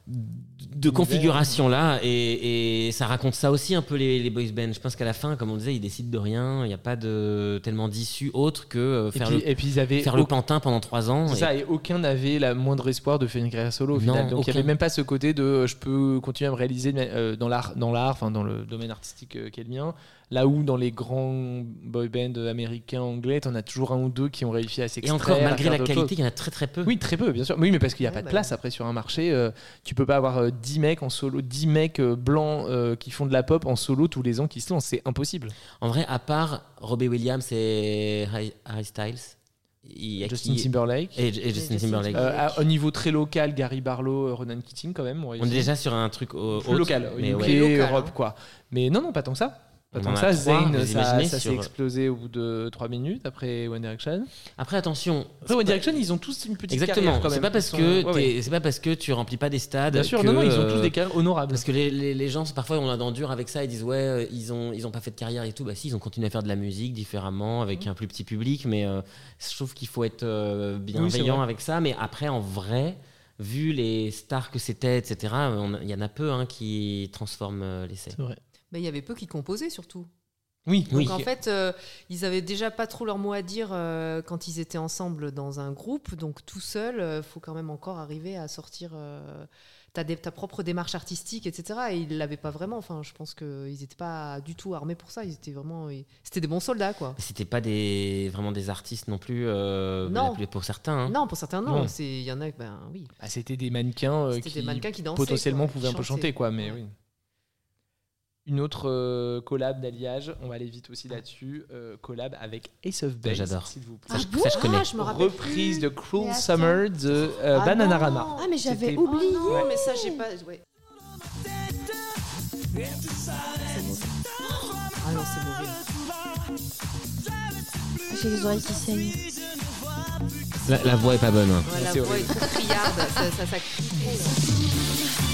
de configuration là, et, et ça raconte ça aussi un peu les, les boys bands. Je pense qu'à la fin, comme on disait, ils décident de rien. Il n'y a pas de tellement d'issue autre que euh, Et faire, puis, le, et puis ils avaient faire le aucun- pantin pendant trois ans. C'est et- ça, et aucun n'avait la moindre espoir de faire une carrière solo au Non, final. Donc il n'y aucun. avait même pas ce côté de euh, je peux continuer à me réaliser euh, dans l'art, dans l'art, enfin dans le domaine artistique euh, qui est le mien. Là où dans les grands boy bands américains, anglais, t'en as toujours un ou deux qui ont réussi à Et s'extraire. encore, à malgré faire la d'autres qualité, choses. il y en a très très peu. Oui, très peu, bien sûr. Oui, mais parce qu'il n'y a Ouais, pas de bah place après sur un marché. euh, tu peux pas avoir euh, dix mecs en solo, dix mecs euh, blancs euh, qui font de la pop en solo tous les ans qui se lancent. C'est impossible. En vrai, à part Robbie Williams et Harry, Harry Styles, il y a Justin qui- Timberlake. et, et Justin Justin Timberlake. Euh, à- au niveau très local, Gary Barlow, euh, Ronan Keating quand même. ont On est réussi. déjà sur un truc au, Plus autre, local, mais U K, ouais. local, Europe hein. quoi. Mais non, non, pas tant que ça. Pas On tant en que a ça. trois, Zayn, vous ça, imaginez, ça s'est sur- explosé au bout de trois minutes après One Direction. Après, attention. Après One Direction, ils ont tous une petite Exactement. carrière quand C'est même. pas parce Ils sont- que ouais, ouais. t'es- c'est pas parce que tu remplis pas des stades. Bien sûr, que, non, non, ils ont euh, tous des carrières honorables. Parce que les, les, les gens, parfois, on a dans dur avec ça. Ils disent ouais, euh, ils ont ils ont pas fait de carrière et tout. Bah si, ils ont continué à faire de la musique différemment avec un plus petit public. Mais euh, je trouve qu'il faut être euh, Oui, c'est bienveillant vrai. avec ça. Mais après, en vrai, vu les stars que c'était, et cetera. on- Il y en a peu hein, qui transforment euh, l'essai. C'est vrai. Mais il y avait peu qui composaient surtout. Oui, Oui. Donc en fait, euh, ils avaient déjà pas trop leur mot à dire euh, quand ils étaient ensemble dans un groupe. Donc tout seul, il faut quand même encore arriver à sortir euh, ta, dé- ta propre démarche artistique, et cetera. Et ils l'avaient pas vraiment. Enfin, je pense qu'ils n'étaient pas du tout armés pour ça. Ils étaient vraiment, ils- c'était des bons soldats, quoi. C'était pas des vraiment des artistes non plus. euh, Non. la- pour certains. hein. Non, pour certains, non. Non. C'est- Il y en a, ben oui. Ah, c'était des mannequins euh, C'était qui des mannequins qui dansaient. potentiellement quoi, qui pouvaient un peu chantaient. chanter, quoi. Mais Ouais. oui. Une autre euh, collab d'alliage, on va aller vite aussi là-dessus. euh, collab avec Ace of Base, J'adore. s'il vous plaît. Ça, je- bon ça, je connais. Ah, je me rappelle Reprise plus. de Cruel Mais attends. Summer de euh, Ah Bananarama. non. Ah, mais j'avais C'était- oublié. Oh non, mais ça, j'ai pas. Ouais. Ah non, c'est mauvais. J'ai les oreilles qui saignent. La, la voix est pas bonne. hein. Ouais, la C'est voix est trop criarde. ça, ça, ça crie trop, là.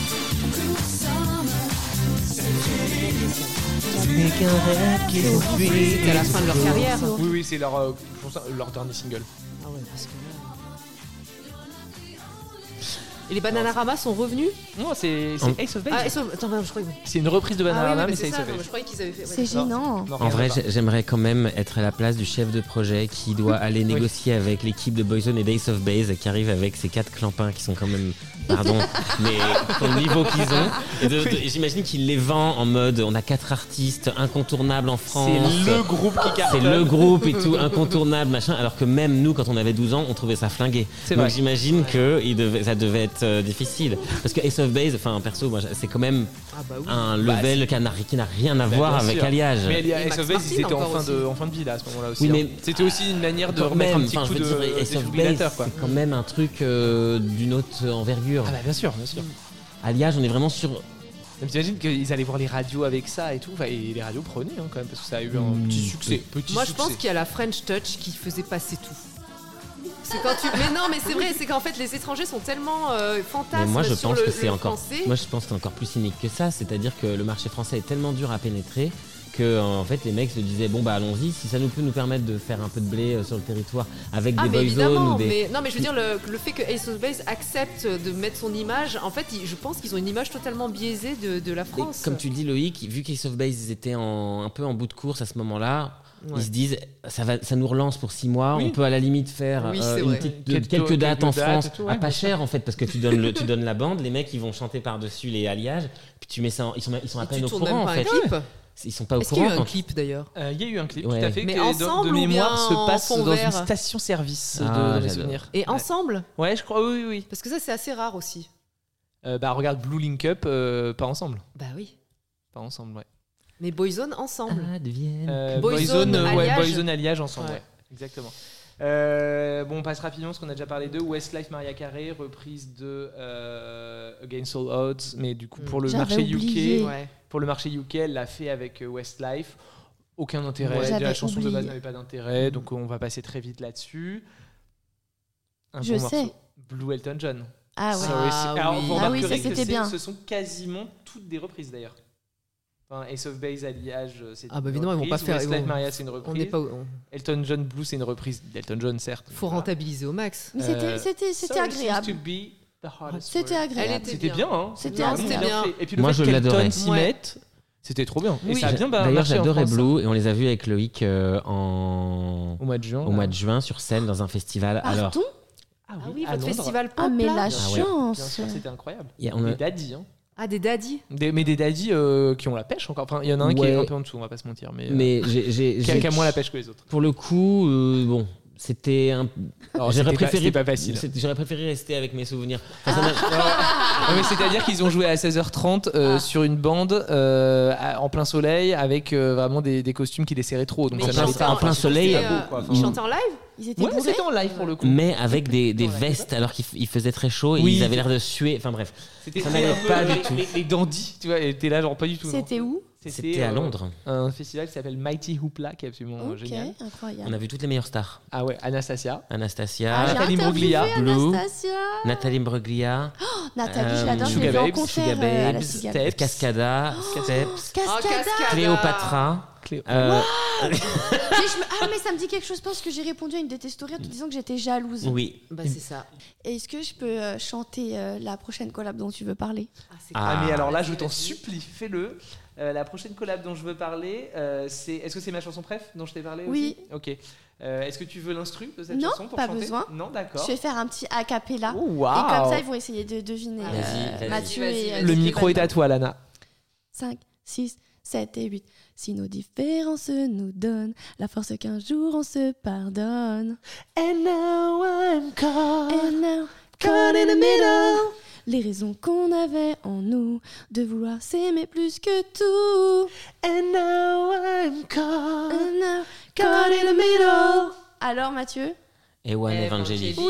C'était à la fin de leur carrière. C'est Oui, oui, c'est leur, euh, je pense, leur dernier single. Ah ouais, parce que là- Et les Bananarama sont revenus. Non, c'est En- c'est Ace of Base. Ah, ils sont... Attends, non, je crois que... C'est une reprise de Ah oui, Bananarama, mais mais c'est c'est ça. Ace of non, mais Base. je croyais qu'ils avaient fait. C'est ouais. gênant. Non, En rien à vrai, voir. j'ai- j'aimerais quand même être à la place du chef de projet qui doit aller négocier avec l'équipe de Boyzone et d'Ace of Base qui arrive avec ces quatre clampins qui sont quand même, pardon, mais pour le niveau qu'ils ont. Et de- de- et j'imagine qu'il les vend en mode on a quatre artistes incontournables en France. C'est le groupe qui C'est cartonne. le groupe et tout, incontournable, machin. Alors que même nous, quand on avait douze ans, on trouvait ça flingué. C'est Donc vrai. j'imagine que il devait, ça devait être euh, difficile. Parce que Ace of Base, enfin perso, moi, c'est quand même Ah bah oui. un Bah, level qui n'a qui n'a rien à Bah, voir bien avec sûr. Alliage. Mais Et Ace Max of Base, Martin ils étaient en encore fin, de, aussi. en fin de vie là à ce moment-là aussi. Oui, mais- hein. C'était aussi une manière de Quand remettre même, un petit enfin, coup je de veux dire, Ace of Base, défibrillateur, quoi. c'est quand même un truc euh, d'une autre envergure. Ah bah bien sûr, bien sûr. Alliage, on est vraiment sur. Même t'imagines qu'ils allaient voir les radios avec ça et tout, enfin, et les radios prenaient hein, quand même parce que ça a eu un Hmm, petit succès. Petit Moi, je succès. pense qu'il y a la French Touch qui faisait passer tout. C'est quand tu. Mais non, mais c'est vrai, c'est qu'en fait, les étrangers sont tellement euh, Mais fantasmes moi, je sur pense le, que c'est le encore. français. Moi, je pense que c'est encore plus cynique que ça. C'est-à-dire que le marché français est tellement dur à pénétrer que en fait les mecs se disaient bon bah allons-y si ça nous peut nous permettre de faire un peu de blé euh, sur le territoire avec Ah des mais boy zones évidemment, ou des. mais non mais je veux dire le, le fait que Ace of Base accepte de mettre son image, en fait, ils- je pense qu'ils ont une image totalement biaisée de, de la Et France. comme tu le dis Loïc, vu qu'Ace of Base ils étaient en, un peu en bout de course à ce moment-là, Ouais. ils se disent ça va, ça nous relance pour six mois. Oui. On peut à la limite faire Oui, euh, c'est une vrai. petite- de- Quelques- quelques, dates quelques en dates France et tout, à ouais, pas bien cher en fait parce que tu donnes le, tu donnes la bande, les mecs ils vont chanter par dessus les alliages, puis tu mets ça, en- ils sont ils sont à Et peine tu au tournes courant même en pas un fait. clip. Ils sont pas au Est-ce qu'il y a courant. eu un quand- clip d'ailleurs? Euh, Il y a eu un clip Ouais. tout à fait Mais qui, de- ensemble de ou mémoire bien se en passe fond dans vert une station-service de, Ah, dans mes j'adore. souvenirs. Et Ouais. ensemble? Ouais, je crois, oui, oui, oui. Parce que ça c'est assez rare aussi. Euh, bah regarde Blue Link Up, euh, pas ensemble. Bah oui. Pas ensemble, ouais. Mais Boyzone ensemble. Advienne. Euh, Boyzone, Boyzone, ouais, Alliage. Boyzone, Alliage ensemble, Ouais. ouais. Exactement. Euh, bon, on passe rapidement parce qu'on a déjà parlé de Westlife, Mariah Carey, reprise de euh, Against All Odds, mais du coup pour le J'avais marché oublié. U K, Ouais. pour le marché U K, elle l'a fait avec euh, Westlife. Aucun intérêt. Ouais. Déjà, la J'avais chanson de base oublié. n'avait pas d'intérêt, donc on va passer très vite là-dessus. Un Je bon sais. morceau. Blue Elton John. Ah ouais. Sorry, Ah c'est- Alors, oui. vous Ah oui, remarquerez ça, que c'était c'est- bien. ce sont quasiment toutes des reprises d'ailleurs. Enfin, Ace of Base, Alliage, c'est Ah bah une évidemment, ils vont pas reprise. faire- Westlife, ils vont- Mariah, c'est une On reprise. n'est pas. on- Elton John Blue, c'est une reprise d'Elton John, certes. Faut Voilà. rentabiliser au max. Mais c'était, Euh, c'était, c'était Sorry agréable. Seems to Be The Hardest C'était Word. agréable. Elle était C'était bien, hein. C'était Vraiment agréable. bien C'était fait. Et puis le Moi, fait je l'adorais. qu'Elton s'y Ouais. mette, c'était trop bien. Et Oui. ça a bien bah, D'ailleurs, marché en j'adorais France, Blue et on les a vus avec Loïc euh, en... au mois de juin. au là. mois de juin sur scène dans un festival. Alors, Pardon Ah oui, à votre Londres. festival pop Ah, mais là. la Ah ouais. Bien chance. sûr, c'était incroyable. il y a- on a- Des daddies, hein. Ah, des daddies. Des- mais des daddies euh, qui ont la pêche encore. Enfin, il y en a un qui est Ouais. un peu en dessous, on va pas se mentir. Mais, euh, mais j'ai, j'ai, qui a j'ai- qui a moins la pêche que les autres. pour le coup, euh, bon, c'était un. Alors, j'aurais c'était pas- préféré, c'était pas facile. c'est- J'aurais préféré rester avec mes souvenirs. Enfin, ça m'a- Ah, mais c'est-à-dire qu'ils ont joué à seize heures trente euh, Ah. sur une bande euh, à- en plein soleil avec euh, vraiment des, des costumes qui les serraient trop. Donc Mais ça ils n'allait chantaient pas. en plein soleil, C'était, beau, quoi. Enfin, Ils chantaient en live. Ils étaient Ouais, bourrés. c'était en live pour le coup. mais avec des, des Dans la vestes alors qu'il f- il faisait très chaud et Oui. ils avaient l'air de suer. Enfin bref, C'était ça c'était n'allait un peu pas les, du tout. Les, les dandies, tu vois, et t'es là genre pas du tout. non. C'était où c'était à euh, Londres. Un festival qui s'appelle Mighty Hoopla qui est absolument euh, Ok, génial. incroyable. On a vu toutes les meilleures stars. Ah ouais, Anastasia. Anastasia, Ah, j'ai Nathalie interviewé Bruglia, Blue. Anastasia. Nathalie Bruglia, Nathalie, Euh, je l'adore, je Sugar l'ai vu en Babes, concert Sugar euh, à la Babes, Cigale. Steps. Cascada, Steps, Oh, Cascada. Cascada. Cléopatra. Cléo. euh, Mais je me- Ah, mais ça me dit quelque chose, je pense que j'ai répondu à une de tes stories en te disant que j'étais jalouse. oui. Bah, c'est ça. Est-ce que je peux euh, chanter euh, la prochaine collab dont tu veux parler Ah, c'est Ah, Ah. mais alors là, je Vas-y, t'en vas-y. supplie, fais-le. Euh, la prochaine collab dont je veux parler, euh, c'est. Est-ce que c'est ma chanson préf dont je t'ai parlé Oui. aussi Ok. Euh, Est-ce que tu veux l'instru de cette Non, chanson pour pas chanter besoin. Non, Je d'accord. vais faire un petit a cappella. Oh, Et waouh. comme ça, ils vont essayer de deviner Vas-y, euh, vas-y. Mathieu Vas-y, et vas-y. Le et micro est Valma. à toi, Lana. cinq, six, sept et huit. Si nos différences nous donnent la force qu'un jour on se pardonne. And now I'm caught, And now, caught in the middle. les raisons qu'on avait en nous de vouloir s'aimer plus que tout. And now I'm caught, And now, caught in the middle. Alors Mathieu Ewan Evangeli. Evangeli.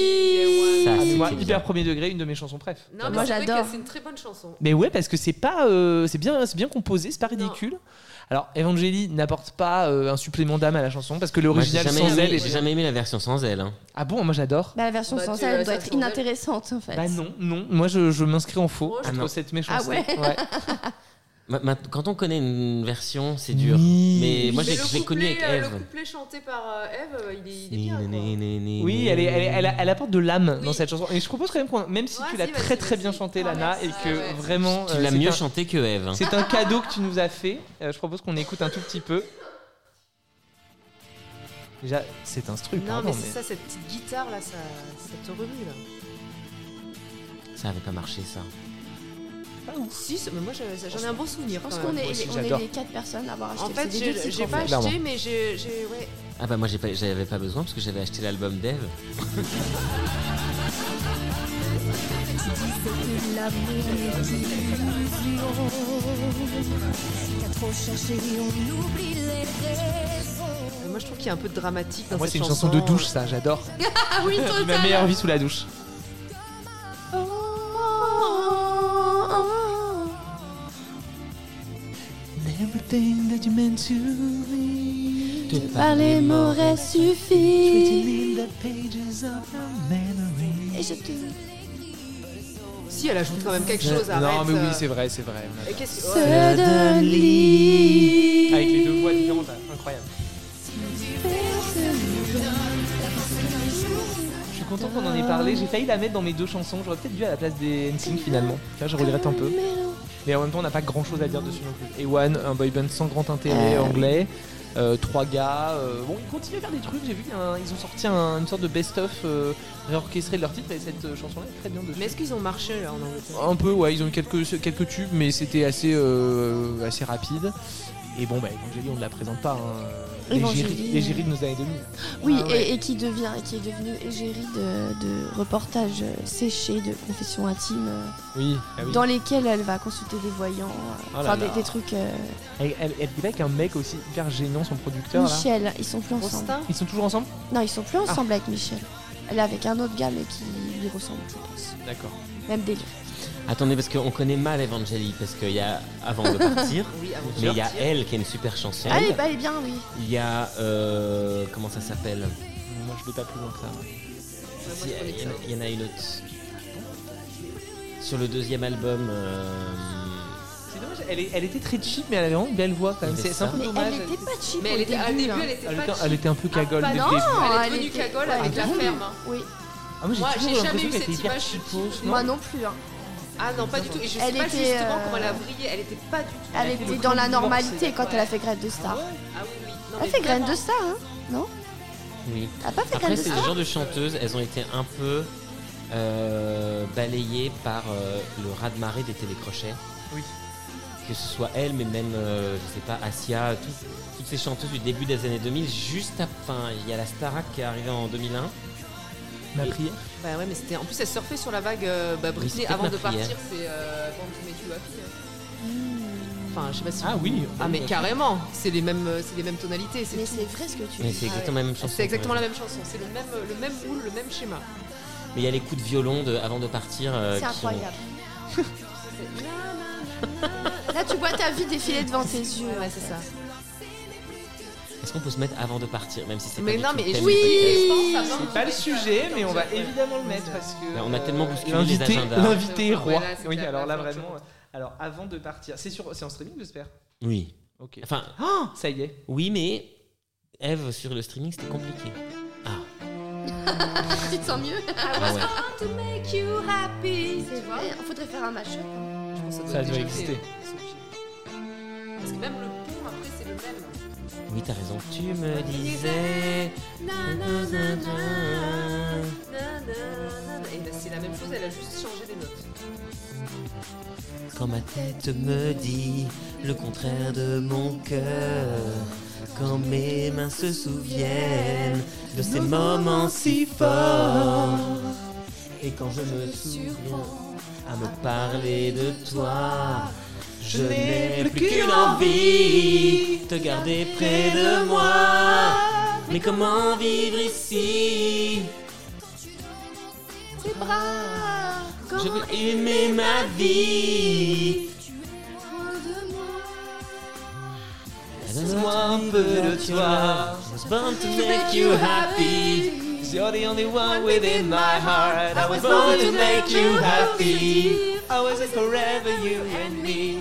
Oui. Ça, Ah, mais c'était moi, bien. hyper premier degré, une de mes chansons préf. Non, mais Moi, c'est vrai j'adore. que c'est une très bonne chanson. Mais ouais, parce que c'est pas, euh, c'est bien, c'est bien composé, c'est pas Non. ridicule. Alors, Evangeli n'apporte pas euh, un supplément d'âme à la chanson parce que Moi, j'ai l'original jamais, sans aimé, elle. est j'ai bien. jamais aimé la version sans elle. hein. Ah bon, moi j'adore. Bah, la version Bah, sans tu elle, vas elle doit sans être elle. inintéressante en fait. Bah non, non, moi je, je m'inscris en faux Moi, je- contre Ah non. cette méchanceté. Ah ouais. Ma- ma- Quand on connaît une version, c'est dur. Oui. Mais moi, Mais j'ai le je l'ai connu avec couplet, euh, Eve. Le couplet chanté par euh, Eve, euh, il est, il est bien. quoi. Oui, elle, est, elle, est- elle, a- elle apporte de l'âme Oui. dans cette chanson. Et je propose quand même qu'on, même si Ouais, tu l'as si, très vas-y, très bien vas-y. chanté, Ah, Lana, merci. et que Ah ouais. vraiment. Tu euh, l'as c'est mieux un- chanté que Eve. hein. C'est un cadeau que tu nous as fait. Euh, je propose qu'on écoute un tout petit peu. Déjà, c'est un truc. Non, mais c'est ça, cette petite guitare là, ça, ça te remue là. Ça avait pas marché, ça. Si, ça- mais moi j'ai- j'en ai un bon souvenir. Je pense quand qu'on même. est, aussi, on est j'adore. les quatre personnes à avoir acheté En le fait, C D de j'ai titre, j'ai en pas fait. Clairement. acheté, mais j'ai. j'ai- Ouais. Ah bah moi, j'ai pas, j'avais pas besoin parce que j'avais acheté l'album d'Eve. Mais moi je trouve qu'il y a un peu de dramatique dans Moi, cette c'est une chanson. chanson de douche, ça, j'adore. Ah oui, total. Ma meilleure vie sous la douche. Everything that you meant to be. Par les m'aurait suffi. Et Et je te Si, elle ajoute quand même quelque chose. Non, arrête, mais oui, euh. c'est vrai, c'est vrai. on a- Et qu'est-ce que. se Ouais. donne lit. Avec les deux voix différentes, incroyable. Je suis content qu'on en ait parlé. J'ai failli la mettre dans mes deux chansons. J'aurais peut-être dû à la place des N Sync finalement. Là, je regrette un peu. Mais en même temps, on n'a pas grand chose à dire dessus non plus. Ewan, un boy band sans grand intérêt Euh. anglais. Euh, trois gars. euh, bon, ils continuent à faire des trucs. J'ai vu qu'ils ont sorti un- une sorte de best-of euh, réorchestré de leur titre et cette euh, chanson-là est très bien dessus. Mais est-ce qu'ils ont marché là en Angleterre? Un peu, ouais, ils ont eu quelques, quelques tubes, mais c'était assez, euh, assez rapide. Et bon, bah, Evangeli, on ne la présente pas. Hein. Evangeli. L'égérie l'égérie de nos années deux mille. Oui, Ah ouais. et, et qui devient, et qui est devenu égérie de, de reportages euh, séchés, de confessions intimes, euh, Oui, ah oui. dans lesquels elle va consulter des voyants, euh, Oh là enfin des, là. des trucs. euh, Elle, elle, elle vivait avec un mec aussi hyper gênant, son producteur. Là. Michel, ils sont plus ensemble. Rostin? Ils sont toujours ensemble Non, ils sont plus Ah. ensemble avec Michel. Elle est avec un autre gars, mais qui lui ressemble, je pense. D'accord. Même délire. Attendez, parce qu'on connaît mal Evangeli, parce qu'il y a, avant de partir, Oui, avant de mais il y a partir. elle qui est une super chanson. Ah, elle est, bah, elle est bien, oui. Il y a, euh, comment ça s'appelle Moi, je vais pas plus loin que ça. Ouais, Si, moi, je Il connais y, en a- ça. il y en a une autre. Sur le deuxième album, euh, C'est dommage, elle, est- elle était très cheap, mais elle avait vraiment une belle voix quand même. Mais C'est c'est un ça. peu Mais dommage. elle était pas cheap Mais au elle était, à début, début, hein. elle était Elle pas était, cheap. elle était un peu cagole Ah, dès bah le début. Elle est elle devenue était- cagole ouais, avec la grave. ferme. hein. Oui. Ah, moi j'ai Moi, toujours j'ai jamais l'impression eu qu'elle était cette hyper image. cheapos, non Moi non plus. Hein. Ah non, pas du tout. Et je sais Elle pas était, justement euh, comment elle a brillé. Elle était pas du tout. Elle fait le était dans la cri normalité divorcé. quand elle a fait Graine de Star. Ah oui, oui. Non, Elle mais fait Graine vraiment. de Star, hein non Oui. Elle a pas fait Après, Graine de c'est le Star genre de chanteuses, elles ont été un peu euh, balayées par euh, le raz-de-marée des télécrochets. Oui. Que ce soit elle, mais même, euh, je sais pas, Asia, tout- toutes ces chanteuses du début des années deux mille, juste à. Enfin, il y a la Starac qui est arrivée en deux mille un. Ma prière. Bah ouais, mais c'était. En plus, elle surfait sur la vague. euh, bah, Britney, c'était avant ma de partir, prière. c'est euh, Born to Make You Happy. hein. Enfin, je sais pas si. Ah oui. Ah mais carrément, c'est les mêmes, c'est les mêmes tonalités. C'est Mais tout. c'est vrai ce que tu Mais dis. c'est Ah exactement ouais. la même chanson. C'est exactement ouais. la même chanson. C'est le même, le même moule, le même schéma. Mais il y a les coups de violon de, avant de partir. euh, C'est qui incroyable. Là, tu vois ta vie défiler devant tes yeux. Ouais, c'est ça. sont- Est-ce qu'on peut se mettre avant de partir, même si c'est Mais pas non, du tout mais le thème oui, du podcast. je pense à C'est pas le sujet, mais on va évidemment le mettre parce que. Bah, on a tellement bousculé les l'invité, agendas. l'invité Ouais, roi. là, c'est Oui, clair, alors là là, c'est vraiment. euh, Alors avant de partir, c'est sur, c'est en streaming, j'espère. Oui. Ok. Enfin, Oh, ça y est. oui, mais Eve sur le streaming, c'était compliqué. Ah, Tu te sens mieux ah ouais. To make you happy. C'est vrai. Il faudrait faire un match. Je pense que Ça être doit déjà fait, exister. hein. Ils sont obligés. Parce que même le pont après c'est le même. Oui, t'as raison. Tu me disais. Et ben, c'est la même chose, elle a juste changé les notes. Quand ma tête me dit le contraire de mon cœur, quand mes mains se souviennent de ces moments si forts, et quand je me souviens à me parler de toi, je n'ai plus qu'une envie, te garder près de moi. Mais comment vivre ici? Tes bras. Je veux aimer ma vie. Donne-moi un peu de toi. I was born to make you happy. You're the only one within my heart. I was born to make you happy. I was forever you and me.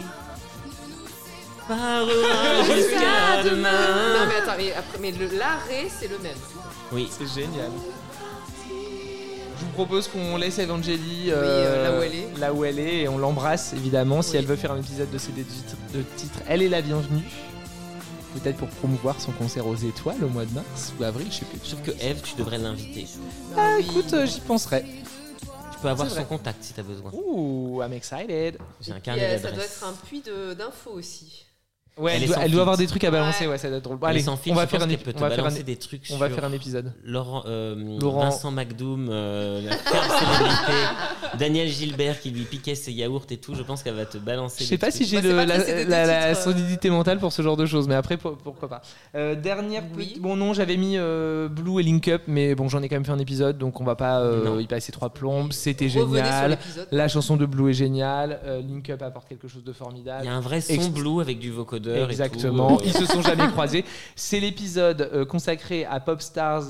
Par loin jusqu'à Non demain. mais attends, mais, après, mais le, l'arrêt c'est le même. Oui, C'est génial. Je vous propose qu'on laisse Evangélie euh, là où elle est. là où elle est et on l'embrasse évidemment. Si Oui. elle veut faire un épisode de C D de titre, de titre, elle est la bienvenue. Peut-être pour promouvoir son concert aux étoiles au mois de mars ou avril, je sais plus. je trouve que Eve, tu devrais l'inviter. Ah, Oui. écoute, euh, j'y penserai. Tu peux avoir C'est son vrai. contact si t'as besoin. Ouh, I'm excited. J'ai un Et, carnet euh, ça doit d'adresses. être un puits de, d'infos aussi. Ouais, Elle elle, est doit, sans elle doit avoir filtre. des trucs à balancer, Ouais. ouais, ça doit être drôle. Bon, Elle allez, est sans fil, on va je faire pense un, qu'elle épi- peut on te va faire un, balancer des trucs on va sur faire un épisode. Laurent, euh, Laurent. Vincent McDoom, euh, la ferme célébrité, Daniel Gilbert qui lui piquait ses yaourts et tout. Je pense qu'elle va te balancer. Je sais des pas trucs. si j'ai Bah, c'est le- pas la, très C D de la- la titre, euh. solidité mentale pour ce genre de choses, mais après pour- pourquoi pas. Euh, dernière Oui. petite- bon non, j'avais mis euh, Blue et Link Up, mais bon j'en ai quand même fait un épisode, donc on va pas euh, Non. y passer trois plombes. C'était Revenez sur génial. l'épisode. La chanson de Blue est géniale. euh, Link Up apporte quelque chose de formidable. Il y a un vrai son Ex- blue avec du vocodeur Exactement, et tout. ils se sont jamais croisés. C'est l'épisode euh, consacré à Popstars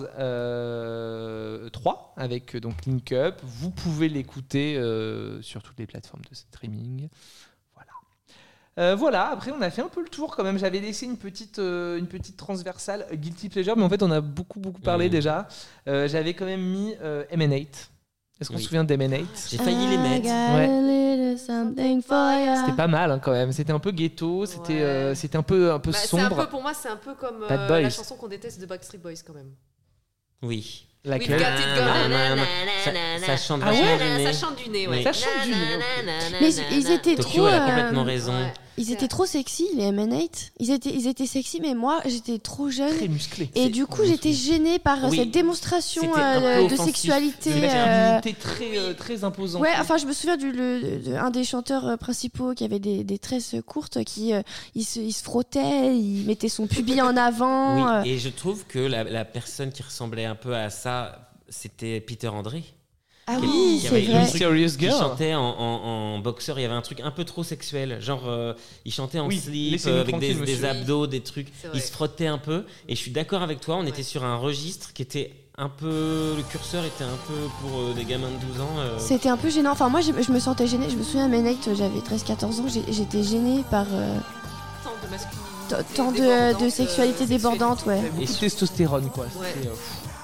euh, trois avec euh, donc Link Up. Vous pouvez l'écouter euh, sur toutes les plateformes de streaming. Voilà. Euh, voilà, après on a fait un peu le tour quand même. J'avais laissé une petite, euh, une petite transversale euh, Guilty Pleasure, mais en fait on a beaucoup beaucoup parlé Mhm. déjà. Euh, J'avais quand même mis euh, M and eight. Est-ce qu'on Oui. se souvient d'M and eight? J'ai failli les mettre. Ouais. C'était C'était pas mal hein, quand même. C'était un peu ghetto, c'était Ouais. euh, c'était un peu, un peu Bah, c'est un sombre. peu, pour moi, c'est un peu comme euh, Bad Boys. la chanson qu'on déteste de Backstreet Boys quand même. Oui. Laquelle? We've got it going. Ça, ça chante Ah ouais, vachement du nez. Ça chante du nez, ouais. Oui. Ça chante du nez, ok. Mais ils étaient Tokyo, trop. elle a euh, complètement raison. Ouais. Ils étaient trop sexy, les M and eight. Ils étaient, ils étaient sexy, mais moi, j'étais trop jeune. Très musclé. Et C'est- du coup, je me j'étais gênée par euh, Oui. cette démonstration C'était un peu euh, de offensif. sexualité. C'est une euh, masculinité très, euh, très imposante. Ouais, enfin, je me souviens du le, de- un des chanteurs euh, principaux qui avait des, des tresses courtes, qui euh, il, se, il se frottait, il mettait son pubis en avant. euh. Oui, et je trouve que la, la personne qui ressemblait un peu à ça, c'était Peter André. Ah qui- oui, qui c'est avait une vrai. truc- Mysterious Qui Girl. chantait en, en- en boxeur, il y avait un truc un peu trop sexuel. Genre, euh, il chantait en Oui, slip, laissez-nous euh, avec des, tranquille, des monsieur. abdos, des trucs. C'est vrai. Il se frottait un peu. Et je suis d'accord avec toi, on était sur un registre qui était un peu. Le curseur était un peu pour euh, des gamins de douze ans. euh. C'était un peu gênant. Enfin, moi, je, je me sentais gênée. Je me souviens, à Menect, j'avais treize quatorze ans. j'ai- J'étais gênée par euh, Tant de masculinité. t- tant de, débordante, de sexualité euh, débordante, ouais. Beaucoup de testostérone, quoi. Ouais. C'était, euh, pff.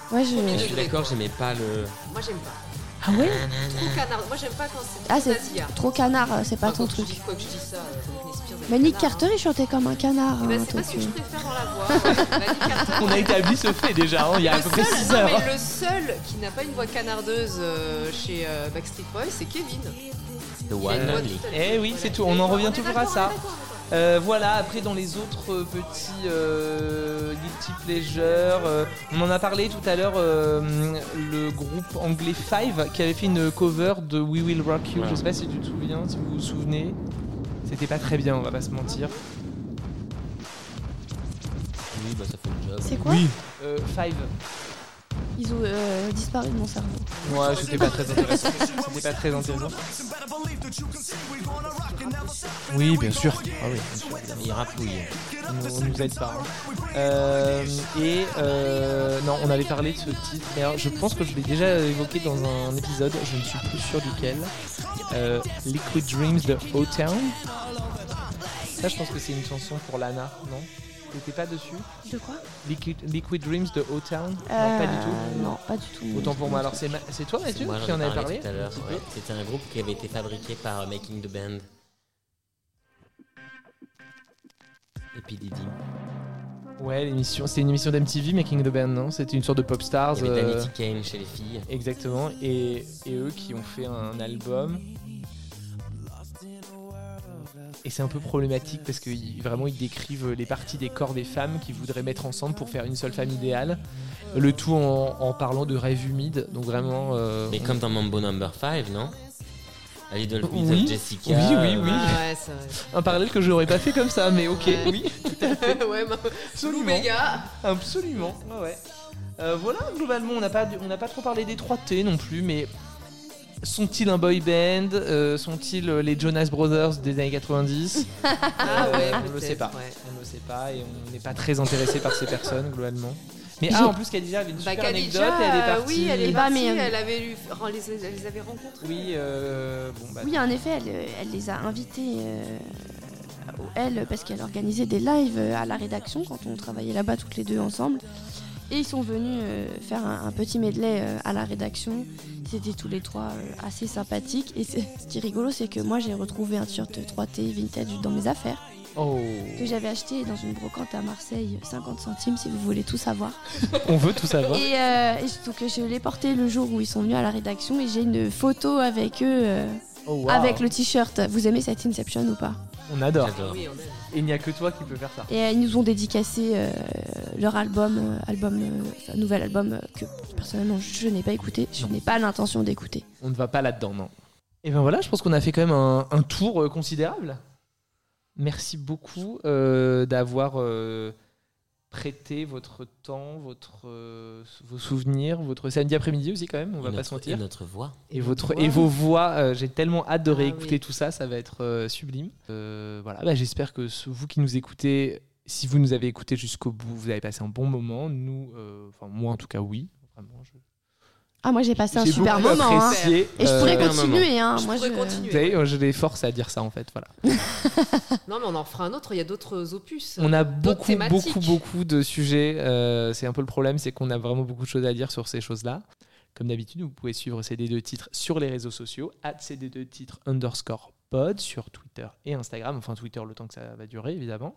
Ouais, Je je. suis d'accord, j'aimais pas le. Moi, j'aime pas. Ah ouais Trop canard. Moi, j'aime pas quand c'est Ah, trop c'est nasillard. trop canard, c'est pas Enfin, ton quand truc. Je dis quoi que je dis ça, euh, Britney Spears, elle Mais est Nick canard, Carter, il chantait comme un canard. hein. Eh ben, hein, c'est pas donc, ce que je euh, préfère dans la voix. Ouais. Bah, Nick Carter. On a établi ce fait déjà, hein, il y a à Le peu près seul- six non, heures. mais le seul qui n'a pas une voix canardeuse euh, chez euh, Backstreet Boys, c'est Kevin. The One Euh, Only. Eh oui, c'est tout, on en revient toujours à ça. Euh, voilà, après dans les autres euh, petits euh, guilty pleasure, euh, on en a parlé tout à l'heure, euh, le groupe anglais Five qui avait fait une cover de We Will Rock You. Ouais. Je sais pas si tu te souviens, si vous vous souvenez. C'était pas très bien, on va pas se mentir. Oui, bah ça fait le job. C'est quoi Euh, Five. Ils ont euh, disparu de mon cerveau. Ouais, c'était pas très intéressant. C'était pas très intéressant. Oui, bien sûr. Ah oui, bien sûr. Il rapouille. On, on nous aide pas. hein. Euh, et euh, non, on avait parlé de ce titre. Mais alors, je pense que je l'ai déjà évoqué dans un épisode. Je ne suis plus sûr duquel. Euh, Liquid Dreams de O-Town. Ça, je pense que c'est une chanson pour Lana, non? T'étais pas dessus? De quoi Liquid, Liquid Dreams de O-Town? Non, Euh, pas du tout. Non, pas du tout. Autant pour moi. Alors, c'est ma- c'est toi, Mathieu, Moi, qui j'en en ai avait parlé parlé tout à l'heure. un petit ouais. peu. C'était un groupe qui avait été fabriqué par euh, Making the Band. Et P. Diddy. Ouais, l'émission, c'était une émission d'M T V, Making the Band, non? C'était une sorte de pop stars. Il y avait euh, Danity Kane chez les filles. Exactement, et, et eux qui ont fait un album. Et c'est un peu problématique parce que ils- vraiment ils décrivent les parties des corps des femmes qu'ils voudraient mettre ensemble pour faire une seule femme idéale. Le tout en, en parlant de rêves humides, donc vraiment. euh, Mais on- comme dans Mambo Number five, non? A Little Bit Oui. of Jessica. Oui, oui, euh, oui. Ah ouais, c'est vrai. Un parallèle que j'aurais pas fait comme ça, mais ok, Ouais. oui, ouais, bah, absolument. Louméga. Absolument, ouais, ouais. Euh, voilà, globalement, on n'a pas, on n'a pas trop parlé des trois T non plus, mais sont-ils un boy band euh, Sont-ils euh, les Jonas Brothers des années quatre-vingt-dix Ah Euh, ouais, on ne le sait peut-être, pas. ouais. On ne le sait pas et on n'est pas très intéressé par ces personnes globalement. Mais J'ai- ah, en plus Khadija avait une Bah, super Khadija, anecdote, elle est euh, partie. oui, elle est Bah, partie, mais, euh, elle avait eu, elle les, elle les avait rencontrés. Oui, euh, bon bah. Oui, en effet, elle, elle les a invités, euh, elle, parce qu'elle organisait des lives euh, à la rédaction quand on travaillait là-bas toutes les deux ensemble. Et ils sont venus euh, faire un, un petit medley euh, à la rédaction. Ils étaient tous les trois euh, assez sympathiques. Et c'est- ce qui est rigolo, c'est que moi, j'ai retrouvé un t-shirt trois T vintage dans mes affaires Oh, que j'avais acheté dans une brocante à Marseille, cinquante centimes si vous voulez tout savoir. on veut tout savoir. Et, euh, et je- donc je l'ai porté le jour où ils sont venus à la rédaction et j'ai une photo avec eux, euh, Oh, wow. avec le t-shirt. Vous aimez cette Inception ou pas? On adore. J'adore. Oui, on aime. Et il n'y a que toi qui peux faire ça. Et euh, ils nous ont dédicacé euh, leur album, euh, album euh, enfin, nouvel album euh, que personnellement je n'ai pas écouté, je Non. n'ai pas l'intention d'écouter. On ne va pas là-dedans, non. Et ben voilà, je pense qu'on a fait quand même un, un tour euh, considérable. Merci beaucoup euh, d'avoir euh, prêté votre temps, votre, euh, vos souvenirs, votre samedi après-midi aussi quand même, on va Et pas notre- se mentir. Et notre voix. Et, votre, voix. et vos voix, euh, j'ai tellement hâte de Ah réécouter oui. tout ça, ça va être euh, sublime. Euh, voilà, bah, j'espère que ce- vous qui nous écoutez, si vous nous avez écoutés jusqu'au bout, vous avez passé un bon moment. Nous, euh, enfin moi en tout cas oui, vraiment. Je, Ah moi j'ai passé un j'ai super beaucoup moment. hein. apprécié. Et je euh, pourrais super continuer. Hein. Je Moi, pourrais je... continuer. Vous savez, euh, je les force à dire ça en fait, voilà. Non, mais on en fera un autre. Il y a d'autres opus. On a d'autres beaucoup, thématiques. beaucoup, beaucoup de sujets. euh, c'est un peu le problème, c'est qu'on a vraiment beaucoup de choses à dire sur ces choses-là. Comme d'habitude, vous pouvez suivre C D deux titres sur les réseaux sociaux, at C D deux titres underscore pod sur Twitter et Instagram. Enfin, Twitter, le temps que ça va durer, évidemment.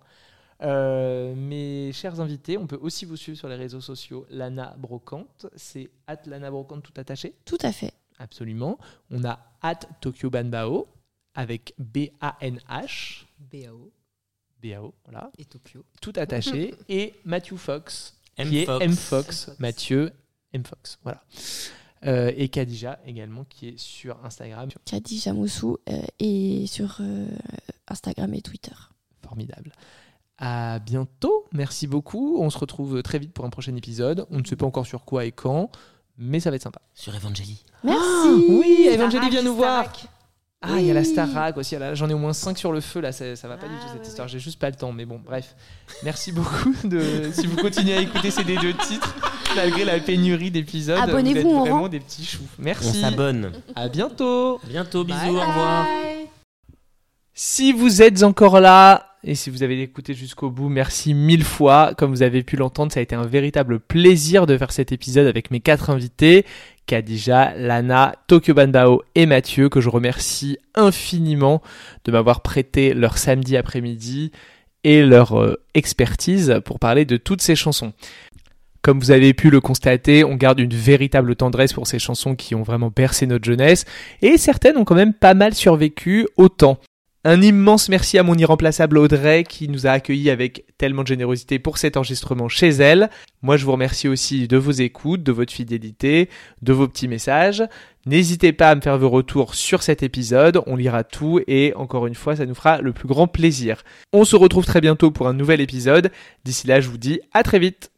Euh, mes chers invités, on peut aussi vous suivre sur les réseaux sociaux Lana Brocante. C'est at Lana Brocante tout attaché. Tout à fait. Absolument. On a at Tokyo Banbao avec B A N H. B A O B A O, voilà. et Tokyo. Tout attaché. Et Matthew Fox, M. qui Fox. est M. Fox. M. Fox. Mathieu M. Fox. Voilà. Euh, et Khadija également, qui est sur Instagram. Khadija Moussou euh, et sur euh, Instagram et Twitter. Formidable. À bientôt. Merci beaucoup. On se retrouve très vite pour un prochain épisode. On ne sait pas encore sur quoi et quand, mais ça va être sympa. Sur Evangélie. Merci. Oui, Evangélie Starac, vient nous voir. Starac. Ah, il y a la Oui. Starac aussi. Là, j'en ai au moins cinq sur le feu. Là, ça, ça va pas Ah, du tout cette ouais, histoire. ouais. J'ai juste pas le temps. Mais bon, bref. Merci beaucoup. De... si vous continuez à écouter ces deux titres, malgré la pénurie d'épisodes, Abonnez-vous, vous êtes on vraiment rend. des petits choux. On Merci. s'abonne. À bientôt. Bientôt, bisous, Bye au revoir. bye. Si vous êtes encore là, Et si vous avez écouté jusqu'au bout, merci mille fois. Comme vous avez pu l'entendre, ça a été un véritable plaisir de faire cet épisode avec mes quatre invités, Khadija, Lana, Tokyo Banbao et Mathieu, que je remercie infiniment de m'avoir prêté leur samedi après-midi et leur euh, expertise pour parler de toutes ces chansons. Comme vous avez pu le constater, on garde une véritable tendresse pour ces chansons qui ont vraiment bercé notre jeunesse, et certaines ont quand même pas mal survécu au temps. Un immense merci à mon irremplaçable Audrey qui nous a accueillis avec tellement de générosité pour cet enregistrement chez elle. Moi je vous remercie aussi de vos écoutes, de votre fidélité, de vos petits messages. N'hésitez pas à me faire vos retours sur cet épisode, on lira tout et encore une fois ça nous fera le plus grand plaisir. On se retrouve très bientôt pour un nouvel épisode. D'ici là je vous dis à très vite.